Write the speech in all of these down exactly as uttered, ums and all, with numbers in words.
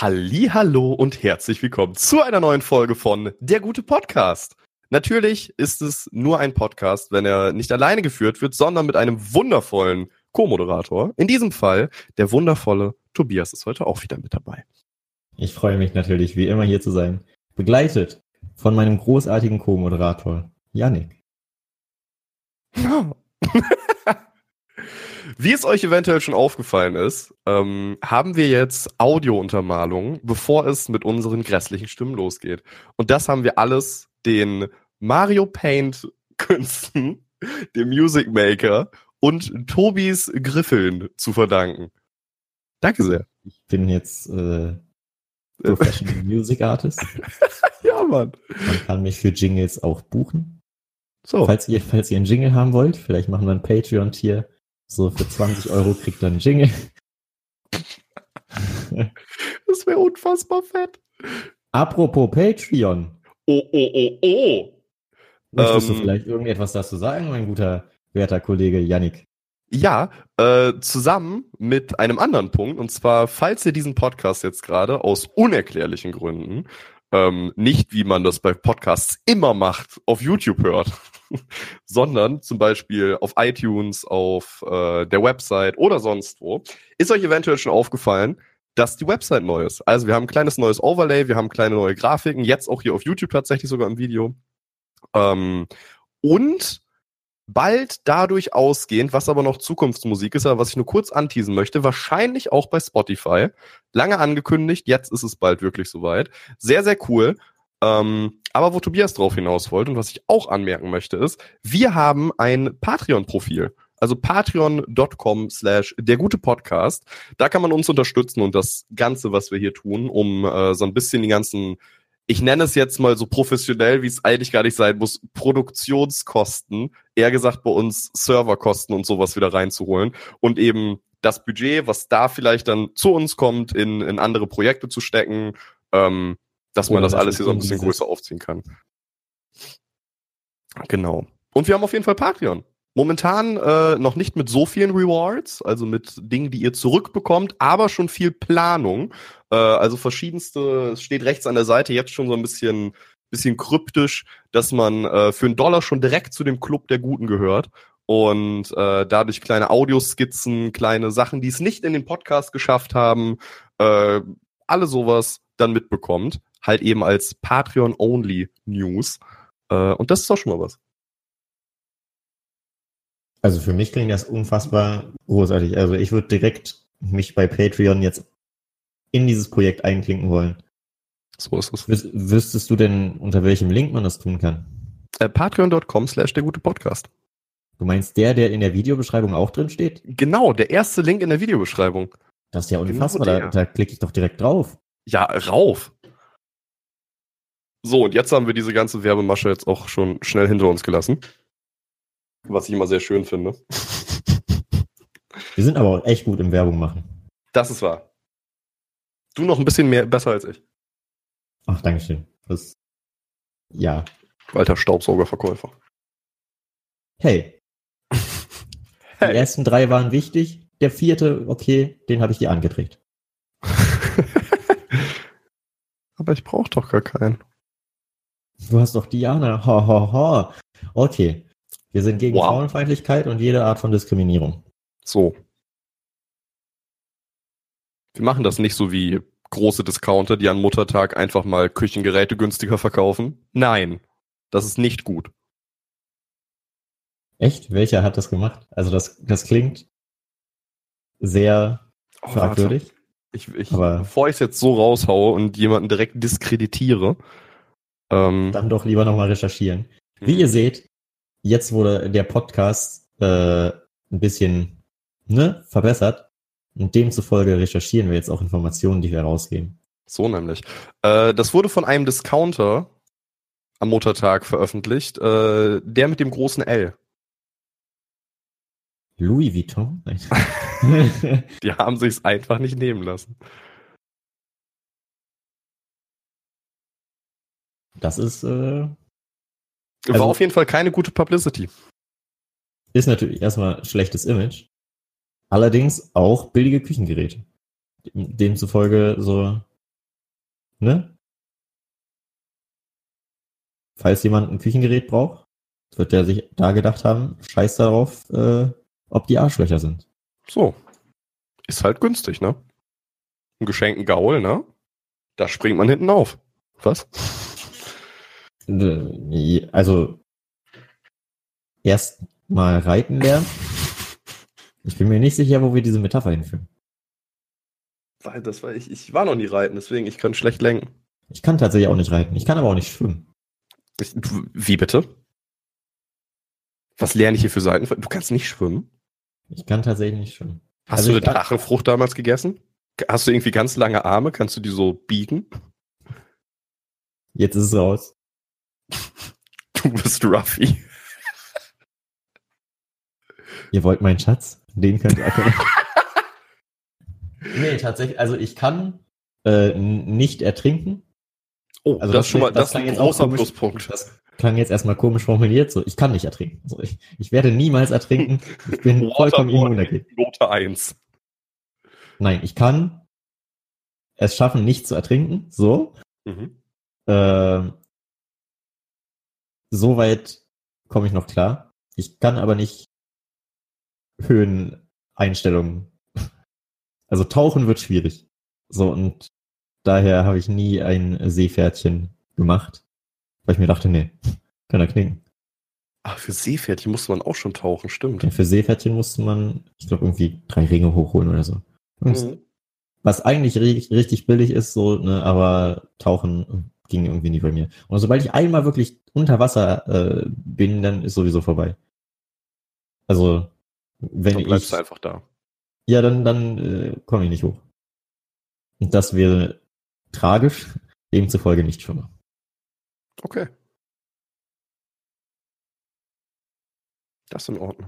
Hallihallo und herzlich willkommen zu einer neuen Folge von Der gute Podcast. Natürlich ist es nur ein Podcast, wenn er nicht alleine geführt wird, sondern mit einem wundervollen Co-Moderator. In diesem Fall der wundervolle Tobias ist heute auch wieder mit dabei. Ich freue mich natürlich, wie immer hier zu sein, begleitet von meinem großartigen Co-Moderator, Yannick. Wie es euch eventuell schon aufgefallen ist, ähm, haben wir jetzt Audiountermalung, bevor es mit unseren grässlichen Stimmen losgeht. Und das haben wir alles den Mario Paint-Künsten, dem Music Maker und Tobis Griffeln zu verdanken. Danke sehr. Ich bin jetzt äh, Professional Music Artist. Ja, Mann. Man kann mich für Jingles auch buchen. So. Falls ihr, falls ihr einen Jingle haben wollt, vielleicht machen wir ein Patreon-Tier. So für zwanzig Euro kriegt ihr einen Jingle. Das wäre unfassbar fett. Apropos Patreon. Oh, oh, oh, oh. Möchtest ähm, du vielleicht irgendetwas dazu sagen, mein guter, werter Kollege Yannick? Ja, äh, zusammen mit einem anderen Punkt. Und zwar, falls ihr diesen Podcast jetzt gerade aus unerklärlichen Gründen ähm, nicht, wie man das bei Podcasts immer macht, auf YouTube hört, sondern zum Beispiel auf iTunes, auf äh, der Website oder sonst wo, ist euch eventuell schon aufgefallen, dass die Website neu ist. Also wir haben ein kleines neues Overlay, wir haben kleine neue Grafiken, jetzt auch hier auf YouTube tatsächlich sogar im Video. Ähm, und bald dadurch ausgehend, was aber noch Zukunftsmusik ist, aber was ich nur kurz anteasen möchte, wahrscheinlich auch bei Spotify. Lange angekündigt, jetzt ist es bald wirklich soweit. Sehr, sehr cool. Ähm, aber wo Tobias drauf hinaus wollte und was ich auch anmerken möchte ist, wir haben ein Patreon-Profil. Also patreon.com slash der gute Podcast. Da kann man uns unterstützen und das Ganze, was wir hier tun, um äh, so ein bisschen die ganzen, ich nenne es jetzt mal so professionell, wie es eigentlich gar nicht sein muss, Produktionskosten, eher gesagt bei uns Serverkosten und sowas wieder reinzuholen und eben das Budget, was da vielleicht dann zu uns kommt, in, in andere Projekte zu stecken, ähm, dass man Oder das alles hier so ein bisschen dieses- größer aufziehen kann. Genau. Und wir haben auf jeden Fall Patreon. Momentan äh, noch nicht mit so vielen Rewards, also mit Dingen, die ihr zurückbekommt, aber schon viel Planung. Äh, also verschiedenste, es steht rechts an der Seite jetzt schon so ein bisschen, bisschen kryptisch, dass man äh, für einen Dollar schon direkt zu dem Club der Guten gehört und äh, dadurch kleine Audioskizzen, kleine Sachen, die es nicht in den Podcast geschafft haben, äh, alle sowas dann mitbekommt. Halt eben als Patreon-Only-News. Äh, und das ist doch schon mal was. Also für mich klingt das unfassbar großartig. Also ich würde direkt mich bei Patreon jetzt in dieses Projekt einklinken wollen. So ist es. Wüs- Wüsstest du denn, unter welchem Link man das tun kann? Äh, Patreon.com slash der gute Podcast. Du meinst der, der in der Videobeschreibung auch drin steht? Genau, der erste Link in der Videobeschreibung. Das ist ja Genau unfassbar, der. da, da klicke ich doch direkt drauf. Ja, rauf. So, und jetzt haben wir diese ganze Werbemasche jetzt auch schon schnell hinter uns gelassen. Was ich immer sehr schön finde. Wir sind aber auch echt gut im Werbung machen. Das ist wahr. Du noch ein bisschen mehr besser als ich. Ach, Dankeschön. Das, ja. Alter Staubsaugerverkäufer. Hey, die Hey. ersten drei waren wichtig. Der vierte, okay, den habe ich dir angedreht. Aber ich brauche doch gar keinen. Du hast doch Diana. Ha, ha, ha. Okay. Wir sind gegen Wow. Frauenfeindlichkeit und jede Art von Diskriminierung. So. Wir machen das nicht so wie große Discounter, die an Muttertag einfach mal Küchengeräte günstiger verkaufen. Nein, das ist nicht gut. Echt? Welcher hat das gemacht? Also das, das klingt sehr Oh, fragwürdig. warte. Ich, ich, Aber- bevor ich es jetzt so raushaue und jemanden direkt diskreditiere. Ähm, Dann doch lieber nochmal recherchieren. Wie ihr seht, jetzt wurde der Podcast äh, ein bisschen ne, verbessert. Und demzufolge recherchieren wir jetzt auch Informationen, die wir rausgeben. So nämlich. Äh, das wurde von einem Discounter am Muttertag veröffentlicht. Äh, der mit dem großen L. Louis Vuitton? Die haben sich's einfach nicht nehmen lassen. Das ist, äh, War Also- auf jeden Fall keine gute Publicity. ist natürlich erstmal schlechtes Image. Allerdings auch billige Küchengeräte. Demzufolge so ne? Falls jemand ein Küchengerät braucht, wird der sich da gedacht haben, scheiß darauf, äh, ob die Arschlöcher sind. So. Ist halt günstig, ne? Ein geschenkten Gaul, ne? Da springt man hinten auf. Was? Also, erst mal reiten lernen. Ich bin mir nicht sicher, wo wir diese Metapher hinführen. Weil das war ich, ich war noch nie reiten, deswegen ich kann schlecht lenken. Ich kann tatsächlich auch nicht reiten. Ich kann aber auch nicht schwimmen. Ich, wie bitte? Was lerne ich hier für Seiten? Du kannst nicht schwimmen? Ich kann tatsächlich nicht schwimmen. Hast Also du ich eine kann- Drachenfrucht damals gegessen? Hast du irgendwie ganz lange Arme? Kannst du die so biegen? Jetzt ist es raus. Du bist Ruffy. Ihr wollt meinen Schatz? Den könnt ihr erkennen. Nee, tatsächlich. Also ich kann äh, n- nicht ertrinken. Oh, Also das, das ist schon mal das das ist ein klang jetzt auch großer komisch. Pluspunkt. Das klang jetzt erstmal komisch formuliert. So, ich kann nicht ertrinken. So, ich, ich werde niemals ertrinken. Ich bin vollkommen immun dagegen. Note eins. Nein, ich kann es schaffen, nicht zu ertrinken. So. Mhm. Ähm, Soweit komme ich noch klar. Ich kann aber nicht Höheneinstellungen. Also tauchen wird schwierig. So, und daher habe ich nie ein Seepferdchen gemacht. Weil ich mir dachte, nee, kann er knicken. Ach, für Seepferdchen musste man auch schon tauchen, stimmt. Ja, für Seepferdchen musste man, ich glaube, irgendwie drei Ringe hochholen oder so. Mhm. Was eigentlich ri- richtig billig ist, so, ne, aber tauchen ging irgendwie nie bei mir. Und sobald ich einmal wirklich unter Wasser äh, bin, dann ist sowieso vorbei. Also, wenn Dann bleibst ich, du einfach da. ja, dann, dann äh, komme ich nicht hoch. Und das wäre tragisch, demzufolge nicht schwimmen. Okay. Das ist in Ordnung.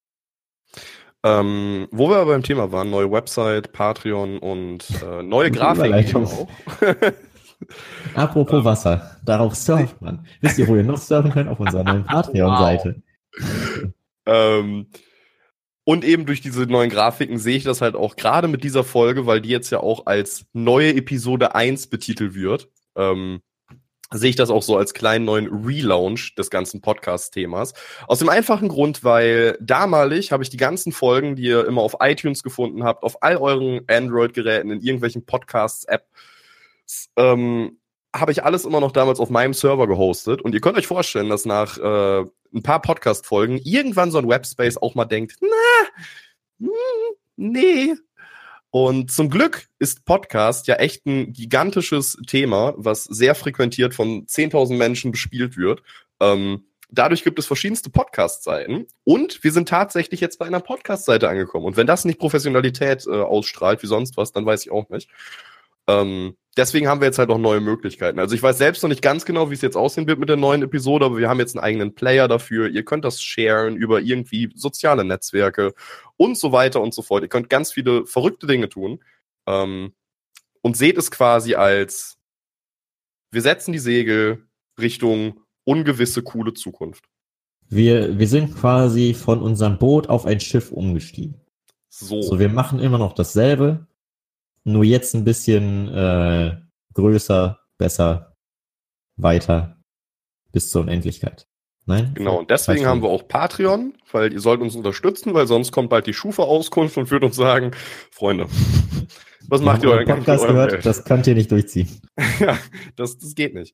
Ähm, wo wir aber beim Thema waren, neue Website, Patreon und äh, neue Gute Grafiken Überleitung. auch. Apropos Ähm, Wasser, darauf surft man. Wisst ihr, wo ihr noch surfen könnt? Auf unserer neuen Patreon-Seite. ähm, und eben durch diese neuen Grafiken sehe ich das halt auch gerade mit dieser Folge, weil die jetzt ja auch als neue Episode eins betitelt wird, ähm, sehe ich das auch so als kleinen neuen Relaunch des ganzen Podcast-Themas. Aus dem einfachen Grund, weil damalig habe ich die ganzen Folgen, die ihr immer auf iTunes gefunden habt, auf all euren Android-Geräten, in irgendwelchen Podcasts-Apps, ähm, habe ich alles immer noch damals auf meinem Server gehostet. Und ihr könnt euch vorstellen, dass nach äh, ein paar Podcast-Folgen irgendwann so ein Webspace auch mal denkt, na, hm, nee. Und zum Glück ist Podcast ja echt ein gigantisches Thema, was sehr frequentiert von zehntausend Menschen bespielt wird. Ähm, dadurch gibt es verschiedenste Podcast-Seiten und wir sind tatsächlich jetzt bei einer Podcast-Seite angekommen. Und wenn das nicht Professionalität äh, ausstrahlt wie sonst was, dann weiß ich auch nicht. Ähm, deswegen haben wir jetzt halt auch neue Möglichkeiten. Also ich weiß selbst noch nicht ganz genau, wie es jetzt aussehen wird mit der neuen Episode, aber wir haben jetzt einen eigenen Player dafür. Ihr könnt das sharen über irgendwie soziale Netzwerke und so weiter und so fort. Ihr könnt ganz viele verrückte Dinge tun ähm, und seht es quasi als wir setzen die Segel Richtung ungewisse, coole Zukunft. Wir, wir sind quasi von unserem Boot auf ein Schiff umgestiegen. So. So, wir machen immer noch dasselbe, nur jetzt ein bisschen äh, größer, besser, weiter, bis zur Unendlichkeit. Nein? Genau, und deswegen haben wir auch Patreon, weil ihr sollt uns unterstützen, weil sonst kommt bald die Schufa-Auskunft und wird uns sagen, Freunde, was macht ihr euren euren Podcast mit eurem gehört? Geld? Das könnt ihr nicht durchziehen. Ja, das, das geht nicht.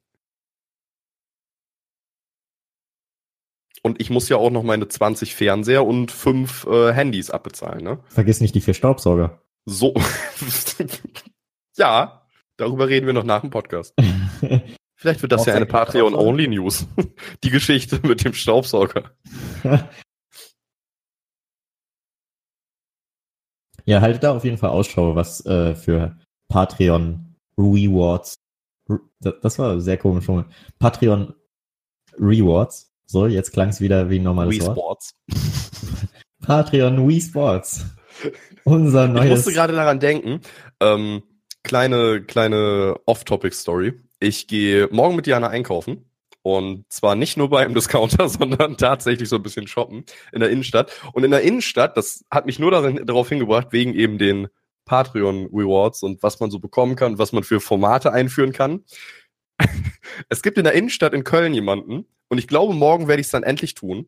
Und ich muss ja auch noch meine zwanzig Fernseher und fünf äh, Handys abbezahlen, ne? Vergiss nicht die vier Staubsauger. So. Ja, darüber reden wir noch nach dem Podcast. Vielleicht wird das ja eine Patreon-Only-News. Die Geschichte mit dem Staubsauger. Ja, haltet da auf jeden Fall Ausschau, was äh, für Patreon Rewards. Das, das war sehr komisch. Patreon Rewards. So, jetzt klang es wieder wie ein normales Wii Wort. Sports. Patreon Wii Sports. Unser neues. Ich musste gerade daran denken. Ähm, kleine, kleine Off-Topic-Story. Ich gehe morgen mit Jana einkaufen. Und zwar nicht nur bei einem Discounter, sondern tatsächlich so ein bisschen shoppen in der Innenstadt. Und in der Innenstadt, das hat mich nur darin, darauf hingebracht, wegen eben den Patreon-Rewards und was man so bekommen kann, was man für Formate einführen kann. Es gibt in der Innenstadt in Köln jemanden, und ich glaube, morgen werde ich es dann endlich tun.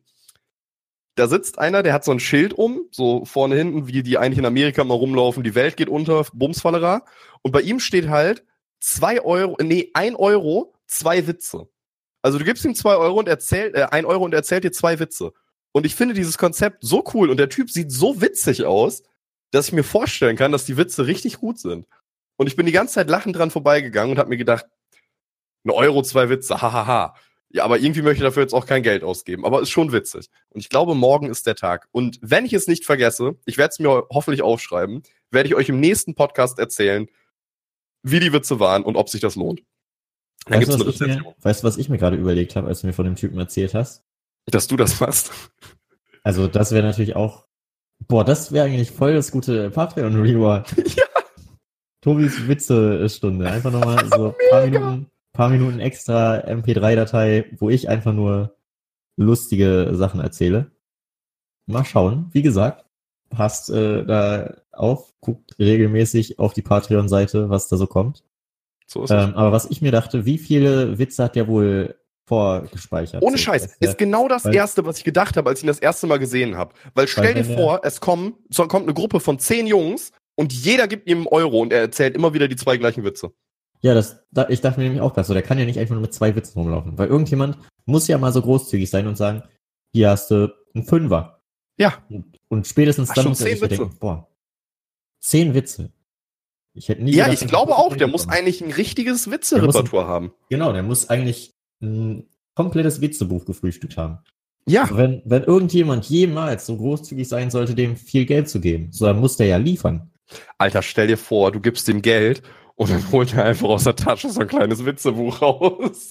Da sitzt einer, der hat so ein Schild um, so vorne hinten, wie die eigentlich in Amerika mal rumlaufen, die Welt geht unter, Bumsfallera. Und bei ihm steht halt zwei Euro, nee, ein Euro, zwei Witze. Also du gibst ihm zwei Euro und erzählt, äh, ein Euro und er erzählt dir zwei Witze. Und ich finde dieses Konzept so cool und der Typ sieht so witzig aus, dass ich mir vorstellen kann, dass die Witze richtig gut sind. Und ich bin die ganze Zeit lachend dran vorbeigegangen und habe mir gedacht, ein Euro, zwei Witze, hahaha. Ja, aber irgendwie möchte ich dafür jetzt auch kein Geld ausgeben. Aber ist schon witzig. Und ich glaube, morgen ist der Tag. Und wenn ich es nicht vergesse, ich werde es mir hoffentlich aufschreiben, werde ich euch im nächsten Podcast erzählen, wie die Witze waren und ob sich das lohnt. Dann Weißt, gibt's du, eine was ich mir, Rezension. weißt du, was ich mir gerade überlegt habe, als du mir von dem Typen erzählt hast? Dass du das machst. Also das wäre natürlich auch, boah, das wäre eigentlich voll das gute Patreon-Reward. Ja. Tobis Witze-Stunde. Einfach nochmal so ein paar Minuten, paar Minuten extra M P drei Datei, wo ich einfach nur lustige Sachen erzähle. Mal schauen. Wie gesagt, passt äh, da auf, guckt regelmäßig auf die Patreon-Seite, was da so kommt. So ist es. Ähm, aber was ich mir dachte, wie viele Witze hat der wohl vorgespeichert? Ohne So, Scheiß, dass der- ist genau das weil- Erste, was ich gedacht habe, als ich ihn das erste Mal gesehen habe. Weil stell dir wenn der- vor, es kommen, so kommt eine Gruppe von zehn Jungs und jeder gibt ihm einen Euro und er erzählt immer wieder die zwei gleichen Witze. Ja, das, da, ich dachte mir nämlich auch das so, der kann ja nicht einfach nur mit zwei Witzen rumlaufen. Weil irgendjemand muss ja mal so großzügig sein und sagen, hier hast du einen Fünfer. Ja. Und, und spätestens Ach, dann schon muss er zehn sich ja Witze. denken, boah, zehn Witze. Ich hätte nie Ja, gedacht, ich dass glaube das auch, so der muss hinbekommt. eigentlich ein richtiges Der Witze-Repertoire haben. Genau, der muss eigentlich ein komplettes Witzebuch gefrühstückt haben. Ja. Also wenn, wenn irgendjemand jemals so großzügig sein sollte, dem viel Geld zu geben, so dann muss der ja liefern. Alter, stell dir vor, du gibst ihm Geld und dann holt er einfach aus der Tasche so ein kleines Witzebuch raus.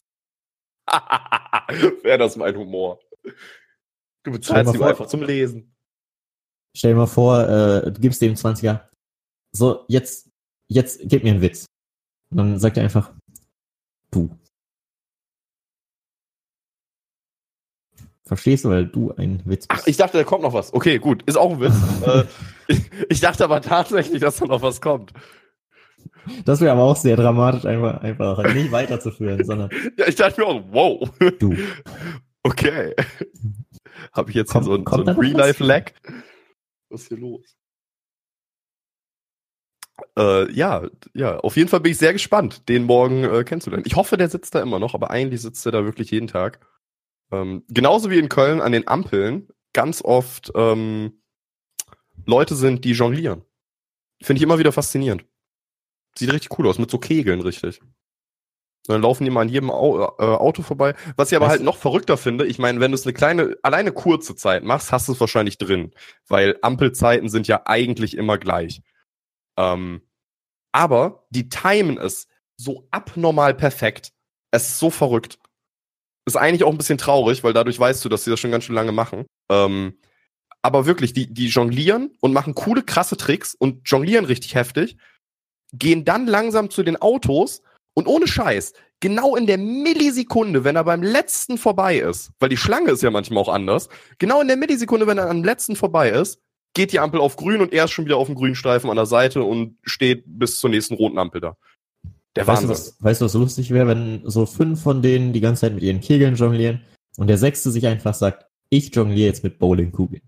Wäre das mein Humor. Du Stell bezahlst mal ihm vor- einfach zum Lesen. Stell dir mal vor, äh, du gibst dem zwanziger. So, jetzt, jetzt gib mir einen Witz. Und dann sagt er einfach, du. Verstehst du, weil du ein Witz bist. Ach, ich dachte, da kommt noch was. Okay, gut, ist auch ein Witz. äh, ich, ich dachte aber tatsächlich, dass da noch was kommt. Das wäre aber auch sehr dramatisch, einfach, einfach nicht weiterzuführen, sondern Ja, ich dachte mir auch, wow. du. Okay. Habe ich jetzt Kommt- hier so ein, so kommt da ein noch was? Real-Life-Lag? Was ist hier los? Äh, ja, ja, auf jeden Fall bin ich sehr gespannt, den morgen äh, kennenzulernen. Ich hoffe, der sitzt da immer noch, aber eigentlich sitzt er da wirklich jeden Tag. Ähm, genauso wie in Köln an den Ampeln ganz oft ähm, Leute sind, die jonglieren. Finde ich immer wieder faszinierend. Sieht richtig cool aus, mit so Kegeln, richtig. Und dann laufen die mal an jedem Au äh, Auto vorbei. Was ich aber Weißt halt du- noch verrückter finde, ich meine, wenn du es eine kleine, alleine kurze Zeit machst, hast du es wahrscheinlich drin. Weil Ampelzeiten sind ja eigentlich immer gleich. Ähm, aber die timen es so abnormal perfekt. Es ist so verrückt. Ist eigentlich auch ein bisschen traurig, weil dadurch weißt du, dass sie das schon ganz schön lange machen. Ähm, aber wirklich, die, die jonglieren und machen coole, krasse Tricks und jonglieren richtig heftig, gehen dann langsam zu den Autos und ohne Scheiß, genau in der Millisekunde, wenn er beim letzten vorbei ist, weil die Schlange ist ja manchmal auch anders, genau in der Millisekunde, wenn er am letzten vorbei ist, geht die Ampel auf grün und er ist schon wieder auf dem grünen Streifen an der Seite und steht bis zur nächsten roten Ampel da. Der Weißt du, Wahnsinn. was, weißt du, was lustig wäre, wenn so fünf von denen die ganze Zeit mit ihren Kegeln jonglieren und der sechste sich einfach sagt, ich jongliere jetzt mit Bowlingkugeln.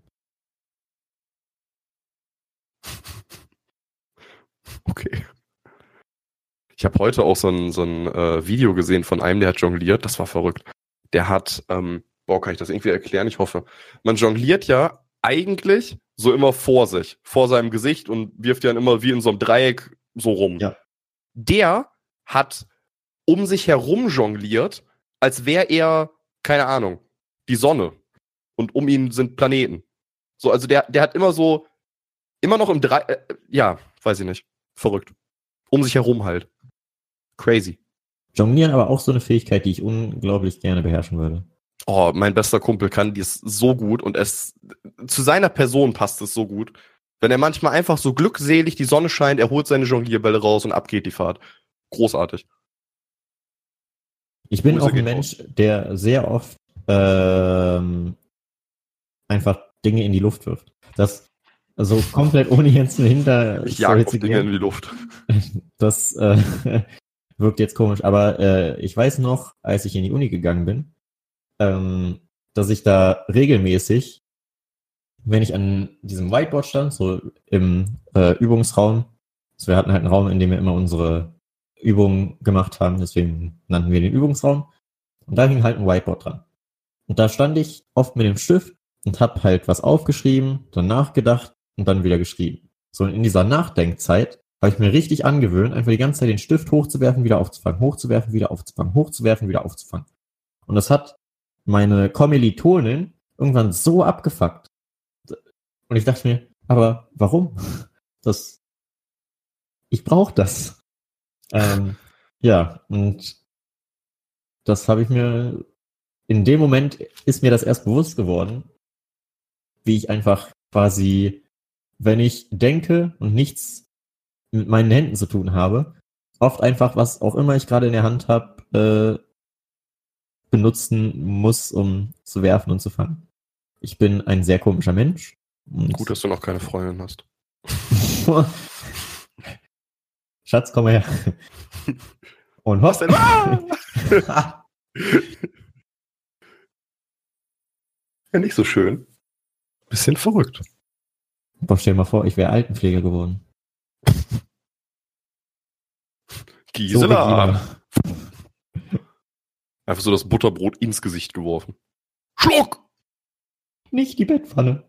Okay. Ich habe heute auch so ein, so ein äh, Video gesehen von einem, der hat jongliert. Das war verrückt. Der hat, ähm, boah, kann ich das irgendwie erklären? Ich hoffe. Man jongliert ja eigentlich so immer vor sich, vor seinem Gesicht und wirft ja dann immer wie in so einem Dreieck so rum. Ja. Der hat um sich herum jongliert, als wäre er, keine Ahnung, die Sonne. Und um ihn sind Planeten. So, also der, der hat immer so, immer noch im Drei, äh, ja, weiß ich nicht. Verrückt. Um sich herum halt. Crazy. Jonglieren aber auch so eine Fähigkeit, die ich unglaublich gerne beherrschen würde. Oh, mein bester Kumpel kann dies so gut und es, zu seiner Person passt es so gut. Wenn er manchmal einfach so glückselig, die Sonne scheint, er holt seine Jonglierbälle raus und ab geht die Fahrt. Großartig. Ich bin Grüße auch ein gehen Mensch, der sehr oft ähm, einfach Dinge in die Luft wirft. Das also komplett ohne jetzt hinter Ich jag auf Dinge in die Luft. Das äh, wirkt jetzt komisch, aber äh, ich weiß noch, als ich in die Uni gegangen bin, ähm, dass ich da regelmäßig, wenn ich an diesem Whiteboard stand, so im äh, Übungsraum, also wir hatten halt einen Raum, in dem wir immer unsere Übungen gemacht haben, deswegen nannten wir den Übungsraum, und da hing halt ein Whiteboard dran. Und da stand ich oft mit dem Stift und hab halt was aufgeschrieben, dann nachgedacht und dann wieder geschrieben. So, und in dieser Nachdenkzeit habe ich mir richtig angewöhnt, einfach die ganze Zeit den Stift hochzuwerfen, wieder aufzufangen, hochzuwerfen, wieder aufzufangen, hochzuwerfen, wieder aufzufangen. Und das hat meine Kommilitonin irgendwann so abgefuckt. Und ich dachte mir, aber warum? Das, ich brauche das. Ähm, ja, und das habe ich mir, in dem Moment ist mir das erst bewusst geworden, wie ich einfach quasi, wenn ich denke und nichts mit meinen Händen zu tun habe, oft einfach, was auch immer ich gerade in der Hand habe, äh, benutzen muss, um zu werfen und zu fangen. Ich bin ein sehr komischer Mensch. Gut, dass du noch keine Freundin hast. Schatz, komm mal her. Und was denn? Ja, nicht so schön. Bisschen verrückt. Boah, stell dir mal vor, ich wäre Altenpfleger geworden. Gisela. So einfach so das Butterbrot ins Gesicht geworfen. Schluck! Nicht die Bettpfanne.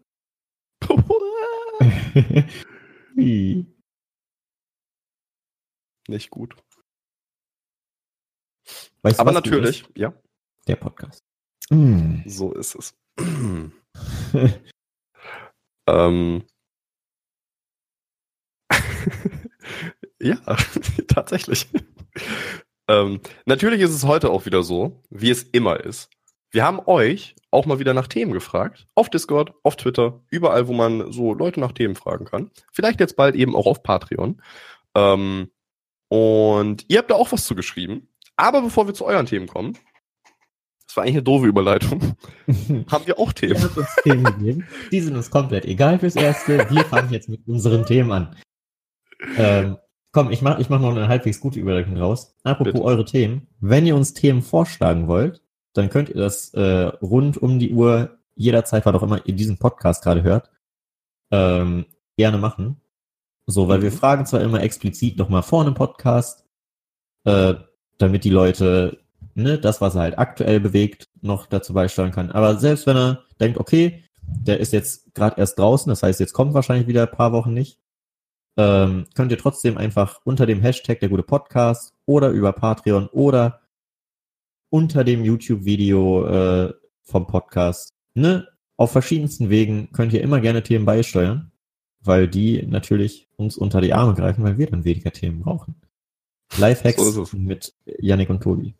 Wie? Nicht gut. Weißt du, aber was natürlich, ist? Ja. Der Podcast. Mm. So ist es. ähm. Ja, tatsächlich. ähm, natürlich ist es heute auch wieder so, wie es immer ist. Wir haben euch auch mal wieder nach Themen gefragt. Auf Discord, auf Twitter, überall, wo man so Leute nach Themen fragen kann. Vielleicht jetzt bald eben auch auf Patreon. Ähm, und ihr habt da auch was zu geschrieben. Aber bevor wir zu euren Themen kommen, das war eigentlich eine doofe Überleitung, haben wir auch Themen. Ihr habt uns Themen gegeben. Die sind uns komplett egal fürs Erste. Wir fangen jetzt mit unseren Themen an. Ähm, komm, ich mach, ich mach noch eine halbwegs gute Überleitung raus. Apropos Bitte. Eure Themen. Wenn ihr uns Themen vorschlagen wollt, dann könnt ihr das äh, rund um die Uhr, jederzeit, was auch immer ihr diesen Podcast gerade hört, ähm, gerne machen. So, weil mhm. wir fragen zwar immer explizit nochmal vor einem Podcast, äh, damit die Leute, ne, das, was er halt aktuell bewegt, noch dazu beisteuern kann. Aber selbst wenn er denkt, okay, der ist jetzt gerade erst draußen, das heißt, jetzt kommt wahrscheinlich wieder ein paar Wochen nicht, ähm, könnt ihr trotzdem einfach unter dem Hashtag der gute Podcast oder über Patreon oder unter dem YouTube-Video äh, vom Podcast, ne, auf verschiedensten Wegen könnt ihr immer gerne Themen beisteuern, weil die natürlich uns unter die Arme greifen, weil wir dann weniger Themen brauchen. Lifehacks so mit Yannick und Tobi.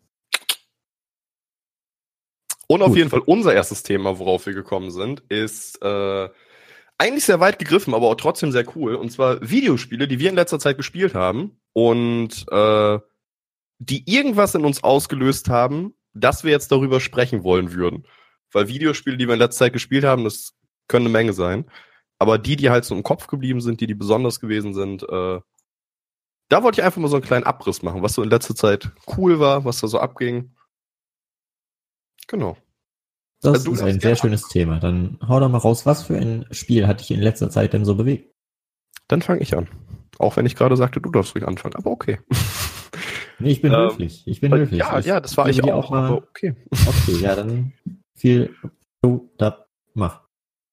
Und Gut. Auf jeden Fall unser erstes Thema, worauf wir gekommen sind, ist äh, eigentlich sehr weit gegriffen, aber auch trotzdem sehr cool. Und zwar Videospiele, die wir in letzter Zeit gespielt haben und äh, die irgendwas in uns ausgelöst haben, dass wir jetzt darüber sprechen wollen würden. Weil Videospiele, die wir in letzter Zeit gespielt haben, das können eine Menge sein. Aber die, die halt so im Kopf geblieben sind, die, die besonders gewesen sind, äh, da wollte ich einfach mal so einen kleinen Abriss machen, was so in letzter Zeit cool war, was da so abging. Genau. Das also, ist ein sehr schönes Thema. Dann hau doch mal raus, was für ein Spiel hat dich in letzter Zeit denn so bewegt? Dann fange ich an. Auch wenn ich gerade sagte, du darfst ruhig anfangen, aber okay. Nee, ich bin ähm, höflich. Ich bin höflich. Ja, ich ja, das war ich auch, auch mal. Aber okay. Okay, ja, dann viel du da mach.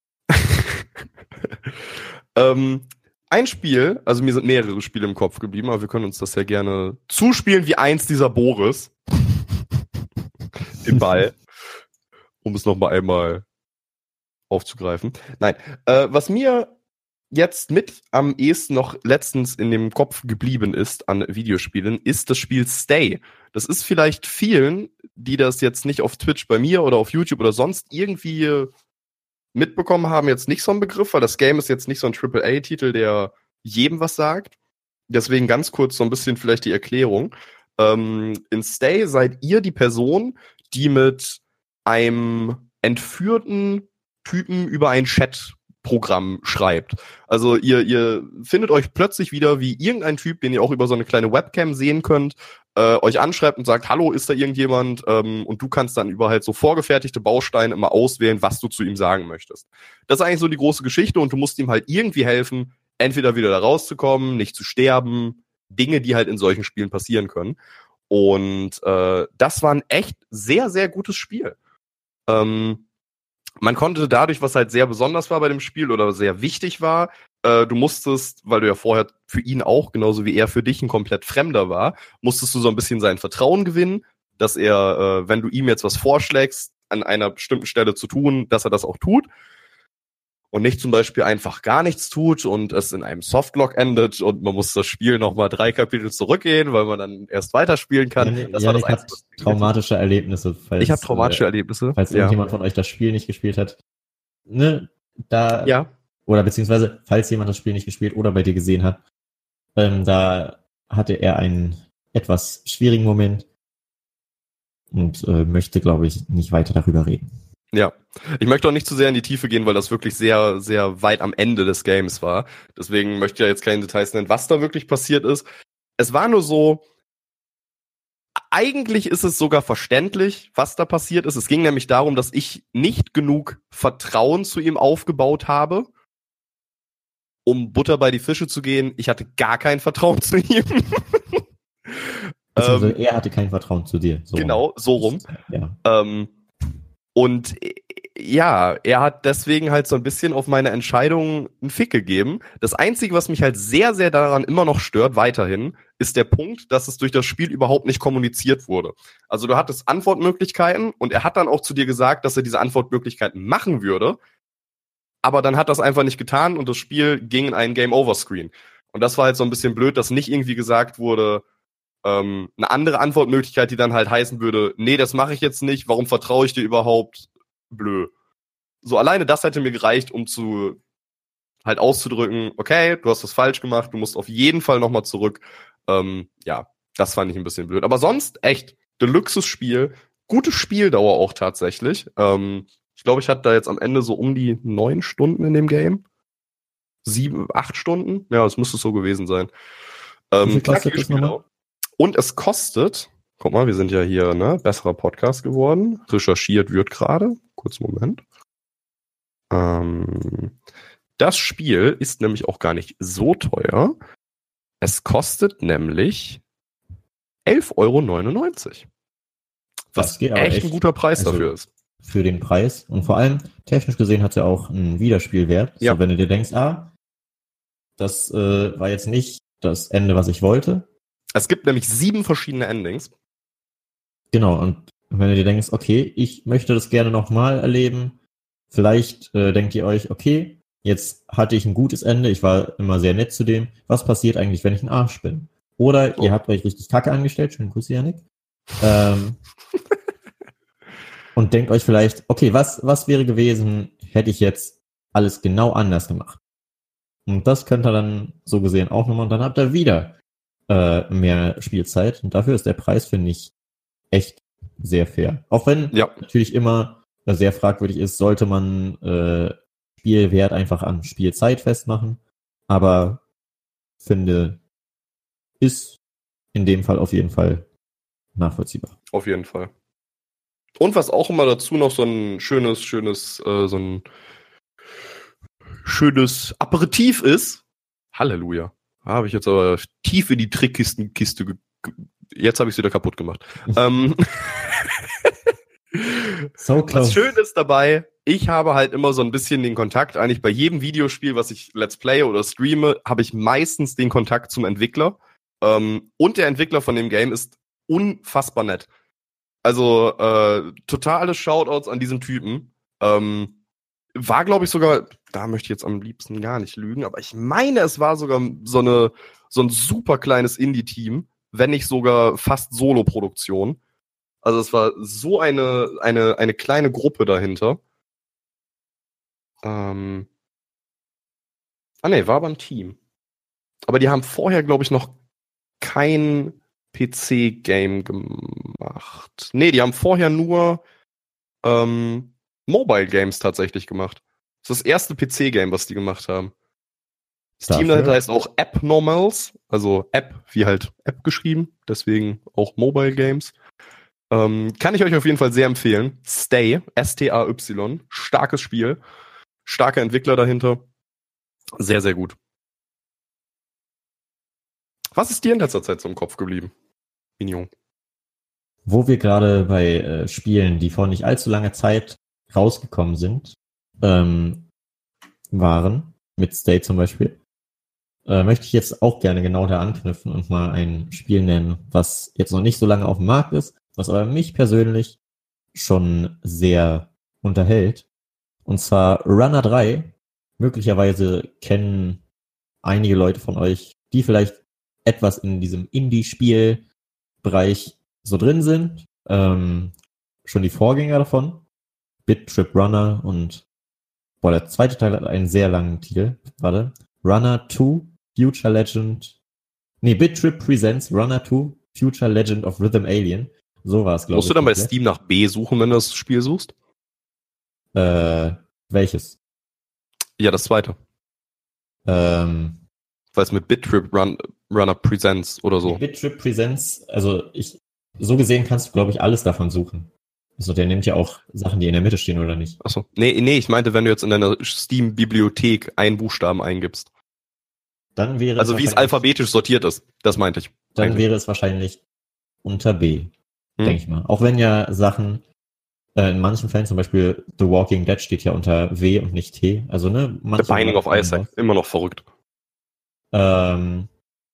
ähm, ein Spiel, also mir sind mehrere Spiele im Kopf geblieben, aber wir können uns das ja gerne zuspielen wie eins dieser Boris. Den Ball. Um es nochmal einmal aufzugreifen. Nein, äh, was mir jetzt mit am ehesten noch letztens in dem Kopf geblieben ist an Videospielen, ist das Spiel Stay. Das ist vielleicht vielen, die das jetzt nicht auf Twitch bei mir oder auf YouTube oder sonst irgendwie mitbekommen haben, jetzt nicht so ein Begriff, weil das Game ist jetzt nicht so ein Triple A Titel, der jedem was sagt. Deswegen ganz kurz so ein bisschen vielleicht die Erklärung. Ähm, in Stay seid ihr die Person, die mit einem entführten Typen über einen Chat Programm schreibt. Also ihr, ihr findet euch plötzlich wieder wie irgendein Typ, den ihr auch über so eine kleine Webcam sehen könnt, äh, euch anschreibt und sagt, hallo, ist da irgendjemand? Ähm, und du kannst dann über halt so vorgefertigte Bausteine immer auswählen, was du zu ihm sagen möchtest. Das ist eigentlich so die große Geschichte und du musst ihm halt irgendwie helfen, entweder wieder da rauszukommen, nicht zu sterben, Dinge, die halt in solchen Spielen passieren können. Und äh, das war ein echt sehr, sehr gutes Spiel. Ähm, man konnte dadurch, was halt sehr besonders war bei dem Spiel oder sehr wichtig war, äh, du musstest, weil du ja vorher für ihn auch, genauso wie er für dich ein komplett Fremder war, musstest du so ein bisschen sein Vertrauen gewinnen, dass er, äh, wenn du ihm jetzt was vorschlägst, an einer bestimmten Stelle zu tun, dass er das auch tut. Und nicht zum Beispiel einfach gar nichts tut und es in einem Softlock endet und man muss das Spiel nochmal drei Kapitel zurückgehen, weil man dann erst weiterspielen kann. Janik, Das Janik war das hat Einzige, traumatische Erlebnisse. Falls, ich habe traumatische äh, Erlebnisse. Falls ja. irgendjemand von euch das Spiel nicht gespielt hat. Ne, da, Ja. oder beziehungsweise, falls jemand das Spiel nicht gespielt oder bei dir gesehen hat, ähm, da hatte er einen etwas schwierigen Moment und äh, möchte, glaube ich, nicht weiter darüber reden. Ja, ich möchte auch nicht zu sehr in die Tiefe gehen, weil das wirklich sehr, sehr weit am Ende des Games war. Deswegen möchte ich ja jetzt keine Details nennen, was da wirklich passiert ist. Es war nur so, eigentlich ist es sogar verständlich, was da passiert ist. Es ging nämlich darum, dass ich nicht genug Vertrauen zu ihm aufgebaut habe, um Butter bei die Fische zu gehen. Ich hatte gar kein Vertrauen zu ihm. Also ähm, er hatte kein Vertrauen zu dir. So genau, rum. so rum. Ja. Ähm, und ja, er hat deswegen halt so ein bisschen auf meine Entscheidung einen Fick gegeben. Das Einzige, was mich halt sehr, sehr daran immer noch stört, weiterhin, ist der Punkt, dass es durch das Spiel überhaupt nicht kommuniziert wurde. Also du hattest Antwortmöglichkeiten und er hat dann auch zu dir gesagt, dass er diese Antwortmöglichkeiten machen würde, aber dann hat das einfach nicht getan und das Spiel ging in einen Game-Over-Screen. Und das war halt so ein bisschen blöd, dass nicht irgendwie gesagt wurde, ähm, eine andere Antwortmöglichkeit, die dann halt heißen würde, nee, das mache ich jetzt nicht, warum vertraue ich dir überhaupt? Blö. So alleine das hätte mir gereicht, um zu halt auszudrücken, okay, du hast das falsch gemacht, du musst auf jeden Fall nochmal zurück. Ähm, ja, das fand ich ein bisschen blöd. Aber sonst echt deluxes Spiel, gute Spieldauer auch tatsächlich. Ähm, ich glaube, ich hatte da jetzt am Ende so um die neun Stunden in dem Game. Sieben, acht Stunden? Ja, es müsste so gewesen sein. Ähm, Wie viel kostet das Spieldauer. nochmal? Und es kostet, guck mal, wir sind ja hier, ne, besserer Podcast geworden. Recherchiert wird gerade. Kurz Moment. Ähm, das Spiel ist nämlich auch gar nicht so teuer. Es kostet nämlich elf Euro neunundneunzig. Was Das geht aber echt echt. ein guter Preis Also, dafür ist. Für den Preis. Und vor allem, technisch gesehen hat es ja auch einen Wiederspielwert. Ja. So, wenn du dir denkst, ah, das äh, war jetzt nicht das Ende, was ich wollte. Es gibt nämlich sieben verschiedene Endings. Genau, und wenn du dir denkst, okay, ich möchte das gerne nochmal erleben, vielleicht äh, denkt ihr euch, okay, jetzt hatte ich ein gutes Ende, ich war immer sehr nett zu dem. Was passiert eigentlich, wenn ich ein Arsch bin? Oder Oh. ihr habt euch richtig Kacke angestellt, schönen Grüße, Janik. Ähm, und denkt euch vielleicht, okay, was, was wäre gewesen, hätte ich jetzt alles genau anders gemacht? Und das könnt ihr dann so gesehen auch nochmal, und dann habt ihr wieder äh, mehr Spielzeit. Und dafür ist der Preis, finde ich, echt sehr fair. Auch wenn Ja. natürlich immer sehr fragwürdig ist, sollte man äh, Spielwert einfach an Spielzeit festmachen. Aber finde, ist in dem Fall auf jeden Fall nachvollziehbar. Auf jeden Fall. Und was auch immer dazu noch so ein schönes, schönes, äh, so ein schönes Aperitif ist. Halleluja. Habe ich jetzt aber tief in die Trickkistenkiste ge- ge- Jetzt habe ich es wieder kaputt gemacht. ähm, So close. Was schön ist dabei, ich habe halt immer so ein bisschen den Kontakt, eigentlich bei jedem Videospiel, was ich Let's Play oder streame, habe ich meistens den Kontakt zum Entwickler. Ähm, und der Entwickler von dem Game ist unfassbar nett. Also äh, totale Shoutouts an diesen Typen. Ähm, war, glaube ich, sogar, da möchte ich jetzt am liebsten gar nicht lügen, aber ich meine, es war sogar so eine so ein super kleines Indie-Team, wenn nicht sogar fast Solo-Produktion. Also es war so eine eine eine kleine Gruppe dahinter. Ähm, ah ne, war aber ein Team. Aber die haben vorher, glaube ich, noch kein P C-Game gemacht. Nee, die haben vorher nur ähm, Mobile Games tatsächlich gemacht. Das ist das erste P C-Game, was die gemacht haben. Das Dafür? Team dahinter heißt auch Abnormals, also App, wie halt App geschrieben, deswegen auch Mobile Games. Ähm, kann ich euch auf jeden Fall sehr empfehlen. Stay, S T A Y, starkes Spiel, starke Entwickler dahinter, sehr, sehr gut. Was ist dir in letzter Zeit so im Kopf geblieben, Mignon? Wo wir gerade bei äh, Spielen, die vor nicht allzu langer Zeit rausgekommen sind, ähm, waren, mit Stay zum Beispiel, äh, möchte ich jetzt auch gerne genau da anknüpfen und mal ein Spiel nennen, was jetzt noch nicht so lange auf dem Markt ist, was aber mich persönlich schon sehr unterhält. Und zwar Runner drei. Möglicherweise kennen einige Leute von euch, die vielleicht etwas in diesem Indie-Spiel-Bereich so drin sind, ähm, schon die Vorgänger davon, Bit Trip Runner und boah, der zweite Teil hat einen sehr langen Titel, warte, Runner zwei, Future Legend, nee, Bit Trip Presents Runner zwei, Future Legend of Rhythm Alien, so war es, glaube ich. Musst du dann bei Steam nach B suchen, wenn du das Spiel suchst? Äh, welches? Ja, das zweite. Ähm, Weil es mit BitTrip Run, Runner Presents oder so. BitTrip Presents, also ich, so gesehen kannst du, glaube ich, alles davon suchen. Also der nimmt ja auch Sachen, die in der Mitte stehen, oder nicht? Achso. Nee, nee, ich meinte, wenn du jetzt in deiner Steam-Bibliothek einen Buchstaben eingibst. Dann wäre Also es wie es alphabetisch sortiert ist. Das meinte ich. Dann eigentlich. wäre es wahrscheinlich unter B, Hm. denke ich mal. Auch wenn ja Sachen, äh, in manchen Fällen, zum Beispiel The Walking Dead steht ja unter W und nicht T. Also, ne? The manche Binding of Sachen Isaac. raus. Immer noch verrückt. Ähm,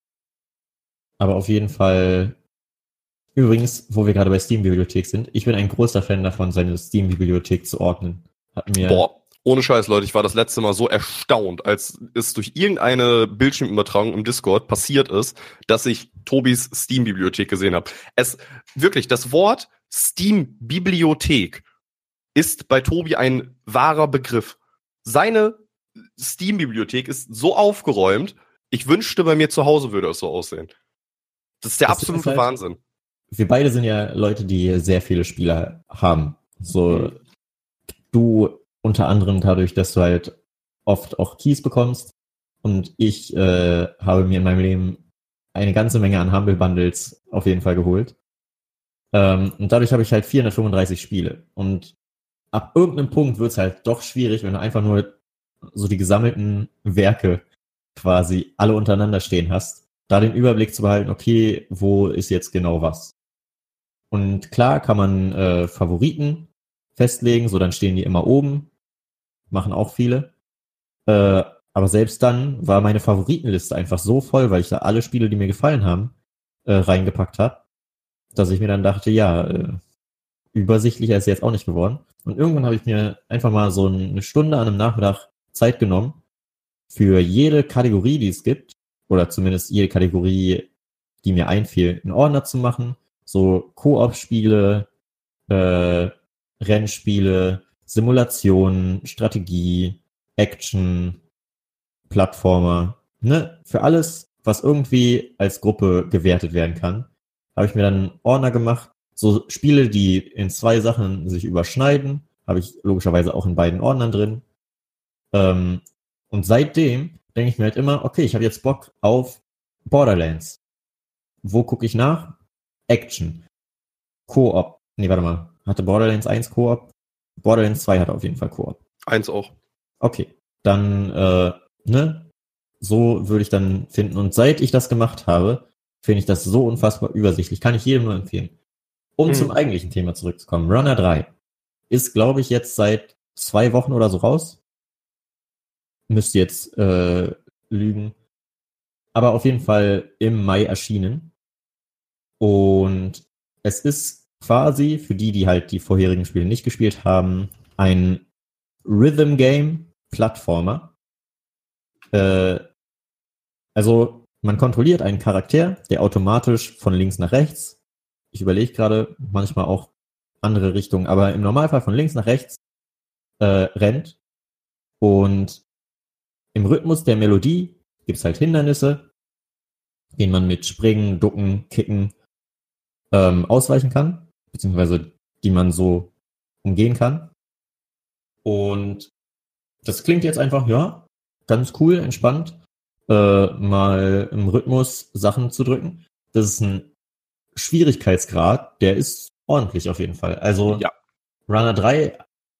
aber auf jeden Fall, übrigens, wo wir gerade bei Steam-Bibliothek sind, ich bin ein großer Fan davon, seine Steam-Bibliothek zu ordnen. Hat mir Boah, ohne Scheiß, Leute, ich war das letzte Mal so erstaunt, als es durch irgendeine Bildschirmübertragung im Discord passiert ist, dass ich Tobis Steam-Bibliothek gesehen habe. Es, wirklich, das Wort Steam-Bibliothek ist bei Tobi ein wahrer Begriff. Seine Steam-Bibliothek ist so aufgeräumt, ich wünschte, bei mir zu Hause würde es so aussehen. Das ist der Das Ding absolute ist halt, Wahnsinn. wir beide sind ja Leute, die sehr viele Spiele haben. So, Mhm. du unter anderem dadurch, dass du halt oft auch Keys bekommst und ich äh, habe mir in meinem Leben eine ganze Menge an Humble Bundles auf jeden Fall geholt. Ähm, und dadurch habe ich halt vierhundertfünfunddreißig Spiele. Und ab irgendeinem Punkt wird es halt doch schwierig, wenn du einfach nur so die gesammelten Werke quasi alle untereinander stehen hast, da den Überblick zu behalten, okay, wo ist jetzt genau was. Und klar kann man äh, Favoriten festlegen, so dann stehen die immer oben, machen auch viele. Äh, aber selbst dann war meine Favoritenliste einfach so voll, weil ich da alle Spiele, die mir gefallen haben, äh, reingepackt habe, dass ich mir dann dachte, ja, äh, übersichtlicher ist jetzt auch nicht geworden. Und irgendwann habe ich mir einfach mal so eine Stunde an einem Nachmittag Zeit genommen, für jede Kategorie, die es gibt, oder zumindest jede Kategorie, die mir einfiel, einen Ordner zu machen. So Koop-Spiele, äh, Rennspiele, Simulationen, Strategie, Action, Plattformer, ne? Für alles, was irgendwie als Gruppe gewertet werden kann, habe ich mir dann einen Ordner gemacht. So Spiele, die in zwei Sachen sich überschneiden, habe ich logischerweise auch in beiden Ordnern drin. Ähm, und seitdem denke ich mir halt immer, okay, ich habe jetzt Bock auf Borderlands. Wo gucke ich nach? Action. Koop. Nee, warte mal. Hatte Borderlands eins Koop? Borderlands zwei hatte auf jeden Fall Koop. Eins auch. Okay. Dann, äh, ne? So würde ich dann finden. Und seit ich das gemacht habe, finde ich das so unfassbar übersichtlich. Kann ich jedem nur empfehlen. Um Mhm. zum eigentlichen Thema zurückzukommen. Runner drei ist, glaube ich, jetzt seit zwei Wochen oder so raus. Müsste jetzt äh, lügen. Aber auf jeden Fall im Mai erschienen. Und es ist quasi, für die, die halt die vorherigen Spiele nicht gespielt haben, ein Rhythm Game Plattformer. Äh, also man kontrolliert einen Charakter, der automatisch von links nach rechts, ich überlege gerade, manchmal auch andere Richtungen, aber im Normalfall von links nach rechts äh, rennt. Und im Rhythmus der Melodie gibt es halt Hindernisse, denen man mit Springen, Ducken, Kicken ähm, ausweichen kann, beziehungsweise die man so umgehen kann. Und das klingt jetzt einfach, ja, ganz cool, entspannt, äh, mal im Rhythmus Sachen zu drücken. Das ist ein Schwierigkeitsgrad, der ist ordentlich auf jeden Fall. Also Ja. Runner drei,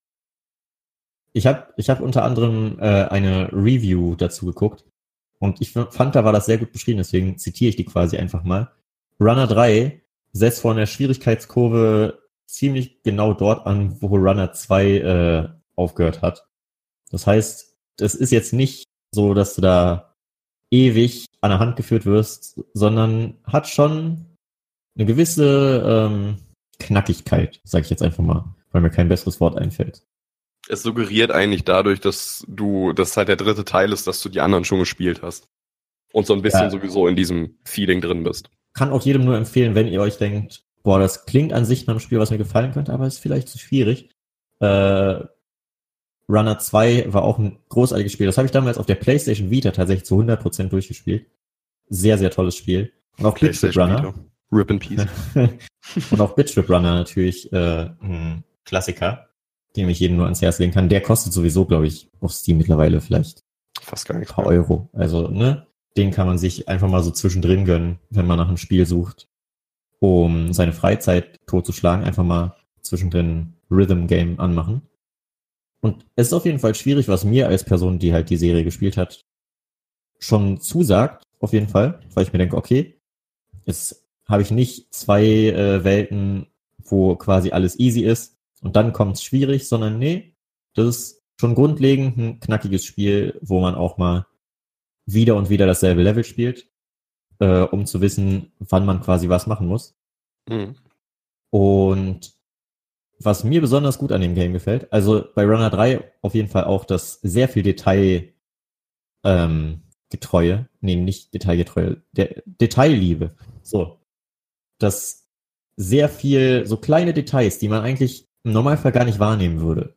ich habe ich hab unter anderem äh, eine Review dazu geguckt und ich fand, da war das sehr gut beschrieben, deswegen zitiere ich die quasi einfach mal. Runner drei setzt von der Schwierigkeitskurve ziemlich genau dort an, wo Runner zwei äh, aufgehört hat. Das heißt, es ist jetzt nicht so, dass du da ewig an der Hand geführt wirst, sondern hat schon eine gewisse ähm, Knackigkeit, sage ich jetzt einfach mal, weil mir kein besseres Wort einfällt. Es suggeriert eigentlich dadurch, dass du, dass halt der dritte Teil ist, dass du die anderen schon gespielt hast. Und so ein bisschen Ja. sowieso in diesem Feeling drin bist. Kann auch jedem nur empfehlen, wenn ihr euch denkt, boah, das klingt an sich nach einem Spiel, was mir gefallen könnte, aber ist vielleicht zu schwierig. Äh, Runner zwei war auch ein großartiges Spiel. Das habe ich damals auf der PlayStation Vita tatsächlich zu hundert Prozent durchgespielt. Sehr, sehr tolles Spiel. Und auch Bittrip Runner. Rip in Peace. Und auch Bittrip Runner natürlich äh, ein Klassiker, den ich jedem nur ans Herz legen kann. Der kostet sowieso, glaube ich, auf Steam mittlerweile vielleicht fast gar nichts ein paar mehr. Euro. Also, ne, den kann man sich einfach mal so zwischendrin gönnen, wenn man nach einem Spiel sucht, um seine Freizeit totzuschlagen. Einfach mal zwischendrin Rhythm Game anmachen. Und es ist auf jeden Fall schwierig, was mir als Person, die halt die Serie gespielt hat, schon zusagt, auf jeden Fall, weil ich mir denke, okay, jetzt habe ich nicht zwei äh, Welten, wo quasi alles easy ist und dann kommt's schwierig, sondern nee, das ist schon grundlegend ein knackiges Spiel, wo man auch mal wieder und wieder dasselbe Level spielt, äh, um zu wissen, wann man quasi was machen muss. Mhm. Und was mir besonders gut an dem Game gefällt, also bei Runner drei auf jeden Fall auch das sehr viel Detail ähm, getreue, nee, nicht detailgetreue, der Detailliebe. So, dass sehr viel, so kleine Details, die man eigentlich im Normalfall gar nicht wahrnehmen würde.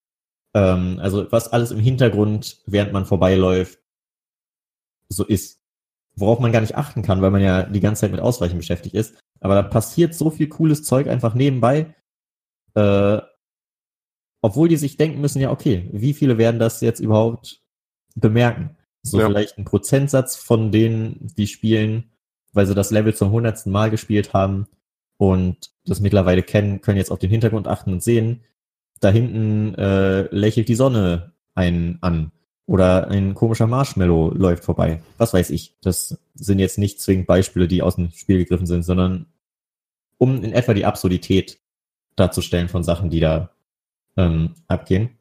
Ähm, also was alles im Hintergrund, während man vorbeiläuft, so ist. Worauf man gar nicht achten kann, weil man ja die ganze Zeit mit Ausweichen beschäftigt ist. Aber da passiert so viel cooles Zeug einfach nebenbei, äh, obwohl die sich denken müssen, ja okay, wie viele werden das jetzt überhaupt bemerken? So ja. Vielleicht ein Prozentsatz von denen, die spielen, weil sie das Level zum hundertsten Mal gespielt haben und das mittlerweile kennen, können jetzt auf den Hintergrund achten und sehen, da hinten äh, lächelt die Sonne einen an oder ein komischer Marshmallow läuft vorbei. Was weiß ich. Das sind jetzt nicht zwingend Beispiele, die aus dem Spiel gegriffen sind, sondern um in etwa die Absurdität darzustellen von Sachen, die da ähm, abgehen.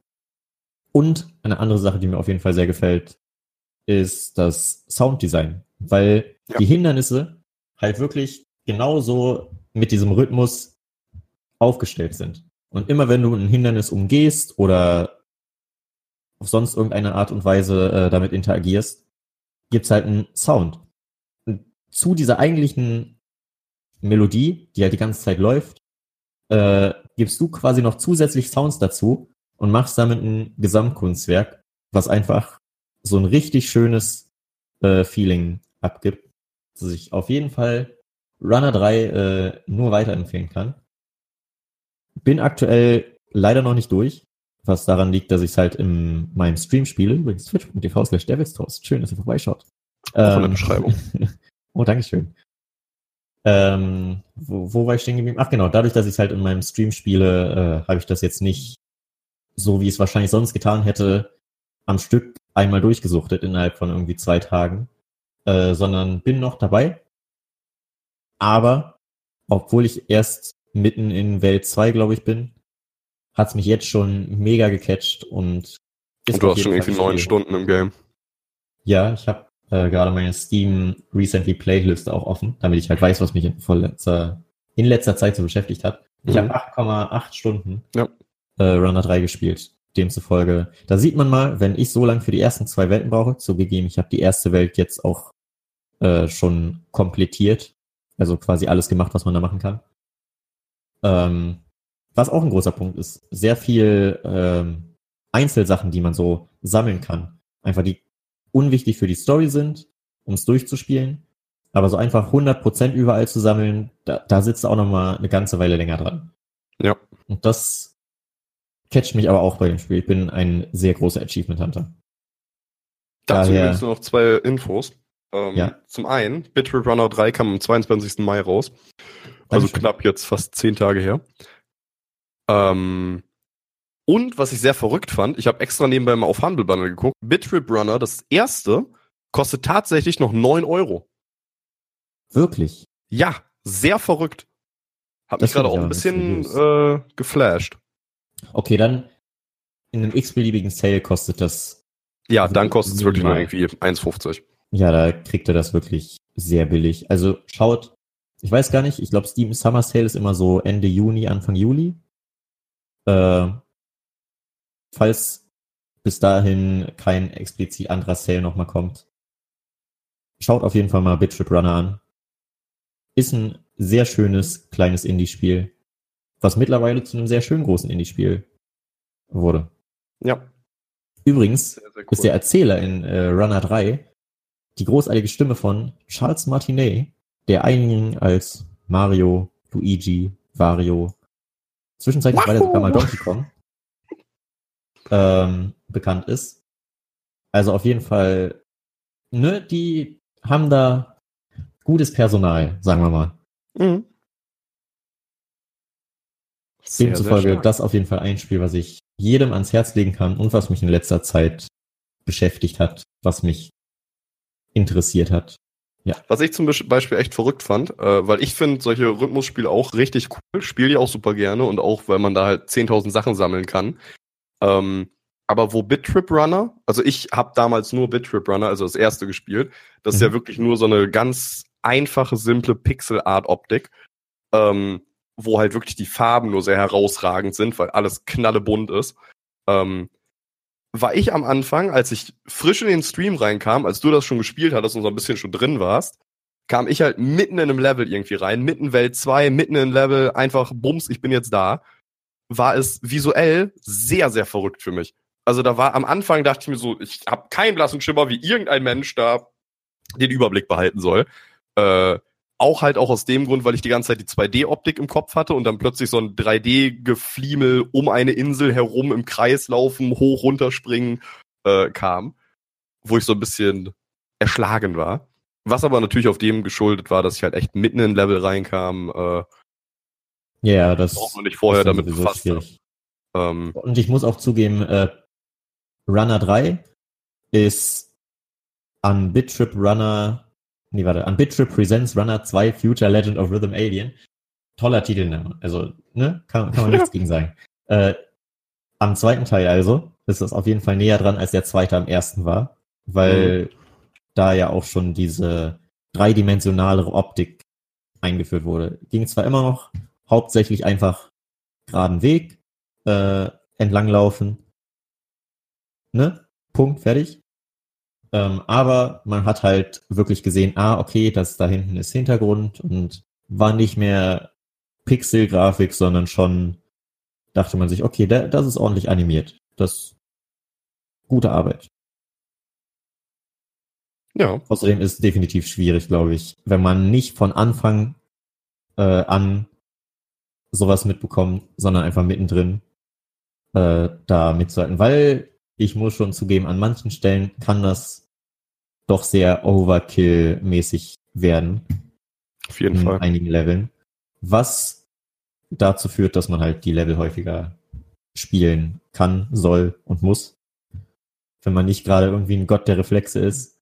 Und eine andere Sache, die mir auf jeden Fall sehr gefällt, ist das Sounddesign, weil ja. die Hindernisse halt wirklich genauso mit diesem Rhythmus aufgestellt sind. Und immer wenn du ein Hindernis umgehst oder auf sonst irgendeine Art und Weise äh, damit interagierst, gibt's halt einen Sound. Und zu dieser eigentlichen Melodie, die halt die ganze Zeit läuft, äh, gibst du quasi noch zusätzlich Sounds dazu und machst damit ein Gesamtkunstwerk, was einfach so ein richtig schönes äh, Feeling abgibt, dass ich auf jeden Fall Runner drei äh, nur weiterempfehlen kann. Bin aktuell leider noch nicht durch, was daran liegt, dass ich es halt in meinem Stream spiele. Übrigens twitch punkt t v slash devilstoast. Schön, dass ihr vorbeischaut. Auch ähm, in der Beschreibung. Oh, dankeschön. Ähm, wo, wo war ich stehen geblieben? Ach genau, dadurch, dass ich es halt in meinem Stream spiele, äh, habe ich das jetzt nicht so, wie ich es wahrscheinlich sonst getan hätte, am Stück einmal durchgesuchtet innerhalb von irgendwie zwei Tagen, äh, sondern bin noch dabei. Aber, obwohl ich erst mitten in Welt zwei, glaube ich, bin, hat es mich jetzt schon mega gecatcht und ist und du hast schon irgendwie neun Stunden im Game. Ja, ich habe äh, gerade meine Steam Recently Played Liste auch offen, damit ich halt weiß, was mich in, letzter, in letzter Zeit so beschäftigt hat. Ich mhm. habe acht Komma acht Stunden ja. äh, Runner drei gespielt. Demzufolge, da sieht man mal, wenn ich so lange für die ersten zwei Welten brauche, zugegeben, ich habe die erste Welt jetzt auch äh, schon komplettiert, also quasi alles gemacht, was man da machen kann. Ähm, was auch ein großer Punkt ist, sehr viel ähm, Einzelsachen, die man so sammeln kann. Einfach die unwichtig für die Story sind, um es durchzuspielen, aber so einfach hundert Prozent überall zu sammeln, da, da sitzt auch nochmal eine ganze Weile länger dran. Ja. Und das catcht mich aber auch bei dem Spiel. Ich bin ein sehr großer Achievement Hunter. Dazu Daher- übrigens nur noch zwei Infos. Ähm, Ja. Zum einen, BitTrip Runner drei kam am zweiundzwanzigsten Mai raus. Also Dankeschön. knapp jetzt fast zehn Tage her. Ähm, und was ich sehr verrückt fand, ich habe extra nebenbei mal auf Humble Bundle geguckt, BitTrip Runner, das erste, kostet tatsächlich noch neun Euro. Wirklich? Ja, sehr verrückt. Hat Das mich gerade find ich auch ein aber bisschen mysteriös. äh, geflasht. Okay, dann in einem x-beliebigen Sale kostet das. Ja, dann kostet es wirklich nur Minimal. irgendwie eins fünfzig. Ja, da kriegt ihr das wirklich sehr billig. Also schaut, ich weiß gar nicht, ich glaube Steam Summer Sale ist immer so Ende Juni, Anfang Juli. Äh, falls bis dahin kein explizit anderer Sale nochmal kommt, schaut auf jeden Fall mal BitTrip Runner an. Ist ein sehr schönes, kleines Indie-Spiel, was mittlerweile zu einem sehr schönen großen Indie-Spiel wurde. Ja, Übrigens sehr, sehr cool. ist der Erzähler in äh, Runner drei die großartige Stimme von Charles Martinet, der einigen als Mario, Luigi, Wario, zwischenzeitlich war er sogar mal Donkey Kong, ähm, bekannt ist. Also auf jeden Fall, ne, die haben da gutes Personal, sagen wir mal. Mhm. Sehr, Demzufolge sehr stark. das auf jeden Fall ein Spiel, was ich jedem ans Herz legen kann und was mich in letzter Zeit beschäftigt hat, was mich interessiert hat. Was ich zum Beispiel echt verrückt fand, äh, weil ich finde solche Rhythmusspiele auch richtig cool, spiele die auch super gerne und auch, weil man da halt zehntausend Sachen sammeln kann. Ähm, aber wo BitTrip Runner, also ich habe damals nur BitTrip Runner, also das erste gespielt, das ist Mhm. ja wirklich nur so eine ganz einfache, simple Pixel-Art-Optik, ähm, wo halt wirklich die Farben nur sehr herausragend sind, weil alles knallebunt ist. Ähm, war ich am Anfang, als ich frisch in den Stream reinkam, als du das schon gespielt hattest und so ein bisschen schon drin warst, kam ich halt mitten in einem Level irgendwie rein, mitten Welt zwei, mitten in Level, einfach bums, ich bin jetzt da. War es visuell sehr, sehr verrückt für mich. Also da war am Anfang, dachte ich mir so, ich habe keinen blassen Schimmer, wie irgendein Mensch da den Überblick behalten soll. Äh, auch halt auch aus dem Grund, weil ich die ganze Zeit die zwei D-Optik im Kopf hatte und dann plötzlich so ein drei D-Gefliemel um eine Insel herum im Kreis laufen, hoch, runterspringen äh, kam, wo ich so ein bisschen erschlagen war. Was aber natürlich auf dem geschuldet war, dass ich halt echt mitten in ein Level reinkam, äh, Ja, das auch noch nicht vorher ist dann damit sowieso befasst habe. schwierig. Ähm, Und ich muss auch zugeben, äh, Runner drei ist an BitTrip Runner, nee, warte, an BitTrip Presents Runner zwei Future Legend of Rhythm Alien. Toller Titelname. Also, ne, kann, kann man nichts gegen sagen. Äh, am zweiten Teil also ist das auf jeden Fall näher dran, als der zweite am ersten war, weil da ja auch schon diese dreidimensionalere Optik eingeführt wurde. Ging zwar immer noch hauptsächlich einfach geraden Weg, äh, entlanglaufen, ne? Punkt, fertig. Ähm, aber man hat halt wirklich gesehen, ah, okay, das da hinten ist Hintergrund und war nicht mehr Pixel-Grafik, sondern schon dachte man sich, okay, da, das ist ordentlich animiert. Das gute Arbeit. ja, Außerdem ist es definitiv schwierig, glaube ich, wenn man nicht von Anfang äh, an sowas mitbekommt, sondern einfach mittendrin äh, da mitzuhalten. Weil ich muss schon zugeben, an manchen Stellen kann das doch sehr Overkill-mäßig werden auf jeden in Fall. einigen Leveln. Was dazu führt, dass man halt die Level häufiger spielen kann, soll und muss. Wenn man nicht gerade irgendwie ein Gott der Reflexe ist.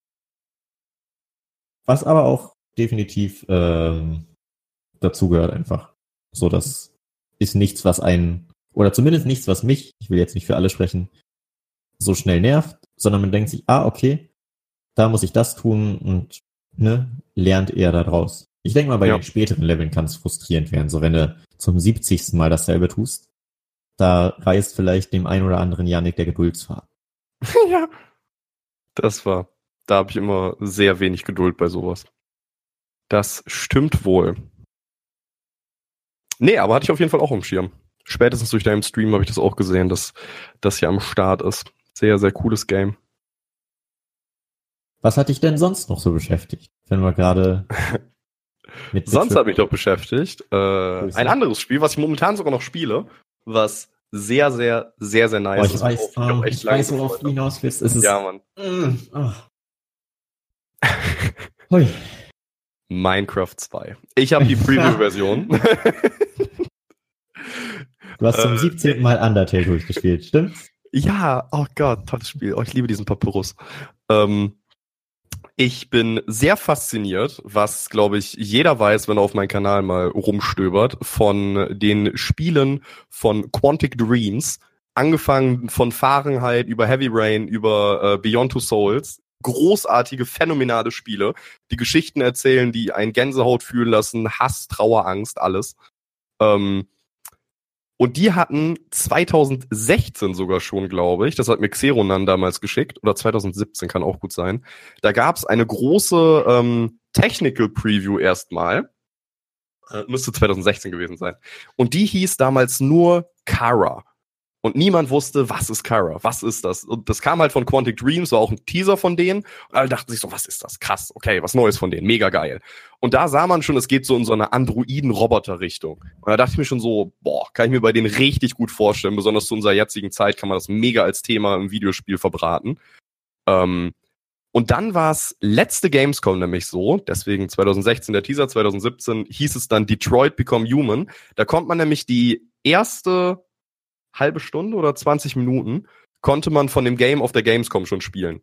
Was aber auch definitiv ähm, dazugehört einfach. So, das ist nichts, was einen, oder zumindest nichts, was mich, ich will jetzt nicht für alle sprechen, so schnell nervt, sondern man denkt sich, ah, okay, da muss ich das tun und ne, lernt eher daraus. Ich denke mal, bei Ja. den späteren Leveln kann es frustrierend werden, so wenn du zum siebzigsten Mal dasselbe tust, da reißt vielleicht dem einen oder anderen Yannick der Geduldsfaden. Ja. Das war, da habe ich immer sehr wenig Geduld bei sowas. Das stimmt wohl. Nee, aber hatte ich auf jeden Fall auch im Schirm. Spätestens durch deinen Stream habe ich das auch gesehen, dass das hier am Start ist. Sehr, sehr cooles Game. Was hat dich denn sonst noch so beschäftigt, wenn wir gerade mit Sonst Witcher- hat mich doch beschäftigt äh, Grüße. ein anderes Spiel, was ich momentan sogar noch spiele, was Sehr, sehr, sehr, sehr nice. Boah, ich weiß, oh, ich weiß, worauf du hinaus willst. Es ist, ja, Mann. Mm, oh. Hui. Minecraft zwei. Ich habe die Preview-Version. Du hast zum siebzehnten Mal Undertale durchgespielt, stimmt's? Ja, oh Gott, tolles Spiel. Oh, ich liebe diesen Papyrus. Ähm, ich bin sehr fasziniert, was, glaube ich, jeder weiß, wenn er auf meinem Kanal mal rumstöbert, von den Spielen von Quantic Dreams, angefangen von Fahrenheit über Heavy Rain, über äh, Beyond Two Souls. Großartige, phänomenale Spiele, die Geschichten erzählen, die einen Gänsehaut fühlen lassen, Hass, Trauer, Angst, alles. Ähm, Und die hatten zwanzig sechzehn sogar schon, glaube ich, das hat mir Xeronan damals geschickt, oder zwanzig siebzehn, kann auch gut sein. Da gab es eine große ähm, Technical Preview erstmal. Äh, müsste zwanzig sechzehn gewesen sein. Und die hieß damals nur Kara. Und niemand wusste, was ist Kara, was ist das? Und das kam halt von Quantic Dreams, war auch ein Teaser von denen. Und alle dachten sich so, was ist das? Krass, okay, was Neues von denen, mega geil. Und da sah man schon, es geht so in so eine Androiden-Roboter-Richtung. Und da dachte ich mir schon so, boah, kann ich mir bei denen richtig gut vorstellen. Besonders zu unserer jetzigen Zeit kann man das mega als Thema im Videospiel verbraten. Ähm, und dann war es letzte Gamescom nämlich so, deswegen zwanzig sechzehn der Teaser, zwanzig siebzehn hieß es dann Detroit Become Human. Da konnte man nämlich die erste halbe Stunde oder zwanzig Minuten konnte man von dem Game auf der Gamescom schon spielen.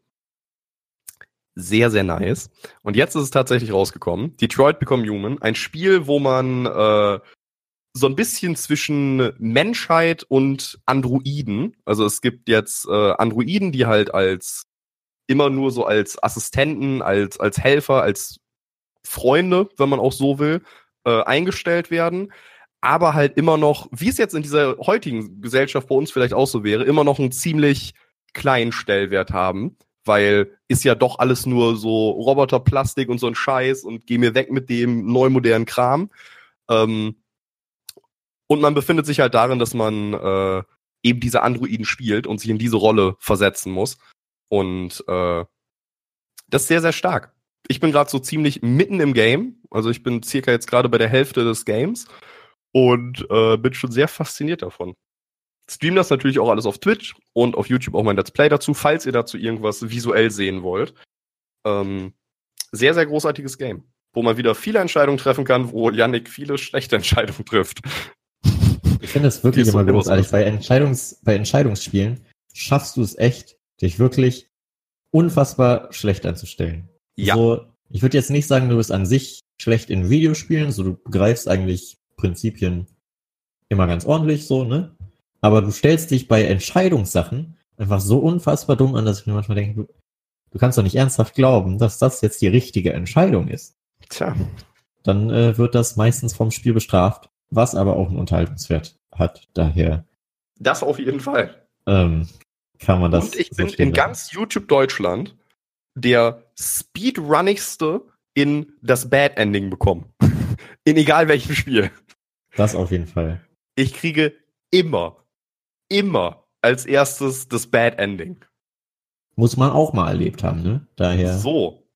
Sehr, sehr nice. Und jetzt ist es tatsächlich rausgekommen. Detroit Become Human. Ein Spiel, wo man äh, so ein bisschen zwischen Menschheit und Androiden, also es gibt jetzt äh, Androiden, die halt als immer nur so als Assistenten, als, als Helfer, als Freunde, wenn man auch so will, äh, eingestellt werden. Aber halt immer noch, wie es jetzt in dieser heutigen Gesellschaft bei uns vielleicht auch so wäre, immer noch einen ziemlich kleinen Stellwert haben, weil ist ja doch alles nur so Roboterplastik und so ein Scheiß und geh mir weg mit dem neu modernen Kram. Ähm, und man befindet sich halt darin, dass man äh, eben diese Androiden spielt und sich in diese Rolle versetzen muss. Und äh, das ist sehr, sehr stark. Ich bin gerade so ziemlich mitten im Game, also ich bin circa jetzt gerade bei der Hälfte des Games. Und äh, bin schon sehr fasziniert davon. Stream das natürlich auch alles auf Twitch und auf YouTube auch mein Let's Play dazu, falls ihr dazu irgendwas visuell sehen wollt. Ähm, sehr, sehr großartiges Game, wo man wieder viele Entscheidungen treffen kann, wo Yannick viele schlechte Entscheidungen trifft. Ich finde es wirklich immer großartig. Bei, Entscheidungs-, bei Entscheidungsspielen schaffst du es echt, dich wirklich unfassbar schlecht anzustellen. Ja. So, ich würde jetzt nicht sagen, du bist an sich schlecht in Videospielen, so du begreifst eigentlich Prinzipien immer ganz ordentlich, so, ne? Aber du stellst dich bei Entscheidungssachen einfach so unfassbar dumm an, dass ich mir manchmal denke, du, du kannst doch nicht ernsthaft glauben, dass das jetzt die richtige Entscheidung ist. Tja. Dann äh, wird das meistens vom Spiel bestraft, was aber auch einen Unterhaltungswert hat. Daher. Das auf jeden Fall. Ähm, kann man das. Und ich bin in ganz YouTube Deutschland der speedrunnigste in das Bad Ending bekommen. In egal welchem Spiel. Das auf jeden Fall. Ich kriege immer, immer als erstes das Bad Ending. Muss man auch mal erlebt haben, ne? Daher. So.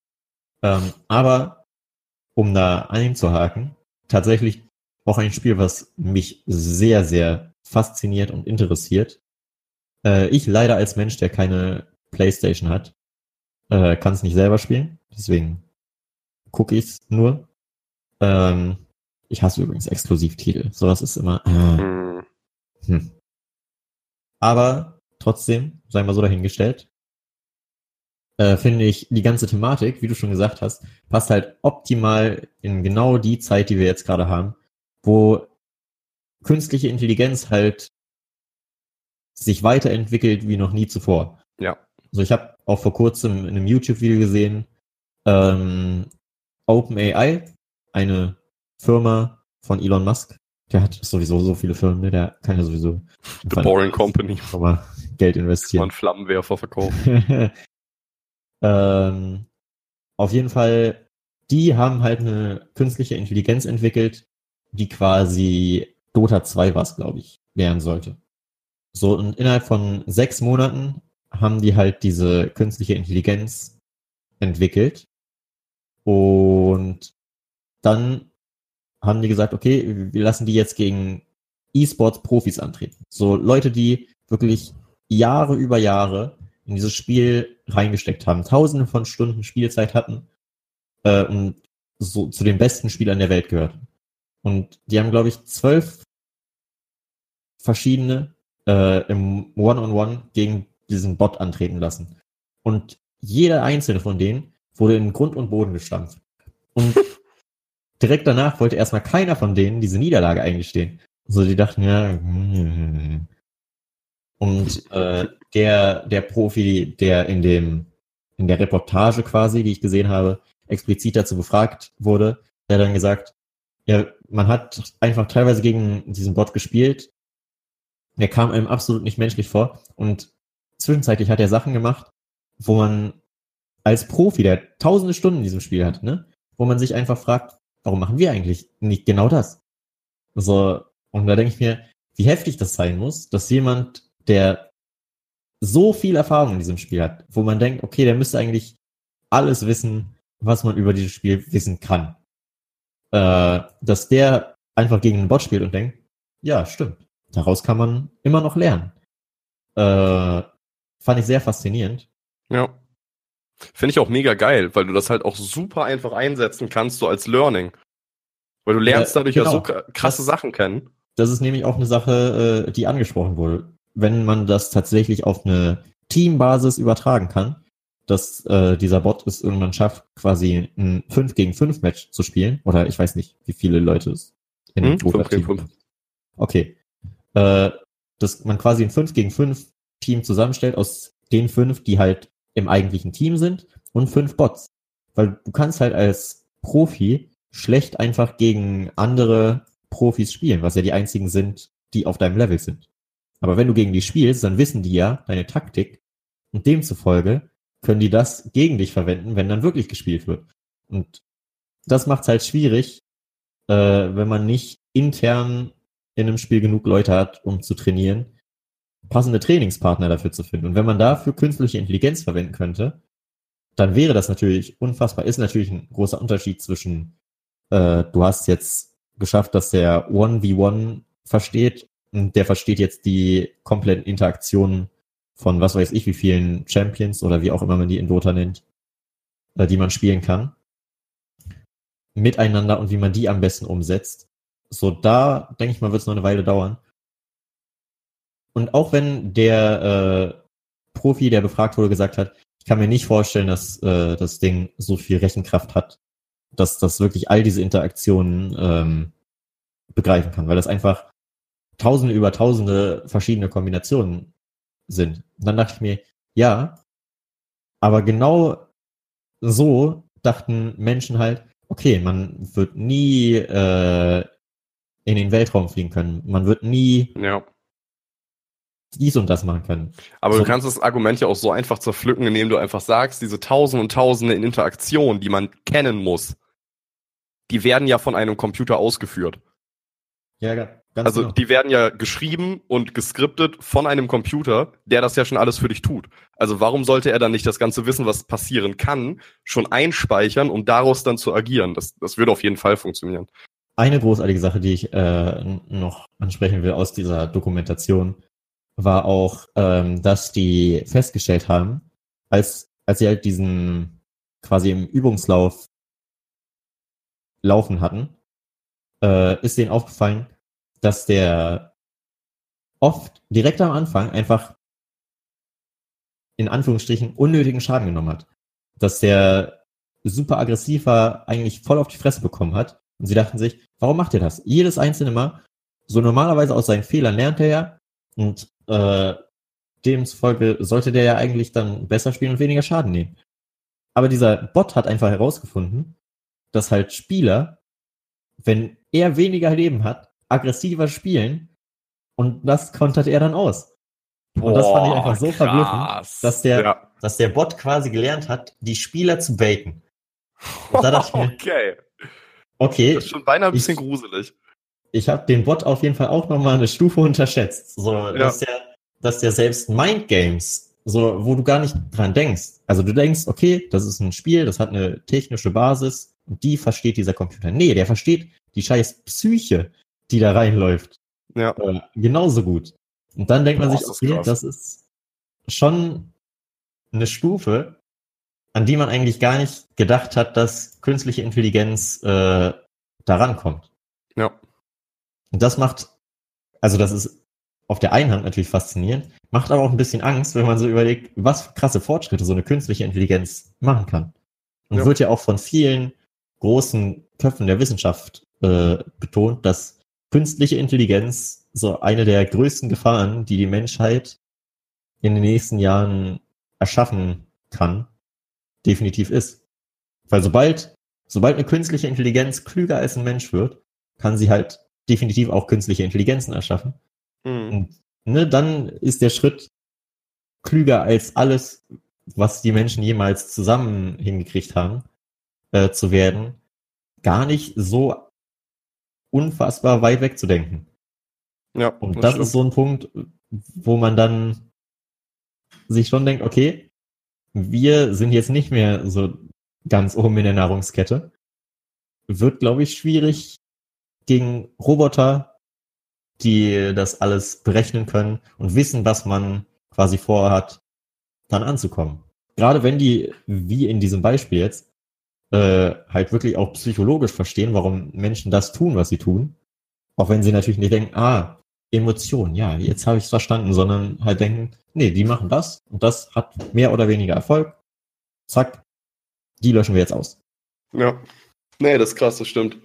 Ähm, aber, um da einzuhaken, tatsächlich auch ein Spiel, was mich sehr, sehr fasziniert und interessiert. Äh, ich leider als Mensch, der keine PlayStation hat, äh, kann es nicht selber spielen. Deswegen gucke ich es nur. Ähm, Ich hasse übrigens Exklusivtitel. Sowas ist immer. Äh, hm. Aber trotzdem, sei mal so dahingestellt, äh, finde ich die ganze Thematik, wie du schon gesagt hast, passt halt optimal in genau die Zeit, die wir jetzt gerade haben, wo künstliche Intelligenz halt sich weiterentwickelt wie noch nie zuvor. Ja. Also ich habe auch vor kurzem in einem YouTube-Video gesehen, ähm, OpenAI, eine Firma von Elon Musk, der hat sowieso so viele Firmen, ne? Der kann ja sowieso The Boring Company. Mal Geld investieren. Mal einen Flammenwerfer verkaufen. ähm, auf jeden Fall, die haben halt eine künstliche Intelligenz entwickelt, die quasi Dota zwei war es, glaube ich, lernen sollte. So, und innerhalb von sechs Monaten haben die halt diese künstliche Intelligenz entwickelt. Und dann haben die gesagt, okay, wir lassen die jetzt gegen E-Sports-Profis antreten. So Leute, die wirklich Jahre über Jahre in dieses Spiel reingesteckt haben, tausende von Stunden Spielzeit hatten äh, und so zu den besten Spielern der Welt gehörten. Und die haben, glaube ich, zwölf verschiedene äh, im One-on-One gegen diesen Bot antreten lassen. Und jeder einzelne von denen wurde in Grund und Boden gestampft. Und direkt danach wollte erstmal keiner von denen diese Niederlage eingestehen. So, die dachten, ja, und äh, der, der Profi, der in dem, in der Reportage quasi, die ich gesehen habe, explizit dazu befragt wurde, der hat dann gesagt, ja, man hat einfach teilweise gegen diesen Bot gespielt, der kam einem absolut nicht menschlich vor und zwischenzeitlich hat er Sachen gemacht, wo man als Profi, der tausende Stunden in diesem Spiel hat, ne, wo man sich einfach fragt, warum machen wir eigentlich nicht genau das? So, und da denke ich mir, wie heftig das sein muss, dass jemand, der so viel Erfahrung in diesem Spiel hat, wo man denkt, okay, der müsste eigentlich alles wissen, was man über dieses Spiel wissen kann. Äh, dass der einfach gegen einen Bot spielt und denkt, ja, stimmt, daraus kann man immer noch lernen. Äh, fand ich sehr faszinierend. Ja. Finde ich auch mega geil, weil du das halt auch super einfach einsetzen kannst, so als Learning. Weil du lernst Ja, dadurch genau. ja so krasse Das- Sachen kennen. Das ist nämlich auch eine Sache, äh, die angesprochen wurde. Wenn man das tatsächlich auf eine Teambasis übertragen kann, dass äh, dieser Bot es irgendwann schafft, quasi ein fünf gegen fünf Match zu spielen, oder ich weiß nicht, wie viele Leute es in einem Hm? fünf gegen Team fünf. gibt. Okay. Äh, dass man quasi ein fünf gegen fünf Team zusammenstellt aus den fünf, die halt im eigentlichen Team sind und fünf Bots. Weil du kannst halt als Profi schlecht einfach gegen andere Profis spielen, was ja die einzigen sind, die auf deinem Level sind. Aber wenn du gegen die spielst, dann wissen die ja deine Taktik und demzufolge können die das gegen dich verwenden, wenn dann wirklich gespielt wird. Und das macht es halt schwierig, äh, wenn man nicht intern in einem Spiel genug Leute hat, um zu trainieren, passende Trainingspartner dafür zu finden. Und wenn man dafür künstliche Intelligenz verwenden könnte, dann wäre das natürlich unfassbar. Ist natürlich ein großer Unterschied zwischen, äh, du hast jetzt geschafft, dass der eins gegen eins versteht und der versteht jetzt die kompletten Interaktionen von was weiß ich wie vielen Champions oder wie auch immer man die in Dota nennt, äh, die man spielen kann, miteinander und wie man die am besten umsetzt. So, da, denke ich mal, wird es noch eine Weile dauern. Und auch wenn der äh, Profi, der befragt wurde, gesagt hat, ich kann mir nicht vorstellen, dass äh, das Ding so viel Rechenkraft hat, dass das wirklich all diese Interaktionen ähm, begreifen kann, weil das einfach Tausende über Tausende verschiedene Kombinationen sind. Und dann dachte ich mir, ja, aber genau so dachten Menschen halt, okay, man wird nie äh, in den Weltraum fliegen können, man wird nie Ja. dies und das machen können. Aber So. du kannst das Argument ja auch so einfach zerpflücken, indem du einfach sagst, diese Tausende und Tausende in Interaktionen, die man kennen muss, die werden ja von einem Computer ausgeführt. Ja, ganz Also genau. die werden ja geschrieben und geskriptet von einem Computer, der das ja schon alles für dich tut. Also warum sollte er dann nicht das ganze Wissen, was passieren kann, schon einspeichern, um daraus dann zu agieren? Das, das würde auf jeden Fall funktionieren. Eine großartige Sache, die ich äh, noch ansprechen will aus dieser Dokumentation, war auch, ähm, dass die festgestellt haben, als, als sie halt diesen quasi im Übungslauf laufen hatten, äh, ist denen aufgefallen, dass der oft direkt am Anfang einfach in Anführungsstrichen unnötigen Schaden genommen hat. Dass der super aggressiv war, eigentlich voll auf die Fresse bekommen hat. Und sie dachten sich, warum macht er das? Jedes einzelne Mal. So normalerweise aus seinen Fehlern lernt er ja. Und äh, demzufolge sollte der ja eigentlich dann besser spielen und weniger Schaden nehmen. Aber dieser Bot hat einfach herausgefunden, dass halt Spieler, wenn er weniger Leben hat, aggressiver spielen und das kontert er dann aus. Und das fand ich einfach so krass. verblüffend, dass der, Ja. dass der Bot quasi gelernt hat, die Spieler zu baiten. Und da dachte ich mir, Okay. okay, Das ist schon beinahe ein bisschen ich, gruselig. ich habe den Bot auf jeden Fall auch nochmal eine Stufe unterschätzt. So, Ja. dass der, dass der selbst Mindgames, so, wo du gar nicht dran denkst. Also du denkst, okay, das ist ein Spiel, das hat eine technische Basis und die versteht dieser Computer. Nee, der versteht die scheiß Psyche, die da reinläuft. Ja. Äh, genauso gut. Und dann denkt man Boah, sich, ist das okay, krass. das ist schon eine Stufe, an die man eigentlich gar nicht gedacht hat, dass künstliche Intelligenz äh, daran kommt. Ja. Und das macht, also das ist auf der einen Hand natürlich faszinierend, macht aber auch ein bisschen Angst, wenn man so überlegt, was für krasse Fortschritte so eine künstliche Intelligenz machen kann. Und Ja. wird ja auch von vielen großen Köpfen der Wissenschaft äh, betont, dass künstliche Intelligenz so eine der größten Gefahren, die die Menschheit in den nächsten Jahren erschaffen kann, definitiv ist. Weil sobald, sobald eine künstliche Intelligenz klüger als ein Mensch wird, kann sie halt definitiv auch künstliche Intelligenzen erschaffen. Mhm. Und ne, dann ist der Schritt klüger als alles, was die Menschen jemals zusammen hingekriegt haben, äh, zu werden, gar nicht so unfassbar weit wegzudenken. Ja, Und das, stimmt. ist so ein Punkt, wo man dann sich schon denkt, okay, wir sind jetzt nicht mehr so ganz oben in der Nahrungskette. Wird, glaube ich, schwierig gegen Roboter, die das alles berechnen können und wissen, was man quasi vorhat, dann anzukommen. Gerade wenn die, wie in diesem Beispiel jetzt, äh, halt wirklich auch psychologisch verstehen, warum Menschen das tun, was sie tun. Auch wenn sie natürlich nicht denken, ah, Emotion, ja, jetzt habe ich es verstanden, sondern halt denken, nee, die machen das und das hat mehr oder weniger Erfolg. Zack, die löschen wir jetzt aus. Ja. Nee, das ist krass, das stimmt.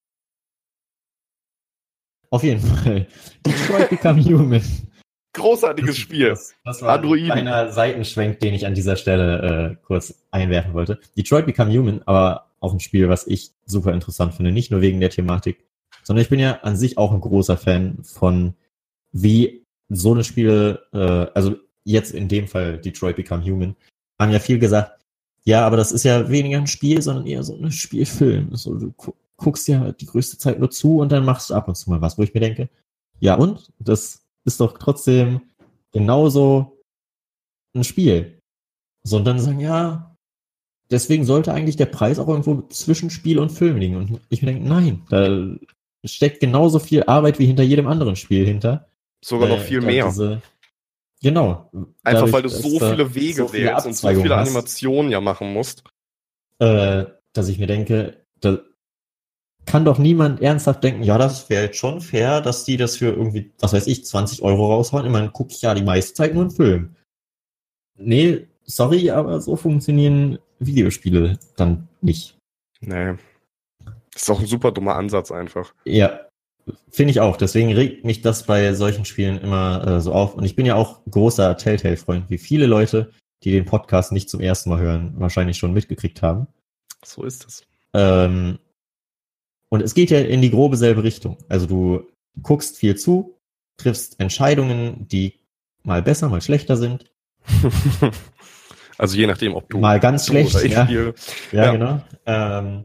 Auf jeden Fall. Detroit Become Human. Großartiges Spiel. Das, das war Androiden. ein kleiner Seitenschwenk, den ich an dieser Stelle äh, kurz einwerfen wollte. Detroit Become Human, aber auch ein Spiel, was ich super interessant finde. Nicht nur wegen der Thematik, sondern ich bin ja an sich auch ein großer Fan von, wie so eine Spiele, äh, also jetzt in dem Fall Detroit Become Human, haben ja viel gesagt, ja, aber das ist ja weniger ein Spiel, sondern eher so ein Spielfilm. So, du gu- guckst ja die größte Zeit nur zu und dann machst du ab und zu mal was, wo ich mir denke, ja und? Das ist doch trotzdem genauso ein Spiel. So, und dann sagen, ja, deswegen sollte eigentlich der Preis auch irgendwo zwischen Spiel und Film liegen. Und ich mir denke, nein, da steckt genauso viel Arbeit wie hinter jedem anderen Spiel hinter. Sogar noch Äh, viel da mehr. Diese, genau. Einfach dadurch, weil du dass so da viele Wege so viele wählst und so Abzweigungen viele hast, Animationen ja machen musst. äh, dass ich mir denke, da kann doch niemand ernsthaft denken, ja, das wäre jetzt schon fair, dass die das für irgendwie, was weiß ich, zwanzig Euro raushauen. Ich meine, gucke ich ja die meiste Zeit nur einen Film. Nee, sorry, aber so funktionieren Videospiele dann nicht. Nee. Das ist auch ein super dummer Ansatz einfach. Ja, finde ich auch. Deswegen regt mich das bei solchen Spielen immer äh, so auf. Und ich bin ja auch großer Telltale-Freund, wie viele Leute, die den Podcast nicht zum ersten Mal hören, wahrscheinlich schon mitgekriegt haben. So ist es. Ähm, und es geht ja in die grobe selbe Richtung. Also du guckst viel zu, triffst Entscheidungen, die mal besser, mal schlechter sind. Also je nachdem, ob du mal ganz du schlecht, oder ich ja. spiele. Ja, Ja. genau. Ähm,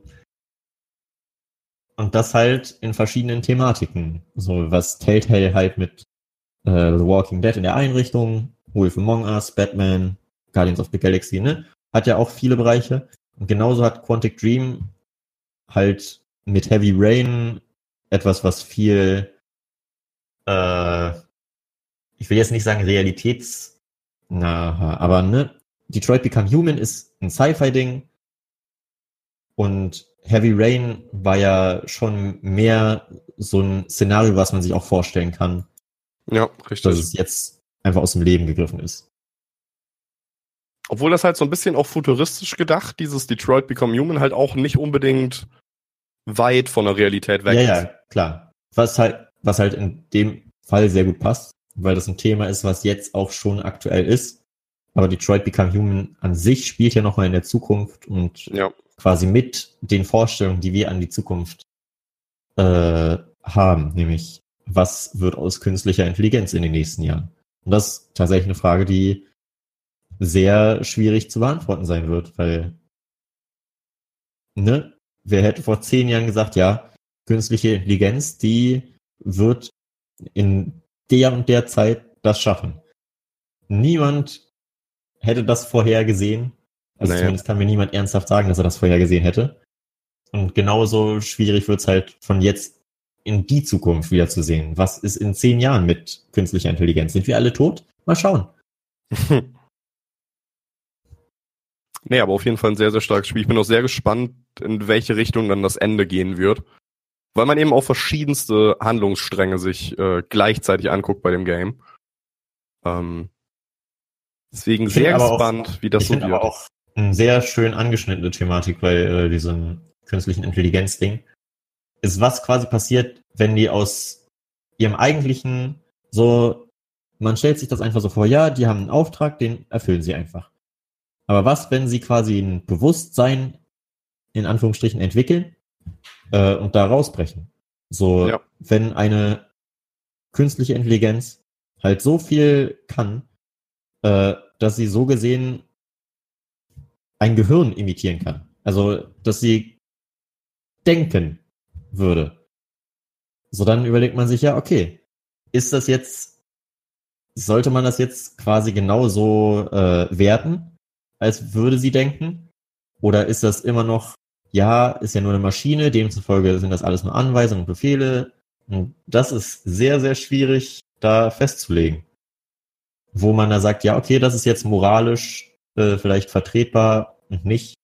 und das halt in verschiedenen Thematiken. So was Telltale halt mit äh, The Walking Dead in der Einrichtung, Wolf Among Us, Batman, Guardians of the Galaxy, ne? Hat ja auch viele Bereiche. Und genauso hat Quantic Dream halt mit Heavy Rain etwas, was viel, äh, ich will jetzt nicht sagen realitätsnahe, aber ne, Detroit Become Human ist ein Sci-Fi-Ding und Heavy Rain war ja schon mehr so ein Szenario, was man sich auch vorstellen kann, Ja, dass richtig. es jetzt einfach aus dem Leben gegriffen ist. Obwohl das halt so ein bisschen auch futuristisch gedacht, dieses Detroit Become Human halt auch nicht unbedingt weit von der Realität weg Ja, ist. ja, klar. Was halt, was halt in dem Fall sehr gut passt, weil das ein Thema ist, was jetzt auch schon aktuell ist. Aber Detroit Become Human an sich spielt ja nochmal in der Zukunft und Ja. quasi mit den Vorstellungen, die wir an die Zukunft äh, haben, nämlich was wird aus künstlicher Intelligenz in den nächsten Jahren? Und das ist tatsächlich eine Frage, die sehr schwierig zu beantworten sein wird, weil, ne, wer hätte vor zehn Jahren gesagt, ja, künstliche Intelligenz, die wird in der und der Zeit das schaffen. Niemand hätte das vorhergesehen. Also Nee. zumindest kann mir niemand ernsthaft sagen, dass er das vorhergesehen hätte. Und genauso schwierig wird es halt von jetzt in die Zukunft wiederzusehen. Was ist in zehn Jahren mit künstlicher Intelligenz? Sind wir alle tot? Mal schauen. Nee, aber auf jeden Fall ein sehr, sehr starkes Spiel. Ich bin auch sehr gespannt, in welche Richtung dann das Ende gehen wird. Weil man eben auch verschiedenste Handlungsstränge sich äh, gleichzeitig anguckt bei dem Game. Ähm, deswegen sehr gespannt, auch, wie das ich so wird. Aber auch eine sehr schön angeschnittene Thematik bei äh, diesem künstlichen Intelligenz-Ding ist, was quasi passiert, wenn die aus ihrem eigentlichen, so, man stellt sich das einfach so vor, ja, die haben einen Auftrag, den erfüllen sie einfach. Aber was, wenn sie quasi ein Bewusstsein, in Anführungsstrichen, entwickeln äh, und da rausbrechen? So, Ja. wenn eine künstliche Intelligenz halt so viel kann, äh, dass sie so gesehen ein Gehirn imitieren kann. Also, dass sie denken würde. So, dann überlegt man sich ja, okay, ist das jetzt, sollte man das jetzt quasi genauso äh, werten, als würde sie denken? Oder ist das immer noch, ja, ist ja nur eine Maschine, demzufolge sind das alles nur Anweisungen und Befehle. Und das ist sehr, sehr schwierig, da festzulegen. Wo man da sagt, ja, okay, das ist jetzt moralisch äh, vielleicht vertretbar und nicht.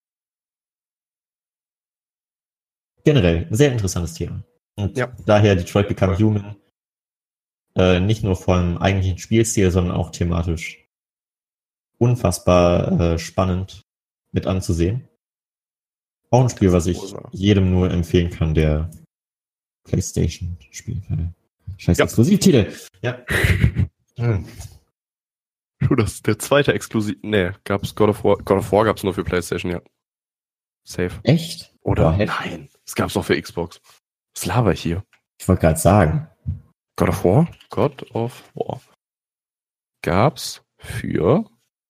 Generell, ein sehr interessantes Thema. Und Ja. daher Detroit Become Human äh, nicht nur vom eigentlichen Spielstil, sondern auch thematisch unfassbar äh, spannend mit anzusehen. Auch ein Spiel, was ich jedem nur empfehlen kann, der PlayStation spielt. Scheiß Ja. Exklusivtitel. Ja. hm. Puh, das ist der zweite Exklusiv. Nee, gab's God of War. God of War gab's nur für PlayStation, ja. Safe. Echt? Oder? Boah, Nein, es gab's auch für Xbox. Was laber ich hier? Ich wollte gerade sagen. God of War? God of War. Gab's für...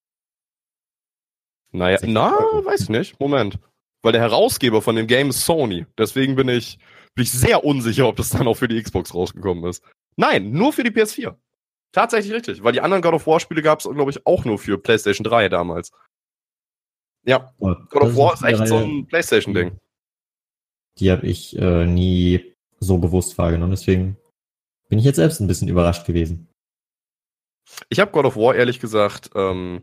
Naja, na, weiß ich nicht. Moment. Weil der Herausgeber von dem Game ist Sony. Deswegen bin ich, bin ich sehr unsicher, ob das dann auch für die Xbox rausgekommen ist. Nein, nur für die P S vier. Tatsächlich richtig. Weil die anderen God of War Spiele gab's, glaube ich, auch nur für PlayStation drei damals. Ja, Oh, God of War ist echt Reihe, so ein PlayStation-Ding. Die, die habe ich äh, nie so bewusst wahrgenommen. Deswegen bin ich jetzt selbst ein bisschen überrascht gewesen. Ich habe God of War, ehrlich gesagt, ähm,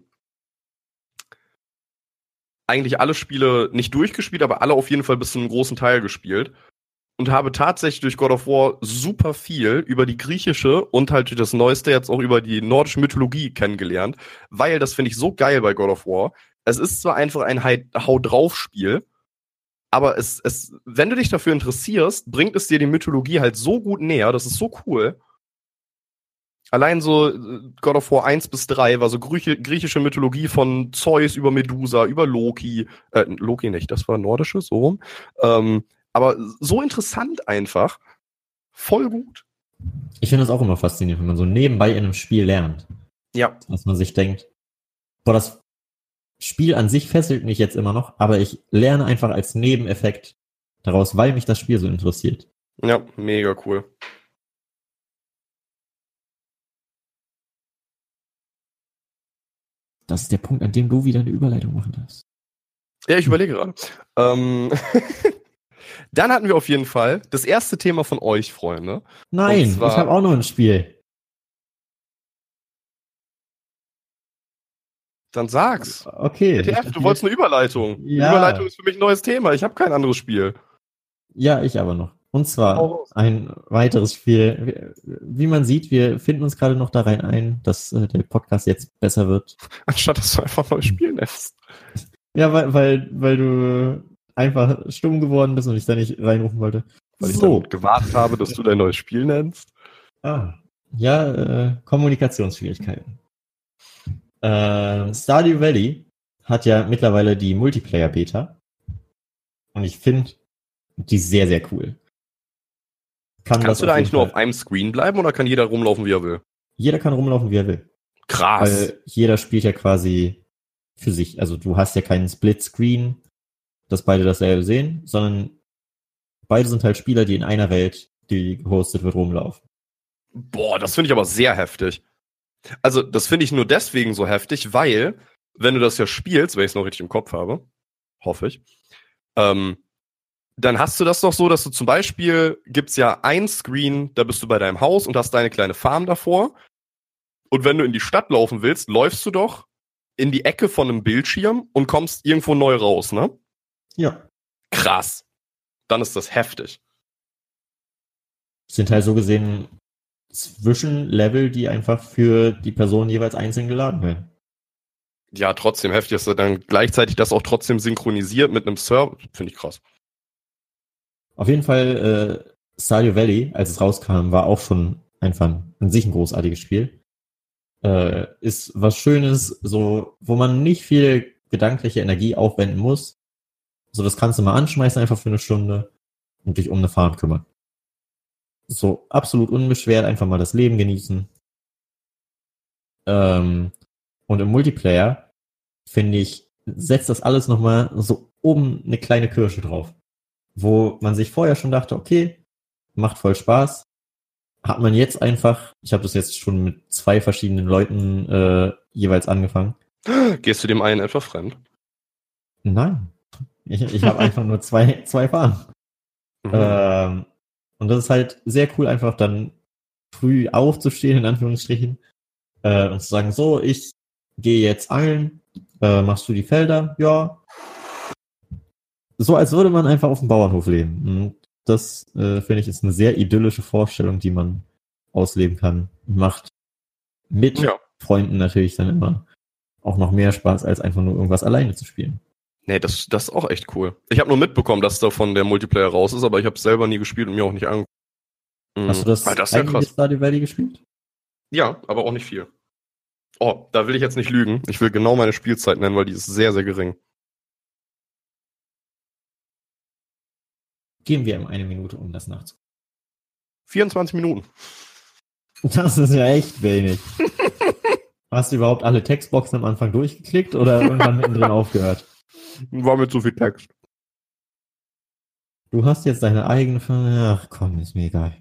eigentlich alle Spiele nicht durchgespielt, aber alle auf jeden Fall bis zu einem großen Teil gespielt. Und habe tatsächlich durch God of War super viel über die griechische und halt durch das Neueste jetzt auch über die nordische Mythologie kennengelernt. Weil, das finde ich so geil bei God of War. Es ist zwar einfach ein Hau-drauf-Spiel, aber es, es, wenn du dich dafür interessierst, bringt es dir die Mythologie halt so gut näher. Das ist so cool. Allein so God of War eins bis drei war so grieche, griechische Mythologie von Zeus über Medusa, über Loki. Äh, Loki nicht, das war nordische, so rum. Ähm, aber so interessant einfach. Voll gut. Ich finde das auch immer faszinierend, wenn man so nebenbei in einem Spiel lernt. Ja. Dass man sich denkt, boah, das Spiel an sich fesselt mich jetzt immer noch, aber ich lerne einfach als Nebeneffekt daraus, weil mich das Spiel so interessiert. Ja, mega cool. Das ist der Punkt, an dem du wieder eine Überleitung machen darfst. Ja, ich überlege gerade. ähm, dann hatten wir auf jeden Fall das erste Thema von euch, Freunde. Nein, zwar, ich habe auch noch ein Spiel. Dann sag's. Okay. E T F, du wolltest eine Überleitung. Ja. Eine Überleitung ist für mich ein neues Thema. Ich habe kein anderes Spiel. Ja, ich aber noch. Und zwar ein weiteres Spiel. Wie man sieht, wir finden uns gerade noch da rein ein, dass äh, der Podcast jetzt besser wird. Anstatt dass du einfach neues Spiel nennst. Ja, weil, weil, weil du einfach stumm geworden bist und ich da nicht reinrufen wollte. Weil ich so. dann gewartet habe, dass du dein neues Spiel nennst. Ah. Ja, äh, Kommunikationsschwierigkeiten. Äh, Stardew Valley hat ja mittlerweile die Multiplayer-Beta. Und ich finde die sehr, sehr cool. Kann Kannst du da eigentlich nur auf einem Screen bleiben oder kann jeder rumlaufen, wie er will? Jeder kann rumlaufen, wie er will. Krass. Weil jeder spielt ja quasi für sich. Also du hast ja keinen Split-Screen, dass beide dasselbe sehen, sondern beide sind halt Spieler, die in einer Welt, die gehostet wird, rumlaufen. Boah, das finde ich aber sehr heftig. Also das finde ich nur deswegen so heftig, weil, wenn du das ja spielst, wenn ich es noch richtig im Kopf habe, hoffe ich, ähm, dann hast du das doch so, dass du zum Beispiel, gibt's ja ein Screen, da bist du bei deinem Haus und hast deine kleine Farm davor. Und wenn du in die Stadt laufen willst, läufst du doch in die Ecke von einem Bildschirm und kommst irgendwo neu raus, ne? Ja. Krass. Dann ist das heftig. Sind halt so gesehen Zwischenlevel, die einfach für die Person jeweils einzeln geladen werden. Ja, trotzdem heftig, dass er dann gleichzeitig das auch trotzdem synchronisiert mit einem Server. Finde ich krass. Auf jeden Fall, äh, Stardew Valley, als es rauskam, war auch schon einfach an sich ein großartiges Spiel. Äh, ist was Schönes, so, wo man nicht viel gedankliche Energie aufwenden muss. So, das kannst du mal anschmeißen einfach für eine Stunde und dich um eine Farm kümmern. So, absolut unbeschwert, einfach mal das Leben genießen. Ähm, und im Multiplayer, finde ich, setzt das alles nochmal so oben eine kleine Kirsche drauf. Wo man sich vorher schon dachte, okay, macht voll Spaß. Hat man jetzt einfach, ich habe das jetzt schon mit zwei verschiedenen Leuten äh, jeweils angefangen. Gehst du dem einen etwa fremd? Nein. Ich, ich habe einfach nur zwei, zwei Farmen. Mhm. Ähm, und das ist halt sehr cool, einfach dann früh aufzustehen, in Anführungsstrichen, äh, und zu sagen, so, ich gehe jetzt angeln, äh, machst du die Felder? Ja. So, als würde man einfach auf dem Bauernhof leben. Und das, äh, finde ich, ist eine sehr idyllische Vorstellung, die man ausleben kann. Macht mit ja. Freunden natürlich dann immer auch noch mehr Spaß, als einfach nur irgendwas alleine zu spielen. Nee, das, das ist auch echt cool. Ich habe nur mitbekommen, dass da von der Multiplayer raus ist, aber ich habe es selber nie gespielt und mir auch nicht angeguckt. Mhm. Hast du das, das ist ja krass. Stardew Valley gespielt? Ja, aber auch nicht viel. Oh, da will ich jetzt nicht lügen. Ich will genau meine Spielzeit nennen, weil die ist sehr, sehr gering. Geben wir ihm eine Minute, um das nachzugucken. vierundzwanzig Minuten. Das ist ja echt wenig. Hast du überhaupt alle Textboxen am Anfang durchgeklickt oder irgendwann mittendrin aufgehört? War mit so viel Text. Du hast jetzt deine eigene... Ach komm, ist mir egal.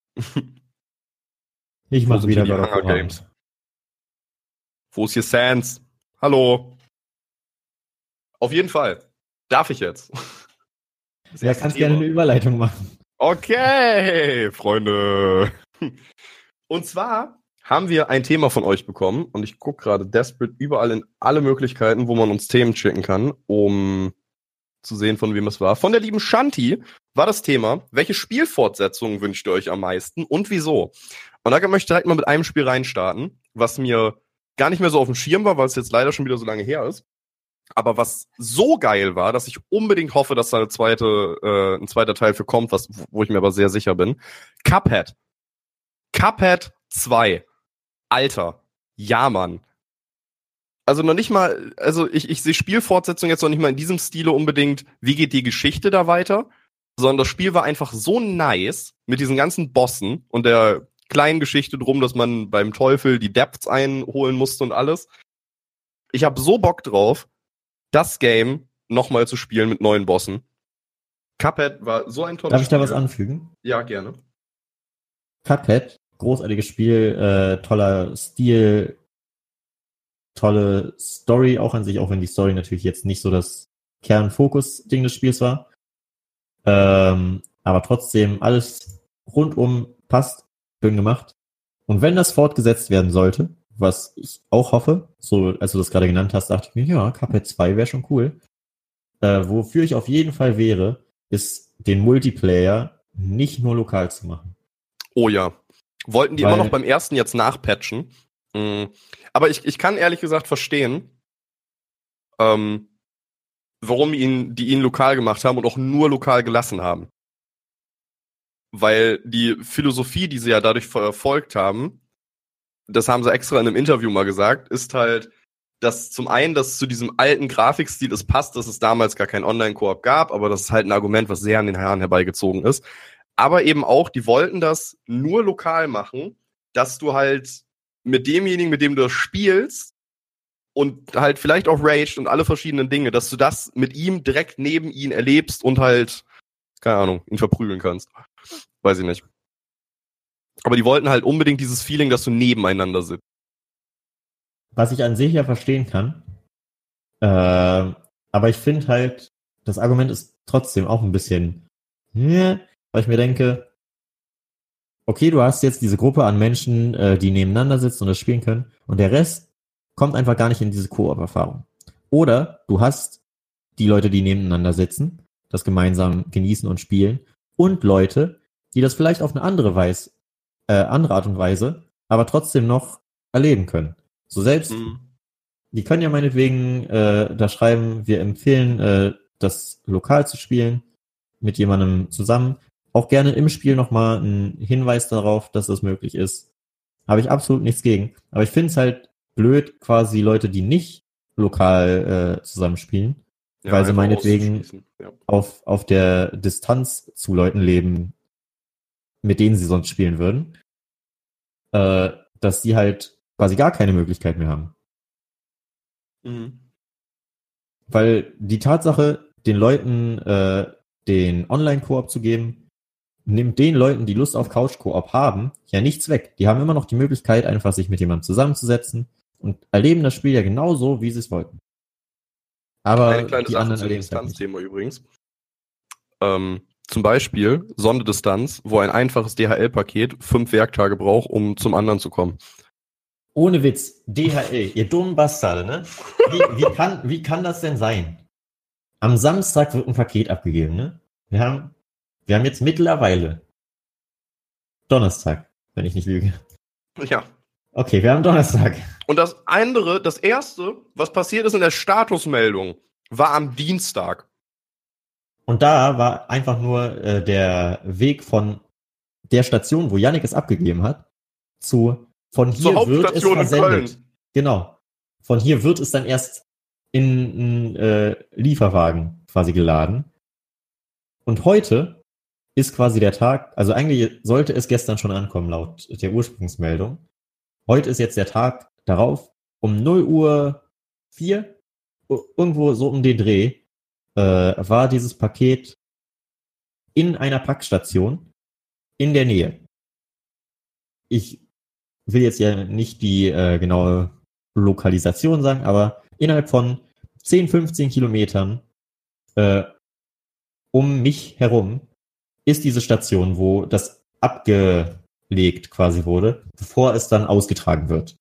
Ich mach wieder God of War Games. Wo ist hier Sans? Hallo. Auf jeden Fall. Darf ich jetzt? Ja, kannst gerne eine Überleitung machen. Okay, Freunde. Und zwar haben wir ein Thema von euch bekommen und ich gucke gerade desperate überall in alle Möglichkeiten, wo man uns Themen schicken kann, um zu sehen, von wem es war. Von der lieben Shanti war das Thema, welche Spielfortsetzungen wünscht ihr euch am meisten und wieso? Und da möchte ich direkt mal mit einem Spiel reinstarten, was mir gar nicht mehr so auf dem Schirm war, weil es jetzt leider schon wieder so lange her ist. Aber was so geil war, dass ich unbedingt hoffe, dass da eine zweite, äh, ein zweiter Teil für kommt, was, wo ich mir aber sehr sicher bin. Cuphead. Cuphead zwei. Alter. Ja, Mann. Also noch nicht mal, also ich, ich sehe Spielfortsetzung jetzt noch nicht mal in diesem Stile unbedingt, wie geht die Geschichte da weiter, sondern das Spiel war einfach so nice mit diesen ganzen Bossen und der kleinen Geschichte drum, dass man beim Teufel die Depths einholen musste und alles. Ich habe so Bock drauf, das Game nochmal zu spielen mit neuen Bossen. Cuphead war so ein tolles Darf ich Spiel. da was anfügen? Ja, gerne. Cuphead, großartiges Spiel, äh, toller Stil, tolle Story auch an sich, auch wenn die Story natürlich jetzt nicht so das Kernfokus-Ding des Spiels war. Ähm, aber trotzdem alles rundum passt, schön gemacht. Und wenn das fortgesetzt werden sollte, was ich auch hoffe, so als du das gerade genannt hast, dachte ich mir, ja, Cuphead zwei wäre schon cool. Äh, wofür ich auf jeden Fall wäre, ist den Multiplayer nicht nur lokal zu machen. Oh ja. Wollten die Weil, immer noch beim ersten jetzt nachpatchen. Mhm. Aber ich, ich kann ehrlich gesagt verstehen, ähm, warum ihn, die ihn lokal gemacht haben und auch nur lokal gelassen haben. Weil die Philosophie, die sie ja dadurch verfolgt haben, das haben sie extra in einem Interview mal gesagt, ist halt, dass zum einen, dass zu diesem alten Grafikstil es passt, dass es damals gar keinen Online-Koop gab, aber das ist halt ein Argument, was sehr an den Haaren herbeigezogen ist. Aber eben auch, die wollten das nur lokal machen, dass du halt mit demjenigen, mit dem du das spielst und halt vielleicht auch raged und alle verschiedenen Dinge, dass du das mit ihm direkt neben ihn erlebst und halt, keine Ahnung, ihn verprügeln kannst. Weiß ich nicht. Aber die wollten halt unbedingt dieses Feeling, dass du nebeneinander sitzt. Was ich an sich ja verstehen kann. Äh, aber ich finde halt, das Argument ist trotzdem auch ein bisschen, ja, weil ich mir denke, okay, du hast jetzt diese Gruppe an Menschen, äh, die nebeneinander sitzen und das spielen können, und der Rest kommt einfach gar nicht in diese Koop-Erfahrung. Oder du hast die Leute, die nebeneinander sitzen, das gemeinsam genießen und spielen, und Leute, die das vielleicht auf eine andere Weise, äh, andere Art und Weise, aber trotzdem noch erleben können. So selbst, Mhm. die können ja meinetwegen äh, da schreiben, wir empfehlen, äh, das lokal zu spielen, mit jemandem zusammen. Auch gerne im Spiel nochmal einen Hinweis darauf, dass das möglich ist. Habe ich absolut nichts gegen. Aber ich finde es halt blöd, quasi Leute, die nicht lokal äh, zusammenspielen, Ja, weil sie einfach meinetwegen auszuschließen. Ja. auf, auf der Distanz zu Leuten leben, mit denen sie sonst spielen würden, äh, dass die halt quasi gar keine Möglichkeit mehr haben. Mhm. Weil die Tatsache, den Leuten äh, den Online-Koop zu geben, nimmt den Leuten, die Lust auf Couch-Koop haben, ja nichts weg. Die haben immer noch die Möglichkeit, einfach sich mit jemandem zusammenzusetzen und erleben das Spiel ja genauso, wie sie es wollten. Aber Eine kleine die Sache anderen zu dem erleben es halt nicht. Distanzthema übrigens. Ähm, zum Beispiel Sonderdistanz, wo ein einfaches D H L-Paket fünf Werktage braucht, um zum anderen zu kommen. Ohne Witz, D H L, ihr dummen Bastarde, ne? Wie, wie, kann, wie kann das denn sein? Am Samstag wird ein Paket abgegeben, ne? Wir haben, wir haben jetzt mittlerweile Donnerstag, wenn ich nicht lüge. Ja. Okay, wir haben Donnerstag. Und das andere, das erste, was passiert ist in der Statusmeldung, war am Dienstag. Und da war einfach nur äh, der Weg von der Station, wo Yannick es abgegeben hat, zu von hier Zur wird es Hauptstation in versendet. Köln. Genau. Von hier wird es dann erst in einen äh, Lieferwagen quasi geladen. Und heute ist quasi der Tag, also eigentlich sollte es gestern schon ankommen, laut der Ursprungsmeldung. Heute ist jetzt der Tag darauf, um null Uhr vier, irgendwo so um den Dreh, äh, war dieses Paket in einer Packstation in der Nähe. Ich will jetzt ja nicht die äh, genaue Lokalisation sagen, aber innerhalb von zehn, fünfzehn Kilometern äh, um mich herum ist diese Station, wo das abgelegt quasi wurde, bevor es dann ausgetragen wird.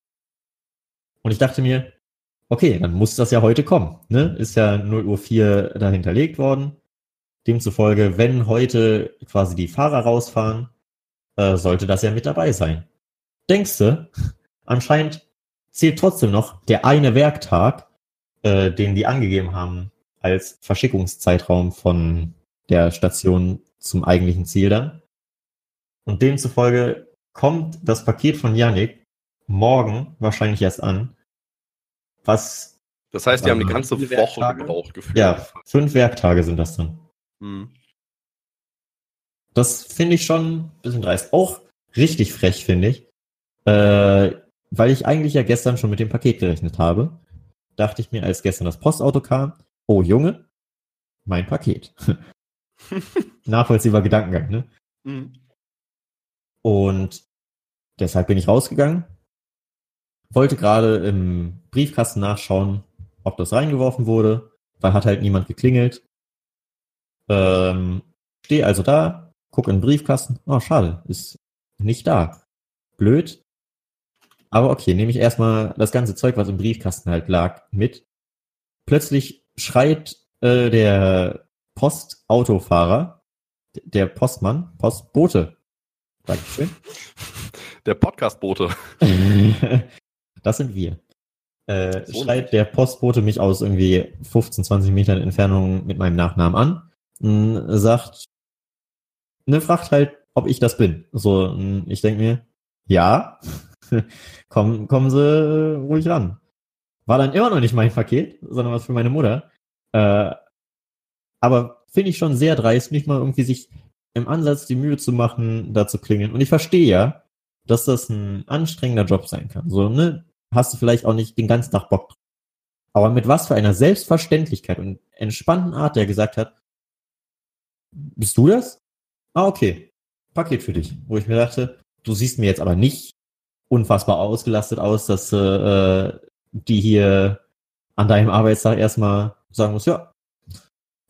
Und ich dachte mir, okay, dann muss das ja heute kommen. Ne? Ist ja null Uhr vier da hinterlegt worden. Demzufolge, wenn heute quasi die Fahrer rausfahren, äh, sollte das ja mit dabei sein. Denkst du, anscheinend zählt trotzdem noch der eine Werktag, äh, den die angegeben haben als Verschickungszeitraum von der Station zum eigentlichen Ziel dann. Und demzufolge kommt das Paket von Yannick morgen wahrscheinlich erst an. Was? Das heißt, die haben die äh, ganze viele Woche Werktage? gebraucht gefühlt. Ja, fünf Werktage sind das dann. Hm. Das finde ich schon ein bisschen dreist. Auch richtig frech, finde ich. Äh, weil ich eigentlich ja gestern schon mit dem Paket gerechnet habe. Dachte ich mir, als gestern das Postauto kam, oh Junge, mein Paket. Nachvollziehbar Gedankengang, ne? Hm. Und deshalb bin ich rausgegangen. Wollte gerade im Briefkasten nachschauen, ob das reingeworfen wurde. Da hat halt niemand geklingelt. Ähm, stehe also da, guck in den Briefkasten. Oh, schade, ist nicht da. Blöd. Aber okay, nehme ich erstmal das ganze Zeug, was im Briefkasten halt lag, mit. Plötzlich schreit äh, der Postautofahrer, der Postmann, Postbote. Dankeschön. Der Podcastbote. Das sind wir. Äh, So schreit nicht. der Postbote mich aus irgendwie fünfzehn, zwanzig Metern Entfernung mit meinem Nachnamen an und sagt, ne, fragt halt, ob ich das bin. So, ich denke mir, ja, komm, kommen Sie ruhig ran. War dann immer noch nicht mein Paket, sondern was für meine Mutter. Äh, aber finde ich schon sehr dreist, nicht mal irgendwie sich im Ansatz die Mühe zu machen, da zu klingeln. Und ich verstehe ja, dass das ein anstrengender Job sein kann. So, ne, hast du vielleicht auch nicht den ganzen Tag Bock drauf. Aber mit was für einer Selbstverständlichkeit und entspannten Art der gesagt hat, bist du das? Ah, okay. Paket für dich. Wo ich mir dachte, du siehst mir jetzt aber nicht unfassbar ausgelastet aus, dass äh, die hier an deinem Arbeitstag erstmal sagen muss, ja,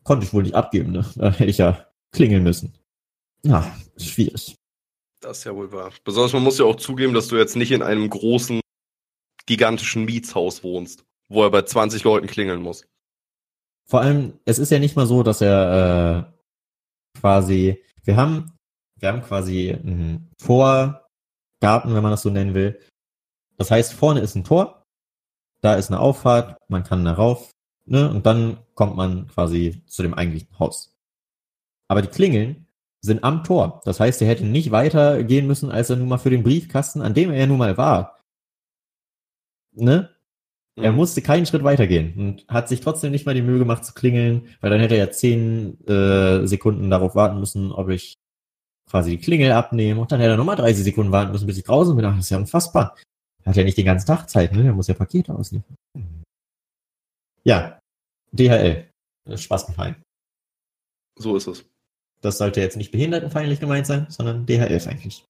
konnte ich wohl nicht abgeben, ne? Da hätte ich ja klingeln müssen. Ja, schwierig. Das ist ja wohl wahr. Besonders man muss ja auch zugeben, dass du jetzt nicht in einem großen, gigantischen Mietshaus wohnst, wo er bei zwanzig Leuten klingeln muss. Vor allem, es ist ja nicht mal so, dass er äh, quasi, wir haben, wir haben quasi einen Vorgarten, wenn man das so nennen will. Das heißt, vorne ist ein Tor, da ist eine Auffahrt, man kann da rauf, ne, und dann kommt man quasi zu dem eigentlichen Haus. Aber die Klingeln sind am Tor. Das heißt, er hätte nicht weiter gehen müssen, als er nun mal für den Briefkasten, an dem er ja nun mal war. Ne? Mhm. Er musste keinen Schritt weitergehen und hat sich trotzdem nicht mal die Mühe gemacht zu klingeln, weil dann hätte er ja zehn äh, Sekunden darauf warten müssen, ob ich quasi die Klingel abnehme, und dann hätte er nochmal dreißig Sekunden warten müssen, bis ich draußen bin. Das ist ja unfassbar. Er hat ja nicht den ganzen Tag Zeit, ne? Er muss ja Pakete ausliefern. Ja, D H L. Spaßgefallen. So ist es. Das sollte jetzt nicht behindertenfeindlich gemeint sein, sondern D H L-feindlich.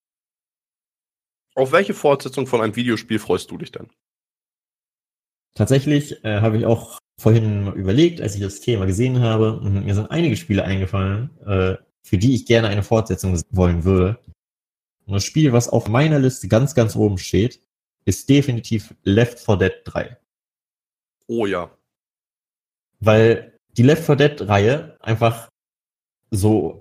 Auf welche Fortsetzung von einem Videospiel freust du dich denn? Tatsächlich äh, habe ich auch vorhin überlegt, als ich das Thema gesehen habe, und mir sind einige Spiele eingefallen, äh, für die ich gerne eine Fortsetzung wollen würde. Und das Spiel, was auf meiner Liste ganz, ganz oben steht, ist definitiv Left four Dead drei. Oh ja. Weil die Left four Dead-Reihe einfach so,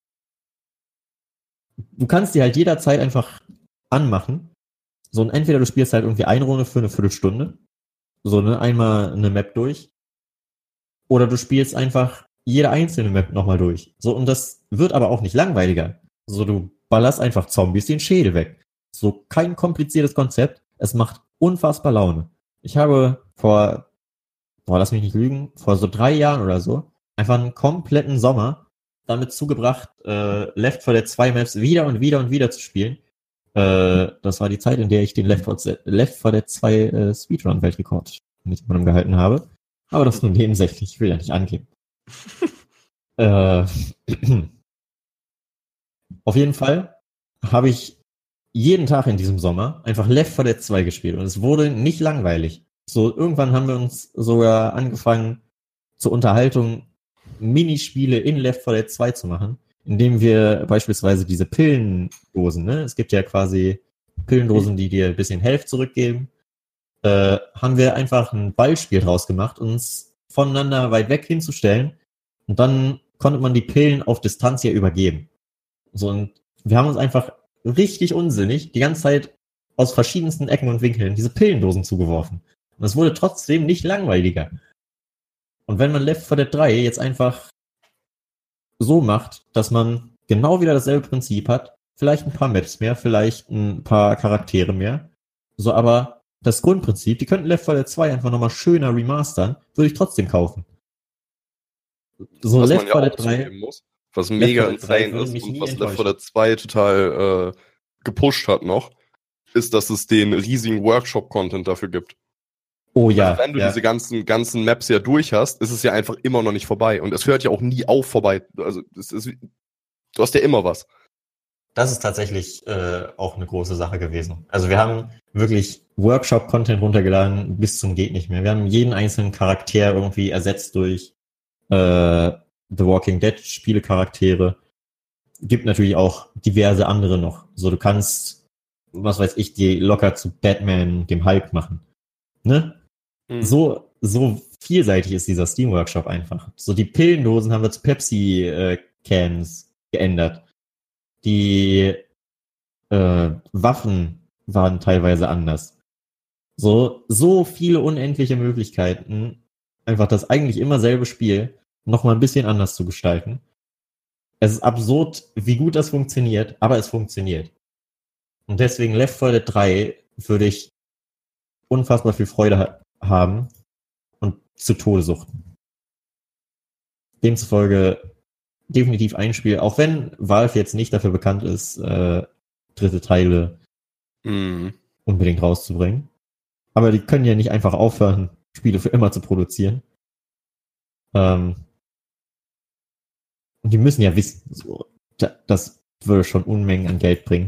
du kannst die halt jederzeit einfach anmachen. So, und entweder du spielst halt irgendwie eine Runde für eine Viertelstunde, so, ne, einmal eine Map durch, oder du spielst einfach jede einzelne Map nochmal durch. So, und das wird aber auch nicht langweiliger. So, du ballerst einfach Zombies den Schädel weg. So, kein kompliziertes Konzept. Es macht unfassbar Laune. Ich habe vor, boah, lass mich nicht lügen, vor so drei Jahren oder so, einfach einen kompletten Sommer damit zugebracht, äh, Left four Dead zwei Maps wieder und wieder und wieder zu spielen. Äh, das war die Zeit, in der ich den Left four Dead zwei äh, Speedrun-Weltrekord mit jemandem gehalten habe. Aber das ist nur nebensächlich, ich will ja nicht angeben. äh, auf jeden Fall habe ich jeden Tag in diesem Sommer einfach Left four Dead zwei gespielt und es wurde nicht langweilig. So, irgendwann haben wir uns sogar angefangen, zur Unterhaltung Minispiele in Left four Dead zwei zu machen, indem wir beispielsweise diese Pillendosen, ne, es gibt ja quasi Pillendosen, die dir ein bisschen Health zurückgeben, äh, haben wir einfach ein Ballspiel draus gemacht, uns voneinander weit weg hinzustellen, und dann konnte man die Pillen auf Distanz ja übergeben. So, und wir haben uns einfach richtig unsinnig die ganze Zeit aus verschiedensten Ecken und Winkeln diese Pillendosen zugeworfen. Und es wurde trotzdem nicht langweiliger. Und wenn man Left four Dead drei jetzt einfach so macht, dass man genau wieder dasselbe Prinzip hat, vielleicht ein paar Maps mehr, vielleicht ein paar Charaktere mehr, so, aber das Grundprinzip, die könnten Left four Dead zwei einfach nochmal schöner remastern, würde ich trotzdem kaufen. So, was Left man ja four auch Dead drei, zugeben muss, was mega insane ist und was Left four Dead zwei total äh, gepusht hat noch, ist, dass es den riesigen Workshop-Content dafür gibt. Oh ja. Also wenn du ja. diese ganzen, ganzen Maps ja durch hast, ist es ja einfach immer noch nicht vorbei. Und es hört ja auch nie auf vorbei. Also es ist, du hast ja immer was. Das ist tatsächlich äh, auch eine große Sache gewesen. Also wir haben wirklich Workshop-Content runtergeladen bis zum geht nicht mehr. Wir haben jeden einzelnen Charakter irgendwie ersetzt durch äh, The Walking Dead Spielecharaktere. Gibt natürlich auch diverse andere noch. So, du kannst, was weiß ich, die locker zu Batman, dem Hulk machen. Ne? Mhm. So, so vielseitig ist dieser Steam-Workshop einfach. So, die Pillendosen haben wir zu Pepsi-Cans äh, geändert. Die äh, Waffen waren teilweise anders. So, so viele unendliche Möglichkeiten, einfach das eigentlich immer selbe Spiel nochmal ein bisschen anders zu gestalten. Es ist absurd, wie gut das funktioniert, aber es funktioniert. Und deswegen Left four Dead drei würde ich unfassbar viel Freude ha- haben und zu Tode suchten. Demzufolge definitiv ein Spiel, auch wenn Valve jetzt nicht dafür bekannt ist, äh, dritte Teile mm. unbedingt rauszubringen. Aber die können ja nicht einfach aufhören, Spiele für immer zu produzieren. Ähm, und die müssen ja wissen, so, das würde schon Unmengen an Geld bringen.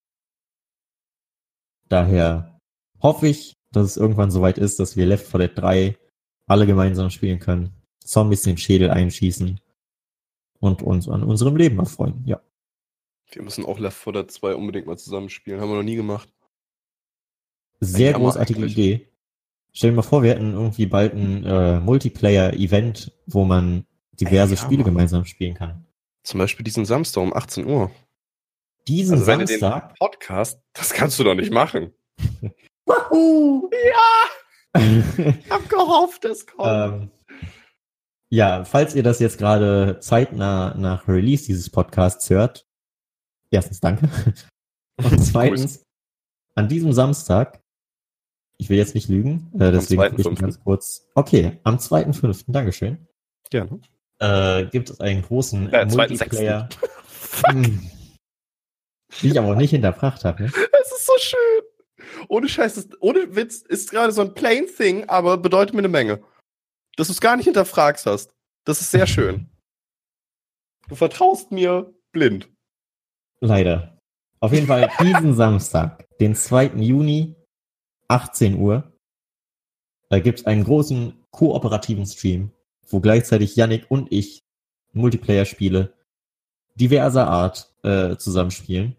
Daher hoffe ich, dass es irgendwann soweit ist, dass wir Left four Dead drei alle gemeinsam spielen können. Zombies den Schädel einschießen und uns an unserem Leben erfreuen, ja. Wir müssen auch Left four Dead zwei unbedingt mal zusammenspielen. Haben wir noch nie gemacht. Sehr großartige Idee. Stell dir mal vor, wir hätten irgendwie bald ein äh, Multiplayer-Event, wo man diverse Ey, ja, Spiele Mann. gemeinsam spielen kann. Zum Beispiel diesen Samstag um achtzehn Uhr. Diesen also wenn Samstag? Den Podcast, das kannst du doch nicht machen. Wahoo! Ja! Ich hab gehofft, es kommt. Ähm, ja, falls ihr das jetzt gerade zeitnah nach Release dieses Podcasts hört, erstens danke. Und zweitens, an diesem Samstag, ich will jetzt nicht lügen, äh, deswegen will ich ganz kurz. Okay, am zweiten fünften Dankeschön. Gerne. Äh, gibt es einen großen äh, Multiplayer. Hm, die ich aber auch nicht hinterfragt habe. Ne? Es ist so schön. Ohne Scheiß, ist, ohne Witz, ist gerade so ein plain thing, aber bedeutet mir eine Menge. Dass du es gar nicht hinterfragt hast. Das ist sehr schön. Du vertraust mir blind. Leider. Auf jeden Fall diesen Samstag, den zweiten Juni, achtzehn Uhr, da gibt es einen großen kooperativen Stream, wo gleichzeitig Yannick und ich Multiplayer-Spiele diverser Art äh, zusammenspielen.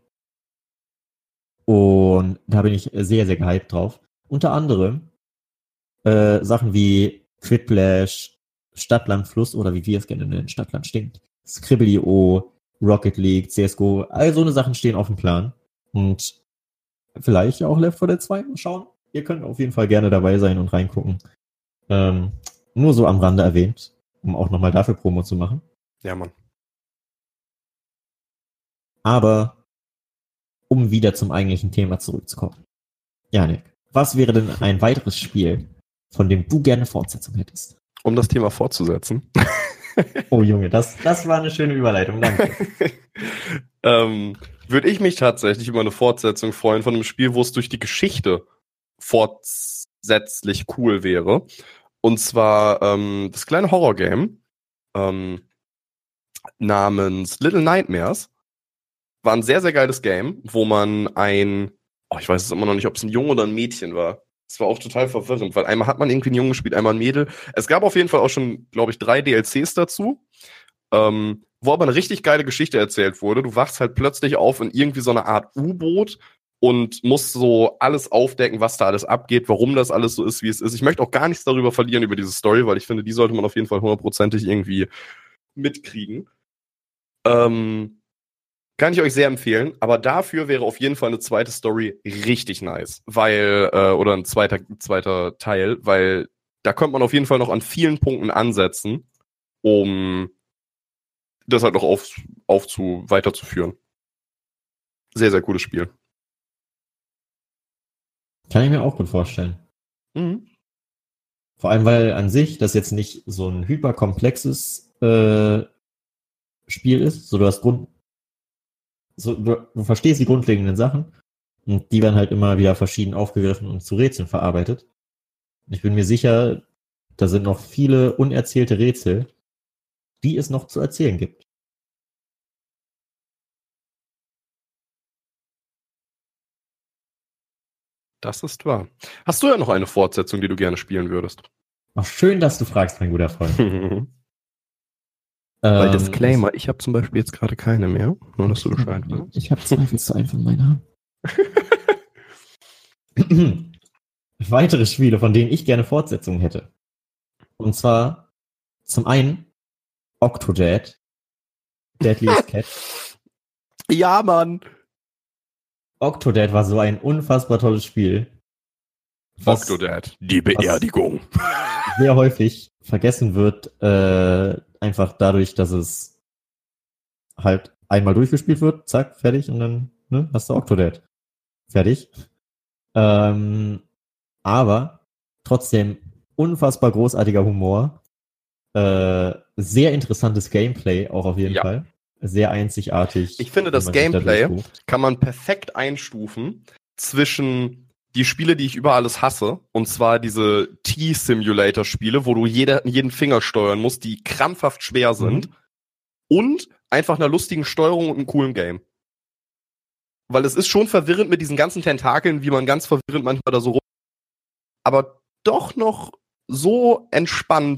Und da bin ich sehr, sehr gehypt drauf. Unter anderem äh, Sachen wie Quiplash, Stadtland Fluss oder wie wir es gerne nennen, Stadtland stinkt, Skribbl punkt io, Rocket League, C S G O, all so eine Sachen stehen auf dem Plan. Und vielleicht auch Left four Dead zwei schauen. Ihr könnt auf jeden Fall gerne dabei sein und reingucken. Ähm, nur so am Rande erwähnt, um auch nochmal dafür Promo zu machen. Ja, Mann. Aber um wieder zum eigentlichen Thema zurückzukommen. Janik, was wäre denn ein weiteres Spiel, von dem du gerne Fortsetzung hättest? Um das Thema fortzusetzen. Oh Junge, das, das war eine schöne Überleitung, danke. ähm, würde ich mich tatsächlich über eine Fortsetzung freuen von einem Spiel, wo es durch die Geschichte fortsätzlich cool wäre. Und zwar ähm, das kleine Horror-Game ähm, namens Little Nightmares. War ein sehr, sehr geiles Game, wo man ein, oh, ich weiß es immer noch nicht, ob es ein Junge oder ein Mädchen war. Das war auch total verwirrend, weil einmal hat man irgendwie einen Jungen gespielt, einmal ein Mädel. Es gab auf jeden Fall auch schon, glaube ich, drei D L Cs dazu, ähm, wo aber eine richtig geile Geschichte erzählt wurde. Du wachst halt plötzlich auf in irgendwie so einer Art U-Boot und musst so alles aufdecken, was da alles abgeht, warum das alles so ist, wie es ist. Ich möchte auch gar nichts darüber verlieren, über diese Story, weil ich finde, die sollte man auf jeden Fall hundertprozentig irgendwie mitkriegen. Ähm, Kann ich euch sehr empfehlen, aber dafür wäre auf jeden Fall eine zweite Story richtig nice, weil, äh, oder ein zweiter, zweiter Teil, weil da könnte man auf jeden Fall noch an vielen Punkten ansetzen, um das halt noch auf, aufzu, weiterzuführen. Sehr, sehr cooles Spiel. Kann ich mir auch gut vorstellen. Mhm. Vor allem, weil an sich das jetzt nicht so ein hyperkomplexes äh, Spiel ist, so du hast Grund So, du, du verstehst die grundlegenden Sachen und die werden halt immer wieder verschieden aufgegriffen und zu Rätseln verarbeitet. Ich bin mir sicher, da sind noch viele unerzählte Rätsel, die es noch zu erzählen gibt. Das ist wahr. Hast du ja noch eine Fortsetzung, die du gerne spielen würdest? Ach, schön, dass du fragst, mein guter Freund. Weil ähm, Disclaimer, ich habe zum Beispiel jetzt gerade keine mehr, nur dass du Bescheid weißt. Ich habe Zweifel zu einem von meiner. Weitere Spiele, von denen ich gerne Fortsetzungen hätte. Und zwar zum einen Octodad, Deadliest Cat. Ja, Mann. Octodad war so ein unfassbar tolles Spiel. Octodad, die Beerdigung. Sehr häufig vergessen wird, äh, einfach dadurch, dass es halt einmal durchgespielt wird, zack, fertig und dann ne, hast du Octodad. Fertig. Ähm, aber trotzdem unfassbar großartiger Humor. Äh, sehr interessantes Gameplay auch auf jeden ja. Fall. Sehr einzigartig. Ich finde, das Gameplay da kann man perfekt einstufen zwischen die Spiele, die ich über alles hasse, und zwar diese T-Simulator-Spiele, wo du jeder, jeden Finger steuern musst, die krampfhaft schwer sind, mhm. und einfach einer lustigen Steuerung und einem coolen Game. Weil es ist schon verwirrend mit diesen ganzen Tentakeln, wie man ganz verwirrend manchmal da so rum, aber doch noch so entspannt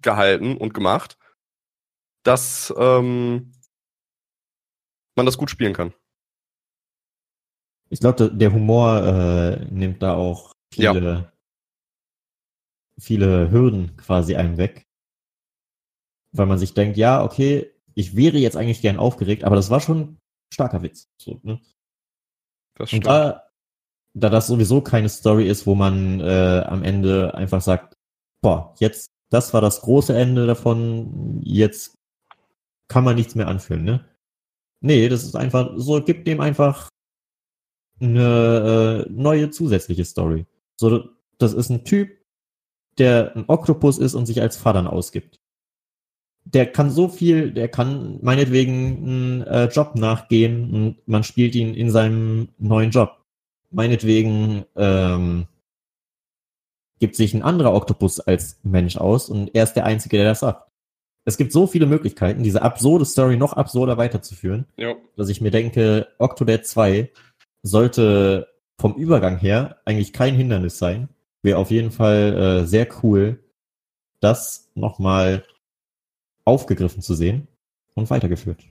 gehalten und gemacht, dass ähm, man das gut spielen kann. Ich glaube, der Humor äh, nimmt da auch viele, ja. viele Hürden quasi einem weg. Weil man sich denkt, ja, okay, ich wäre jetzt eigentlich gern aufgeregt, aber das war schon ein starker Witz. So, ne? Das stimmt. Und da, da das sowieso keine Story ist, wo man äh, am Ende einfach sagt, boah, jetzt, das war das große Ende davon, jetzt kann man nichts mehr anfühlen, ne? Nee, das ist einfach, so gibt dem einfach eine äh, neue zusätzliche Story. So, das ist ein Typ, der ein Oktopus ist und sich als Fadern ausgibt. Der kann so viel, der kann meinetwegen einen äh, Job nachgehen und man spielt ihn in seinem neuen Job. Meinetwegen ähm, gibt sich ein anderer Oktopus als Mensch aus und er ist der Einzige, der das sagt. Es gibt so viele Möglichkeiten, diese absurde Story noch absurder weiterzuführen, ja. dass ich mir denke, Octodad zwei sollte vom Übergang her eigentlich kein Hindernis sein. Wäre auf jeden Fall äh, sehr cool, das nochmal aufgegriffen zu sehen und weitergeführt.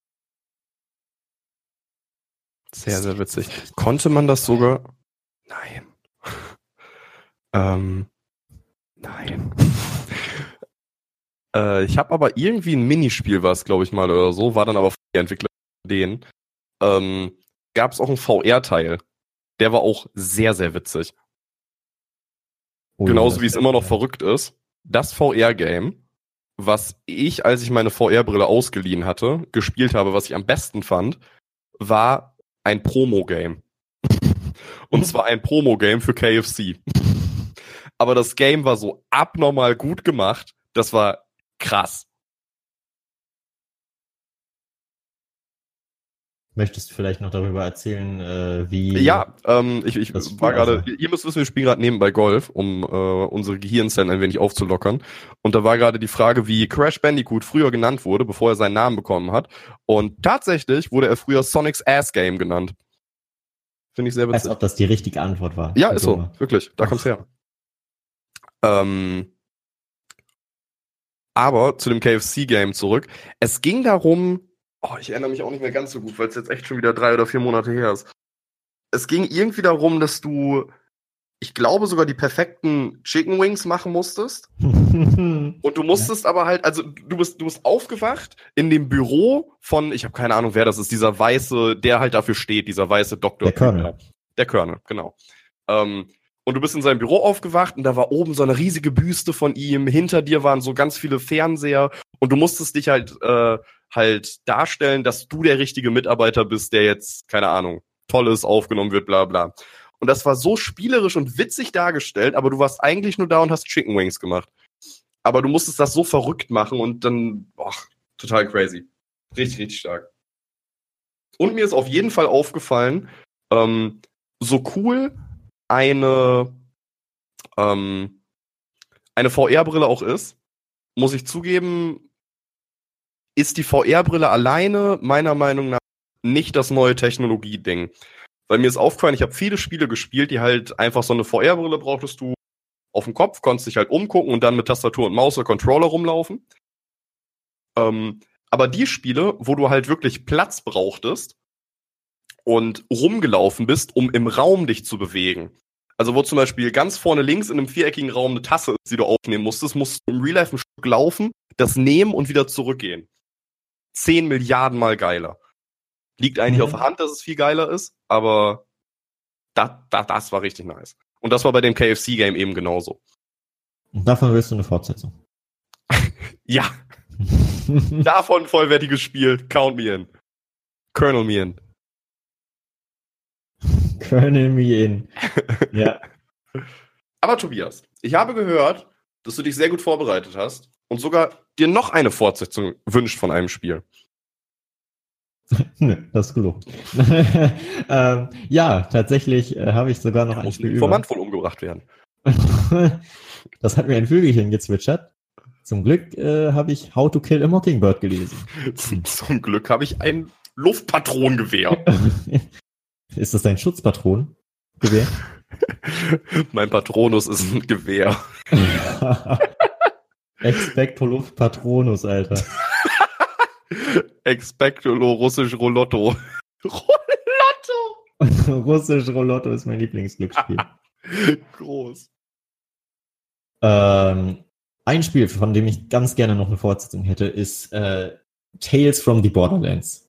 Sehr, sehr witzig. Konnte man das sogar? Nein. ähm, nein. äh, ich habe aber irgendwie ein Minispiel, was glaube ich mal oder so, war dann aber von den Entwicklern denen. Ähm, gab es auch einen V R-Teil. Der war auch sehr, sehr witzig. Oh, genauso ja, wie es immer noch verrückt ist. Das V R-Game, was ich, als ich meine V R-Brille ausgeliehen hatte, gespielt habe, was ich am besten fand, war ein Promo-Game. Und zwar ein Promo-Game für K F C. Aber das Game war so abnormal gut gemacht, das war krass. Möchtest du vielleicht noch darüber erzählen, äh, wie... Ja, ähm, ich, ich war gerade, ihr müsst wissen, wir spielen gerade nebenbei Golf, um äh, unsere Gehirnzellen ein wenig aufzulockern. Und da war gerade die Frage, wie Crash Bandicoot früher genannt wurde, bevor er seinen Namen bekommen hat. Und tatsächlich wurde er früher Sonic's Ass Game genannt. Finde ich sehr witzig. Als ob das die richtige Antwort war. Ja, ist so, wirklich, da kommt's her. Ähm, aber zu dem K F C-Game zurück. Es ging darum... Oh, ich erinnere mich auch nicht mehr ganz so gut, weil es jetzt echt schon wieder drei oder vier Monate her ist. Es ging irgendwie darum, dass du, ich glaube sogar die perfekten Chicken Wings machen musstest. Und du musstest ja. aber halt, also du bist, du bist aufgewacht in dem Büro von, ich habe keine Ahnung, wer das ist, dieser weiße, der halt dafür steht, dieser weiße Doktor. Der Colonel. Der Colonel, genau. Ähm, und du bist in seinem Büro aufgewacht und da war oben so eine riesige Büste von ihm. Hinter dir waren so ganz viele Fernseher und du musstest dich halt äh, halt darstellen, dass du der richtige Mitarbeiter bist, der jetzt, keine Ahnung, Tolles aufgenommen wird, bla bla. Und das war so spielerisch und witzig dargestellt, aber du warst eigentlich nur da und hast Chicken Wings gemacht. Aber du musstest das so verrückt machen und dann, boah, total crazy. Richtig, richtig stark. Und mir ist auf jeden Fall aufgefallen, ähm, so cool eine, ähm, eine V R-Brille auch ist, muss ich zugeben, ist die V R-Brille alleine meiner Meinung nach nicht das neue Technologie-Ding. Weil mir ist aufgefallen, ich habe viele Spiele gespielt, die halt einfach so eine V R-Brille brauchtest du auf dem Kopf, konntest dich halt umgucken und dann mit Tastatur und Maus oder Controller rumlaufen. Ähm, aber die Spiele, wo du halt wirklich Platz brauchtest und rumgelaufen bist, um im Raum dich zu bewegen. Also wo zum Beispiel ganz vorne links in einem viereckigen Raum eine Tasse ist, die du aufnehmen musstest, musst du im Real Life ein Stück laufen, das nehmen und wieder zurückgehen. Zehn Milliarden Mal geiler. Liegt eigentlich mhm. auf der Hand, dass es viel geiler ist, aber da, da, das war richtig nice. Und das war bei dem K F C-Game eben genauso. Und davon willst du eine Fortsetzung? Ja. Davon vollwertiges Spiel. Count me in. Colonel me in. Colonel me in. Ja. Aber Tobias, ich habe gehört, dass du dich sehr gut vorbereitet hast und sogar dir noch eine Fortsetzung wünscht von einem Spiel. Nö, das ist gelogen. ähm, ja, tatsächlich äh, habe ich sogar noch da ein muss Spiel ein Informant wohl umgebracht werden. Das hat mir ein Vögelchen gezwitschert. Zum Glück äh, habe ich How to Kill a Mockingbird gelesen. Zum, zum Glück habe ich ein Luftpatronengewehr. Ist das dein Schutzpatronengewehr? Mein Patronus ist ein Gewehr. Expecto Luft Patronus, Alter. Expecto russisch Rolotto. Rolotto! Russisch Rolotto ist mein Lieblingsglücksspiel. Groß. Ähm, ein Spiel, von dem ich ganz gerne noch eine Fortsetzung hätte, ist äh, Tales from the Borderlands.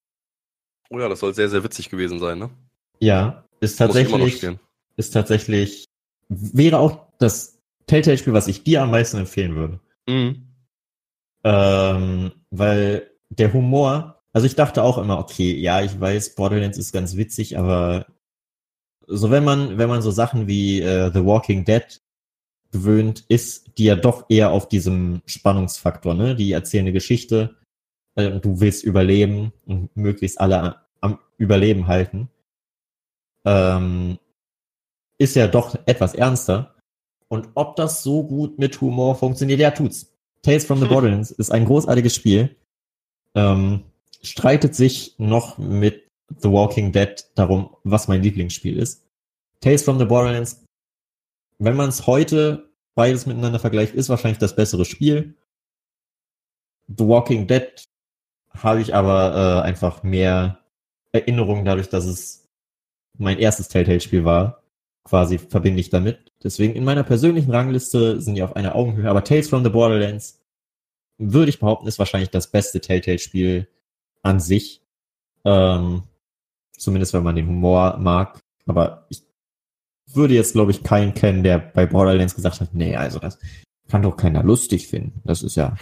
Oh ja, das soll sehr, sehr witzig gewesen sein, ne? Ja, ist tatsächlich, ist tatsächlich, wäre auch das Telltale-Spiel, was ich dir am meisten empfehlen würde. Mhm. Ähm, weil der Humor, also ich dachte auch immer, okay, ja, ich weiß, Borderlands ist ganz witzig, aber so wenn man, wenn man so Sachen wie äh, The Walking Dead gewöhnt ist, die ja doch eher auf diesem Spannungsfaktor, ne? Die erzählen eine Geschichte, äh, du willst überleben und möglichst alle am Überleben halten. Ähm, ist ja doch etwas ernster. Und ob das so gut mit Humor funktioniert, ja, tut's. Tales from the Borderlands ist ein großartiges Spiel. Ähm, streitet sich noch mit The Walking Dead darum, was mein Lieblingsspiel ist. Tales from the Borderlands, wenn man es heute beides miteinander vergleicht, ist wahrscheinlich das bessere Spiel. The Walking Dead habe ich aber äh, einfach mehr Erinnerungen dadurch, dass es mein erstes Telltale-Spiel war. Quasi verbinde ich damit. Deswegen in meiner persönlichen Rangliste sind die auf einer Augenhöhe. Aber Tales from the Borderlands, würde ich behaupten, ist wahrscheinlich das beste Telltale-Spiel an sich. Ähm, zumindest wenn man den Humor mag. Aber ich würde jetzt, glaube ich, keinen kennen, der bei Borderlands gesagt hat, nee, also das kann doch keiner lustig finden. Das ist ja...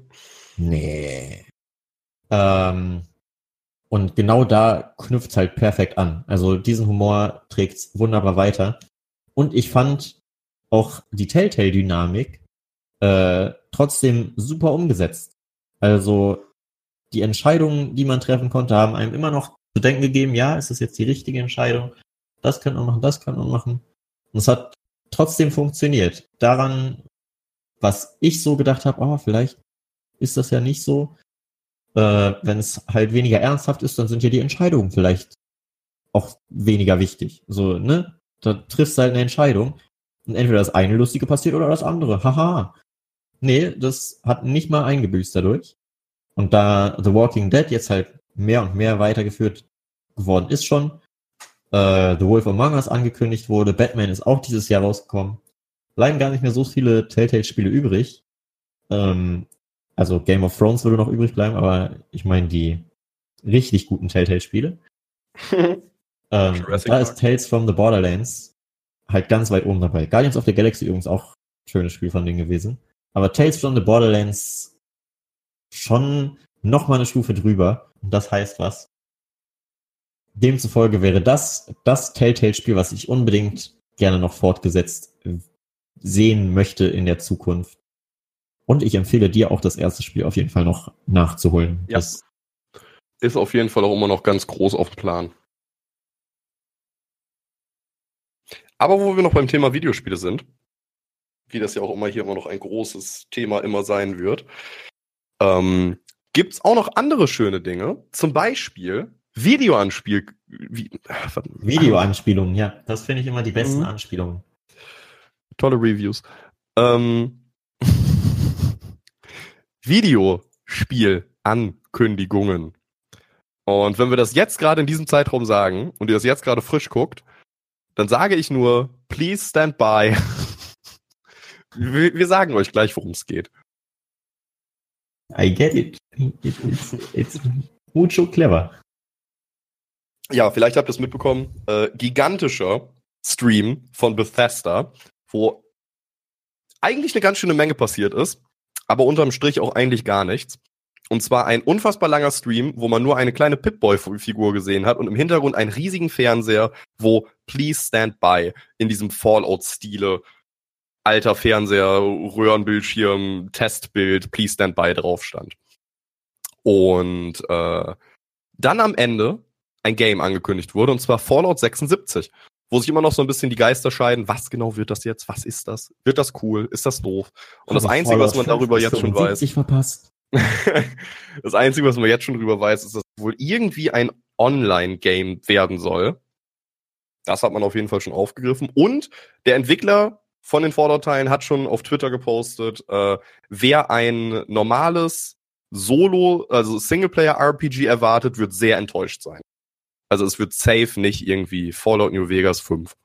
nee. Ähm, und genau da knüpft's halt perfekt an. Also diesen Humor trägt's wunderbar weiter. Und ich fand auch die Telltale-Dynamik äh, trotzdem super umgesetzt. Also die Entscheidungen, die man treffen konnte, haben einem immer noch zu denken gegeben, ja, ist das jetzt die richtige Entscheidung? Das könnte man machen, das könnte man machen. Und es hat trotzdem funktioniert. Daran, was ich so gedacht habe, oh, vielleicht ist das ja nicht so. Äh, wenn es halt weniger ernsthaft ist, dann sind ja die Entscheidungen vielleicht auch weniger wichtig. So, ne? Da triffst du halt eine Entscheidung und entweder das eine Lustige passiert oder das andere. Haha. Nee, das hat nicht mal eingebüßt dadurch. Und da The Walking Dead jetzt halt mehr und mehr weitergeführt geworden ist schon, äh, The Wolf Among Us angekündigt wurde, Batman ist auch dieses Jahr rausgekommen, bleiben gar nicht mehr so viele Telltale-Spiele übrig. Ähm, also Game of Thrones würde noch übrig bleiben, aber ich meine die richtig guten Telltale-Spiele. ähm, da ist Tales from the Borderlands halt ganz weit oben dabei. Guardians of the Galaxy übrigens auch ein schönes Spiel von denen gewesen. Aber Tales from the Borderlands schon noch mal eine Stufe drüber. Und das heißt was. Demzufolge wäre das das Telltale-Spiel, was ich unbedingt gerne noch fortgesetzt sehen möchte in der Zukunft. Und ich empfehle dir auch das erste Spiel auf jeden Fall noch nachzuholen. Ja. Das ist auf jeden Fall auch immer noch ganz groß auf dem Plan. Aber wo wir noch beim Thema Videospiele sind, wie das ja auch immer hier immer noch ein großes Thema immer sein wird, ähm, gibt's auch noch andere schöne Dinge. Zum Beispiel Videoanspiel... Wie, Videoanspielungen, ja. Das finde ich immer die besten mhm. Anspielungen. Tolle Reviews. Ähm... Videospiel-Ankündigungen. Und wenn wir das jetzt gerade in diesem Zeitraum sagen und ihr das jetzt gerade frisch guckt, dann sage ich nur, please stand by. wir, wir sagen euch gleich, worum es geht. I get it. It's, it's mucho clever. Ja, vielleicht habt ihr es mitbekommen. Äh, gigantischer Stream von Bethesda, wo eigentlich eine ganz schöne Menge passiert ist. Aber unterm Strich auch eigentlich gar nichts. Und zwar ein unfassbar langer Stream, wo man nur eine kleine Pip-Boy-Figur gesehen hat und im Hintergrund einen riesigen Fernseher, wo Please Stand By in diesem Fallout-Stile, alter Fernseher, Röhrenbildschirm, Testbild, Please Stand By drauf stand. Und äh, dann am Ende ein Game angekündigt wurde, und zwar Fallout sechsundsiebzig. Wo sich immer noch so ein bisschen die Geister scheiden. Was genau wird das jetzt? Was ist das? Wird das cool? Ist das doof? Und das Einzige, was man darüber jetzt schon weiß... verpasst. Das Einzige, was man jetzt schon drüber weiß, ist, dass es wohl irgendwie ein Online-Game werden soll. Das hat man auf jeden Fall schon aufgegriffen. Und der Entwickler von den Fallout-Teilen hat schon auf Twitter gepostet, äh, wer ein normales Solo, also Singleplayer-R P G erwartet, wird sehr enttäuscht sein. Also es wird safe nicht irgendwie Fallout New Vegas fünf.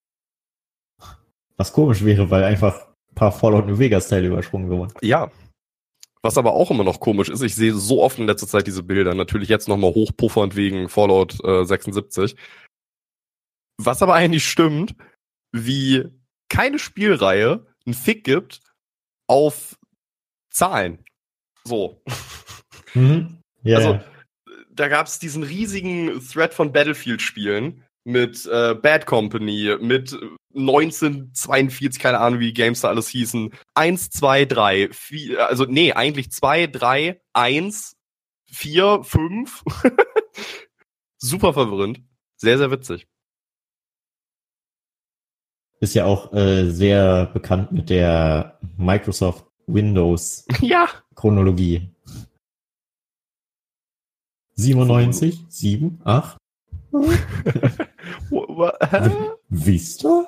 Was komisch wäre, weil einfach ein paar Fallout New Vegas-Teile übersprungen wurden. Ja. Was aber auch immer noch komisch ist, ich sehe so oft in letzter Zeit diese Bilder, natürlich jetzt nochmal hochpuffernd wegen Fallout äh, sechsundsiebzig. Was aber eigentlich stimmt, wie keine Spielreihe einen Fick gibt auf Zahlen. So. Mhm. Ja, also, ja. da gab es diesen riesigen Thread von Battlefield-Spielen mit äh, Bad Company, mit neunzehnhundertzweiundvierzig, keine Ahnung, wie die Games da alles hießen. eins, zwei, drei, vier, also nee, eigentlich zwei, drei, eins, vier, fünf. Super verwirrend. Sehr, sehr witzig. Ist ja auch äh, sehr bekannt mit der Microsoft Windows Ja. Chronologie. siebenundneunzig, sieben, acht. Vista?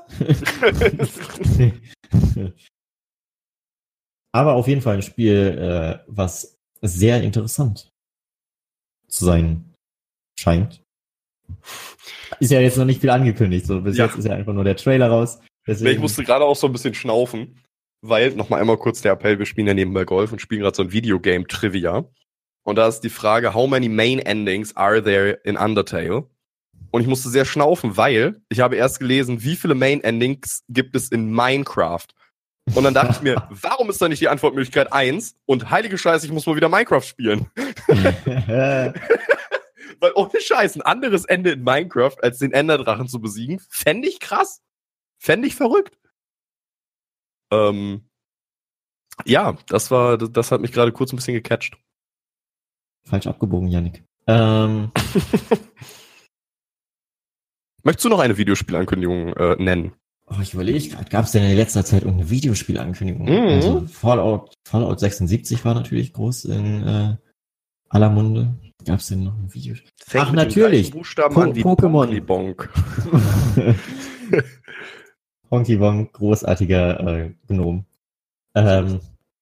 Aber auf jeden Fall ein Spiel, äh, was sehr interessant zu sein scheint. Ist ja jetzt noch nicht viel angekündigt. So bis Ja. jetzt ist ja einfach nur der Trailer raus. Deswegen... Ich musste gerade auch so ein bisschen schnaufen, weil, nochmal einmal kurz der Appell, wir spielen ja nebenbei Golf und spielen gerade so ein Videogame-Trivia. Und da ist die Frage, how many main endings are there in Undertale? Und ich musste sehr schnaufen, weil ich habe erst gelesen, wie viele Main Endings gibt es in Minecraft? Und dann dachte ich mir, warum ist da nicht die Antwortmöglichkeit eins? Und heilige Scheiße, ich muss mal wieder Minecraft spielen. Weil ohne Scheiß, ein anderes Ende in Minecraft, als den Enderdrachen zu besiegen, fände ich krass. Fände ich verrückt. Ähm, ja, das war, das hat mich gerade kurz ein bisschen gecatcht. Falsch abgebogen, Yannick. Ähm... Möchtest du noch eine Videospielankündigung äh, nennen? Oh, ich überlege gerade, gab es denn in letzter Zeit irgendeine Videospielankündigung? Mhm. Also Fallout, Fallout sechsundsiebzig war natürlich groß in äh, aller Munde. Gab es denn noch ein Videospiel? Ach, natürlich. Buchstaben Po- an wie Pokémon. Bonk. Honky Bonk, großartiger äh, Gnom. Ähm,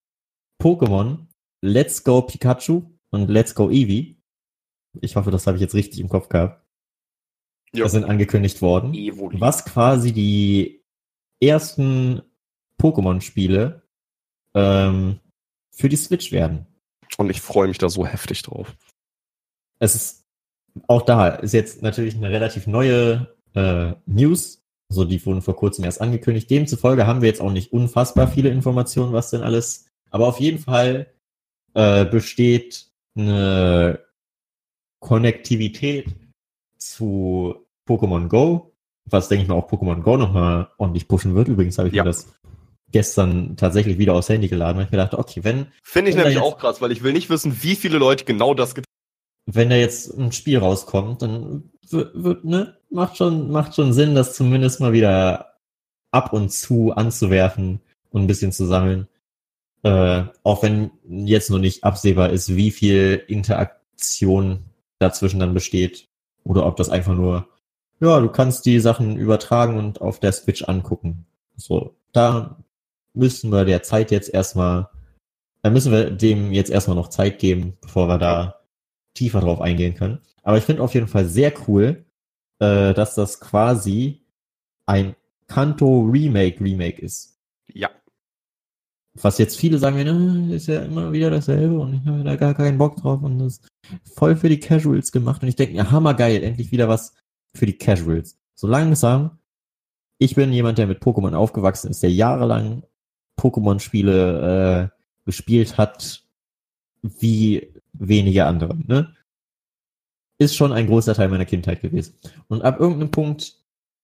Pokémon, Let's Go Pikachu und Let's Go Eevee. Ich hoffe, das habe ich jetzt richtig im Kopf gehabt. Ja. Das sind angekündigt worden. Evoli. Was quasi die ersten Pokémon-Spiele ähm, für die Switch werden. Und ich freue mich da so heftig drauf. Es ist auch da, ist jetzt natürlich eine relativ neue äh, News. Also die wurden vor kurzem erst angekündigt. Demzufolge haben wir jetzt auch nicht unfassbar viele Informationen, was denn alles. Aber auf jeden Fall äh, besteht eine Konnektivität zu Pokémon Go, was, denke ich mal, auch Pokémon Go nochmal ordentlich pushen wird. Übrigens habe ich Ja. mir das gestern tatsächlich wieder aufs Handy geladen, weil ich mir dachte, okay, wenn Finde ich Wenn da nämlich jetzt- auch krass, weil ich will nicht wissen, wie viele Leute genau das getan wenn da jetzt ein Spiel rauskommt, dann wird, wird ne, macht schon, macht schon Sinn, das zumindest mal wieder ab und zu anzuwerfen und ein bisschen zu sammeln. Äh, auch wenn jetzt noch nicht absehbar ist, wie viel Interaktion dazwischen dann besteht. Oder ob das einfach nur, ja, du kannst die Sachen übertragen und auf der Switch angucken. So, da müssen wir der Zeit jetzt erstmal, da müssen wir dem jetzt erstmal noch Zeit geben, bevor wir da tiefer drauf eingehen können. Aber ich finde auf jeden Fall sehr cool, äh, dass das quasi ein Kanto Remake Remake ist. Ja. Was jetzt viele sagen, na, ist ja immer wieder dasselbe und ich habe da gar keinen Bock drauf und das ist voll für die Casuals gemacht. Und ich denke mir, hammergeil, endlich wieder was für die Casuals. So langsam, ich bin jemand, der mit Pokémon aufgewachsen ist, der jahrelang Pokémon-Spiele äh, gespielt hat, wie wenige andere, ne? Ist schon ein großer Teil meiner Kindheit gewesen. Und ab irgendeinem Punkt,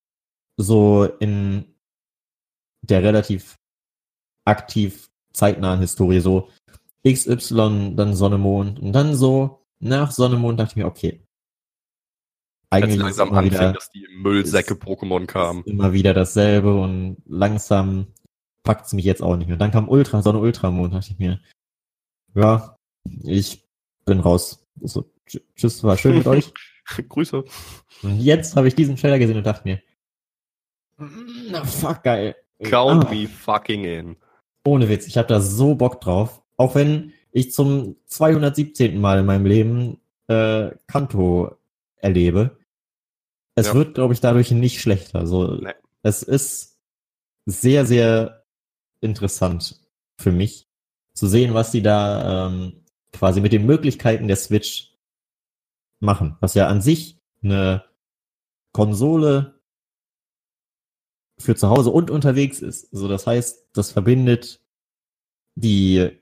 so in der relativ aktiv zeitnahen Historie, so X Y, dann Sonne, Mond und dann so nach Sonne, Mond dachte ich mir, okay. Als Eigentlich ist langsam immer anfing, wieder, dass die Müllsäcke Pokémon kamen. ist immer wieder dasselbe und langsam packt es mich jetzt auch nicht mehr. Dann kam Ultra, Sonne, Ultramond, dachte ich mir, ja, ich bin raus. So, tsch- tschüss, war schön mit euch. Grüße. Und jetzt habe ich diesen Trailer gesehen und dachte mir, na fuck, geil. Count Ah. me fucking in. Ohne Witz, ich habe da so Bock drauf. Auch wenn ich zum zweihundertsiebzehnten Mal in meinem Leben äh, Kanto erlebe. Es Ja. wird, glaube ich, dadurch nicht schlechter. So, Nee. es ist sehr, sehr interessant für mich zu sehen, was die da ähm, quasi mit den Möglichkeiten der Switch machen. Was ja an sich eine Konsole für zu Hause und unterwegs ist. So, das heißt, das verbindet die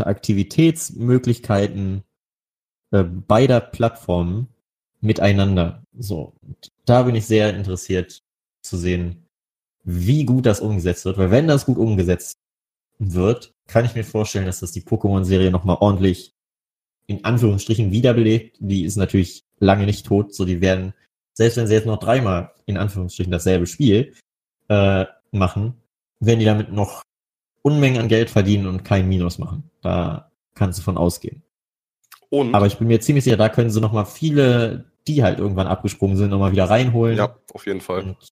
Interaktivitätsmöglichkeiten äh, beider Plattformen miteinander. So, und da bin ich sehr interessiert zu sehen, wie gut das umgesetzt wird, weil wenn das gut umgesetzt wird, kann ich mir vorstellen, dass das die Pokémon-Serie nochmal ordentlich in Anführungsstrichen wiederbelebt. Die ist natürlich lange nicht tot, so die werden, selbst wenn sie jetzt noch dreimal in Anführungsstrichen dasselbe Spiel äh, machen, werden die damit noch Unmengen an Geld verdienen und kein Minus machen. Da kannst du von ausgehen. Und, Aber ich bin mir ziemlich sicher, da können sie nochmal viele, die halt irgendwann abgesprungen sind, nochmal wieder reinholen. ja, auf jeden Fall. Und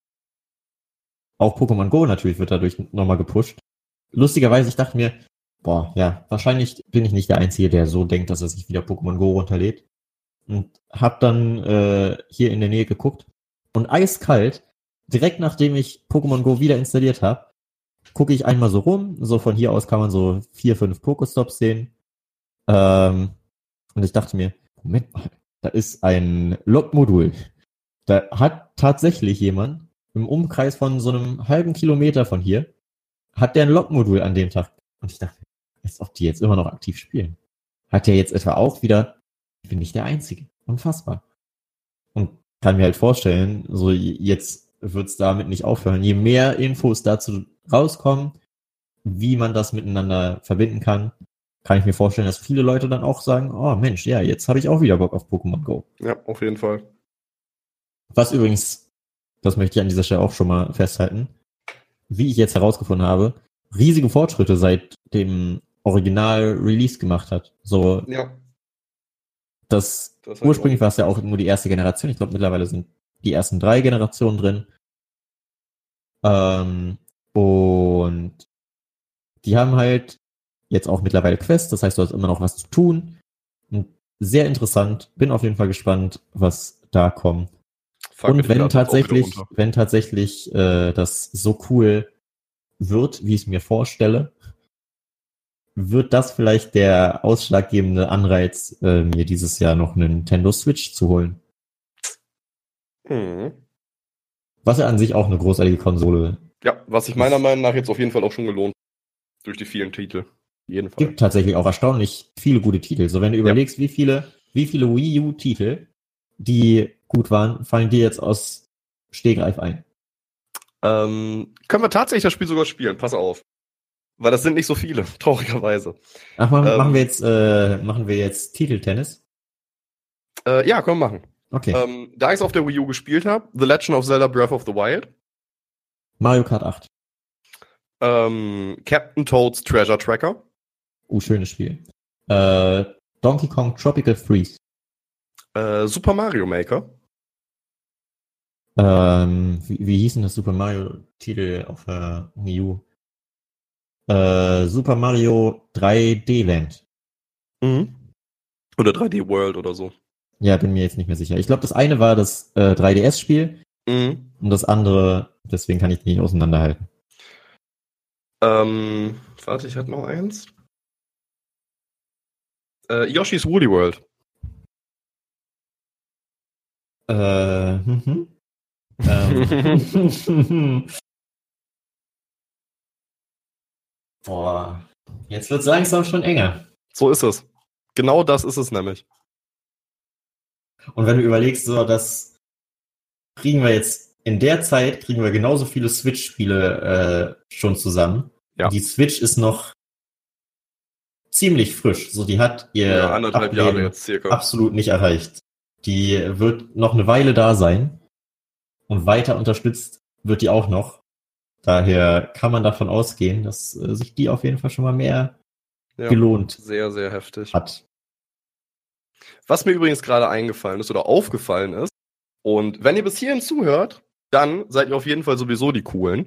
auch Pokémon Go natürlich wird dadurch nochmal gepusht. Lustigerweise, ich dachte mir, boah, ja, wahrscheinlich bin ich nicht der Einzige, der so denkt, dass er sich wieder Pokémon Go runterlädt. Und hab dann äh, hier in der Nähe geguckt. Und eiskalt, direkt nachdem ich Pokémon Go wieder installiert habe, gucke ich einmal so rum. So von hier aus kann man so vier, fünf Pokéstops sehen. Ähm, und ich dachte mir, Moment mal, da ist ein Lokmodul. Da hat tatsächlich jemand im Umkreis von so einem halben Kilometer von hier, hat der ein Lokmodul an dem Tag. Und ich dachte, als ob die jetzt immer noch aktiv spielen. Hat der jetzt etwa auch wieder, ich bin nicht der Einzige. Unfassbar. Und kann mir halt vorstellen, so jetzt wird's damit nicht aufhören. Je mehr Infos dazu rauskommen, wie man das miteinander verbinden kann, kann ich mir vorstellen, dass viele Leute dann auch sagen, oh Mensch, ja, jetzt habe ich auch wieder Bock auf Pokémon Go. Ja, auf jeden Fall. Was übrigens, das möchte ich an dieser Stelle auch schon mal festhalten, wie ich jetzt herausgefunden habe, riesige Fortschritte seit dem Original-Release gemacht hat. So, Ja. das, das ursprünglich war es ja auch nur die erste Generation. Ich glaube, mittlerweile sind die ersten drei Generationen drin. Ähm, und die haben halt jetzt auch mittlerweile Quests, das heißt, du hast immer noch was zu tun. Und sehr interessant. Bin auf jeden Fall gespannt, was da kommt. Fuck, und die wenn Latte ist auch tatsächlich, wieder runter. wenn tatsächlich äh, das so cool wird, wie ich es mir vorstelle, wird das vielleicht der ausschlaggebende Anreiz, äh, mir dieses Jahr noch einen Nintendo Switch zu holen. Mhm. Was ja an sich auch eine großartige Konsole Ja, was sich meiner Meinung nach jetzt auf jeden Fall auch schon gelohnt. Durch die vielen Titel. Jeden Fall. gibt tatsächlich auch erstaunlich viele gute Titel. So, wenn du Ja. überlegst, wie viele, wie viele Wii U-Titel, die gut waren, fallen dir jetzt aus Stegreif ein. Ähm, können wir tatsächlich das Spiel sogar spielen? Pass auf. Weil das sind nicht so viele, traurigerweise. Ach, machen, Ähm, machen wir jetzt, äh, machen wir jetzt Titeltennis? Äh, ja, können wir machen. Okay. Ähm, da ich es auf der Wii U gespielt habe, The Legend of Zelda Breath of the Wild, Mario Kart acht. ähm, Captain Toad's Treasure Tracker, Uh, schönes Spiel. Äh, Donkey Kong Tropical Freeze. äh, Super Mario Maker, Ähm, wie, wie hieß denn das Super Mario-Titel auf der Wii U? Äh, Super Mario drei D Land. mhm. oder drei D World oder so. Ja, bin mir jetzt nicht mehr sicher. Ich glaube, das eine war das äh, drei D S-Spiel Mhm. und das andere, deswegen kann ich die nicht auseinanderhalten. Ähm, warte, ich hatte noch eins. Äh, Yoshi's Woolly World. Äh, mhm. ähm. Boah, jetzt wird's langsam schon enger. So ist es. Genau das ist es nämlich. Und wenn du überlegst, so, das kriegen wir jetzt in der Zeit, kriegen wir genauso viele Switch-Spiele äh, schon zusammen. Ja. Die Switch ist noch ziemlich frisch. So, die hat ihr Ja, anderthalb Ableben Jahre jetzt circa. absolut nicht erreicht. Die wird noch eine Weile da sein. Und weiter unterstützt wird die auch noch. Daher kann man davon ausgehen, dass äh, sich die auf jeden Fall schon mal mehr Ja, gelohnt sehr, sehr heftig. hat. Was mir übrigens gerade eingefallen ist oder aufgefallen ist, und wenn ihr bis hierhin zuhört, dann seid ihr auf jeden Fall sowieso die Coolen.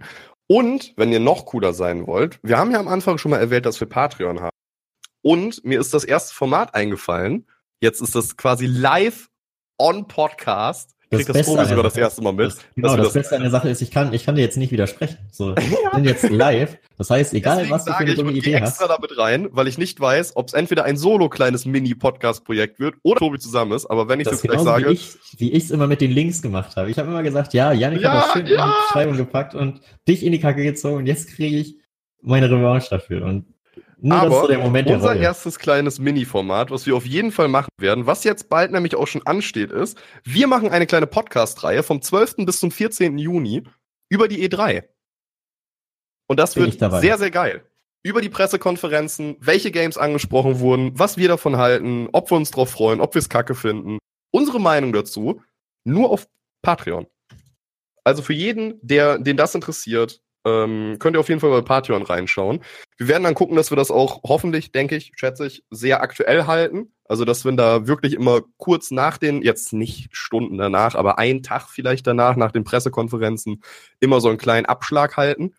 Und, wenn ihr noch cooler sein wollt, wir haben ja am Anfang schon mal erwähnt, dass wir Patreon haben. Und mir ist das erste Format eingefallen. Jetzt ist das quasi live on Podcast. Kriegt das Tobi sogar das erste Mal mit. Das, genau, das, das Beste an der Sache ist, ich kann, ich kann dir jetzt nicht widersprechen. So, wir sind jetzt live. Das heißt, egal Deswegen was du für eine dumme ich, Idee hast. extra damit rein, weil ich nicht weiß, ob es entweder ein solo kleines Mini-Podcast-Projekt wird oder Tobi zusammen ist. Aber wenn ich das, das gleich sage, wie ich wie ich es immer mit den Links gemacht habe. Ich habe immer gesagt, ja, Jannik ja, hat das schön ja. in die Beschreibung gepackt und dich in die Kacke gezogen und jetzt kriege ich meine Revanche dafür. Und nur aber das ist so der Moment unser der erstes kleines Mini-Format, was wir auf jeden Fall machen werden, was jetzt bald nämlich auch schon ansteht, ist, wir machen eine kleine Podcast-Reihe vom zwölften bis zum vierzehnten Juni über die E drei. Und das Bin wird sehr, sehr geil. Über die Pressekonferenzen, welche Games angesprochen wurden, was wir davon halten, ob wir uns drauf freuen, ob wir es kacke finden. Unsere Meinung dazu nur auf Patreon. Also für jeden, der, den das interessiert, ähm, könnt ihr auf jeden Fall bei Patreon reinschauen. Wir werden dann gucken, dass wir das auch hoffentlich, denke ich, schätze ich, sehr aktuell halten. Also, dass wir da wirklich immer kurz nach den, jetzt nicht Stunden danach, aber einen Tag vielleicht danach, nach den Pressekonferenzen, immer so einen kleinen Abschlag halten.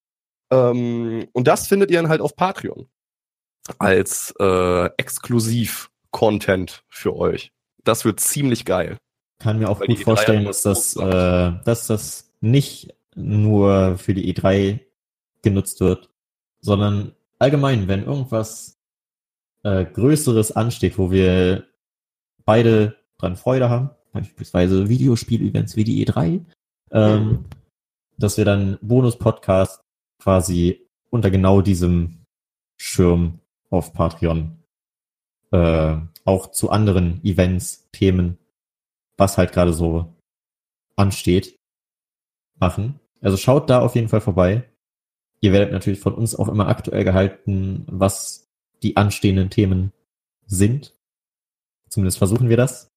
Ähm, und das findet ihr dann halt auf Patreon als äh, Exklusiv-Content für euch. Das wird ziemlich geil. Kann mir auch Weil gut vorstellen, dass das, äh, dass das nicht nur für die E drei genutzt wird, sondern allgemein, wenn irgendwas äh, Größeres ansteht, wo wir beide dran Freude haben, beispielsweise Videospiel-Events wie die E drei, ähm, mhm. dass wir dann Bonus-Podcast quasi unter genau diesem Schirm auf Patreon äh, auch zu anderen Events, Themen, was halt gerade so ansteht, machen. Also schaut da auf jeden Fall vorbei. Ihr werdet natürlich von uns auch immer aktuell gehalten, was die anstehenden Themen sind. Zumindest versuchen wir das.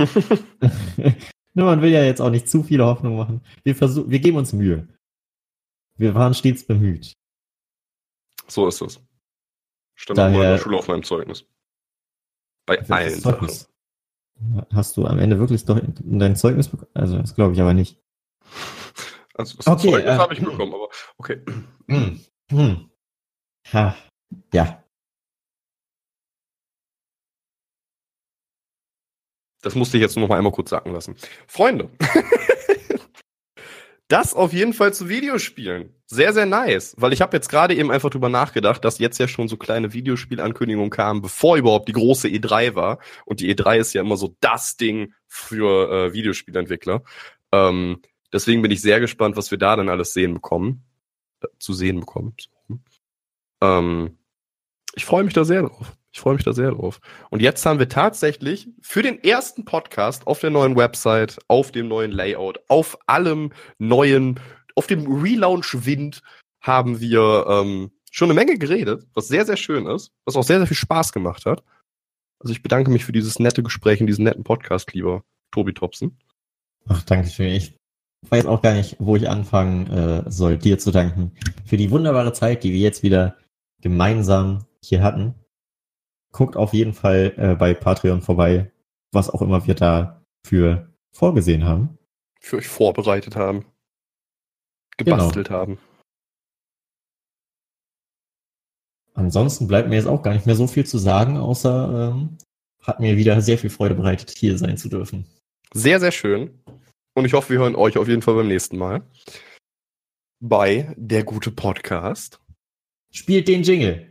Nur man will ja jetzt auch nicht zu viele Hoffnung machen. Wir versuchen, wir geben uns Mühe. Wir waren stets bemüht. So ist es. Stand auch mal in der Schule auf meinem Zeugnis. Bei allen Sachen. Hast du am Ende wirklich doch in dein Zeugnis bekommen? Also das glaube ich aber nicht. Also das okay, Zeugnis äh, habe ich bekommen, aber okay. Hm, hm. Ha, ja. Das musste ich jetzt noch mal einmal kurz sagen lassen. Freunde, das auf jeden Fall zu Videospielen. Sehr, sehr nice. Weil ich habe jetzt gerade eben einfach drüber nachgedacht, dass jetzt ja schon so kleine Videospielankündigungen kamen, bevor überhaupt die große E drei war. Und die E drei ist ja immer so das Ding für äh, Videospielentwickler. Ähm, deswegen bin ich sehr gespannt, was wir da dann alles sehen bekommen. Äh, zu sehen bekommen. Ähm, ich freue mich da sehr drauf. Ich freue mich da sehr drauf. Und jetzt haben wir tatsächlich für den ersten Podcast auf der neuen Website, auf dem neuen Layout, auf allem neuen, auf dem Relaunch-Wind haben wir ähm, schon eine Menge geredet, was sehr, sehr schön ist, was auch sehr, sehr viel Spaß gemacht hat. Also ich bedanke mich für dieses nette Gespräch und diesen netten Podcast, lieber Tobi Topsen. Ach, danke schön. Ich weiß auch gar nicht, wo ich anfangen äh, soll, dir zu danken für die wunderbare Zeit, die wir jetzt wieder gemeinsam hier hatten. Guckt auf jeden Fall äh, bei Patreon vorbei, was auch immer wir da für vorgesehen haben. Für euch vorbereitet haben. Gebastelt genau. haben. Ansonsten bleibt mir jetzt auch gar nicht mehr so viel zu sagen, außer ähm, hat mir wieder sehr viel Freude bereitet, hier sein zu dürfen. Sehr, sehr schön. Und ich hoffe, wir hören euch auf jeden Fall beim nächsten Mal bei Der gute Podcast. Spielt den Jingle.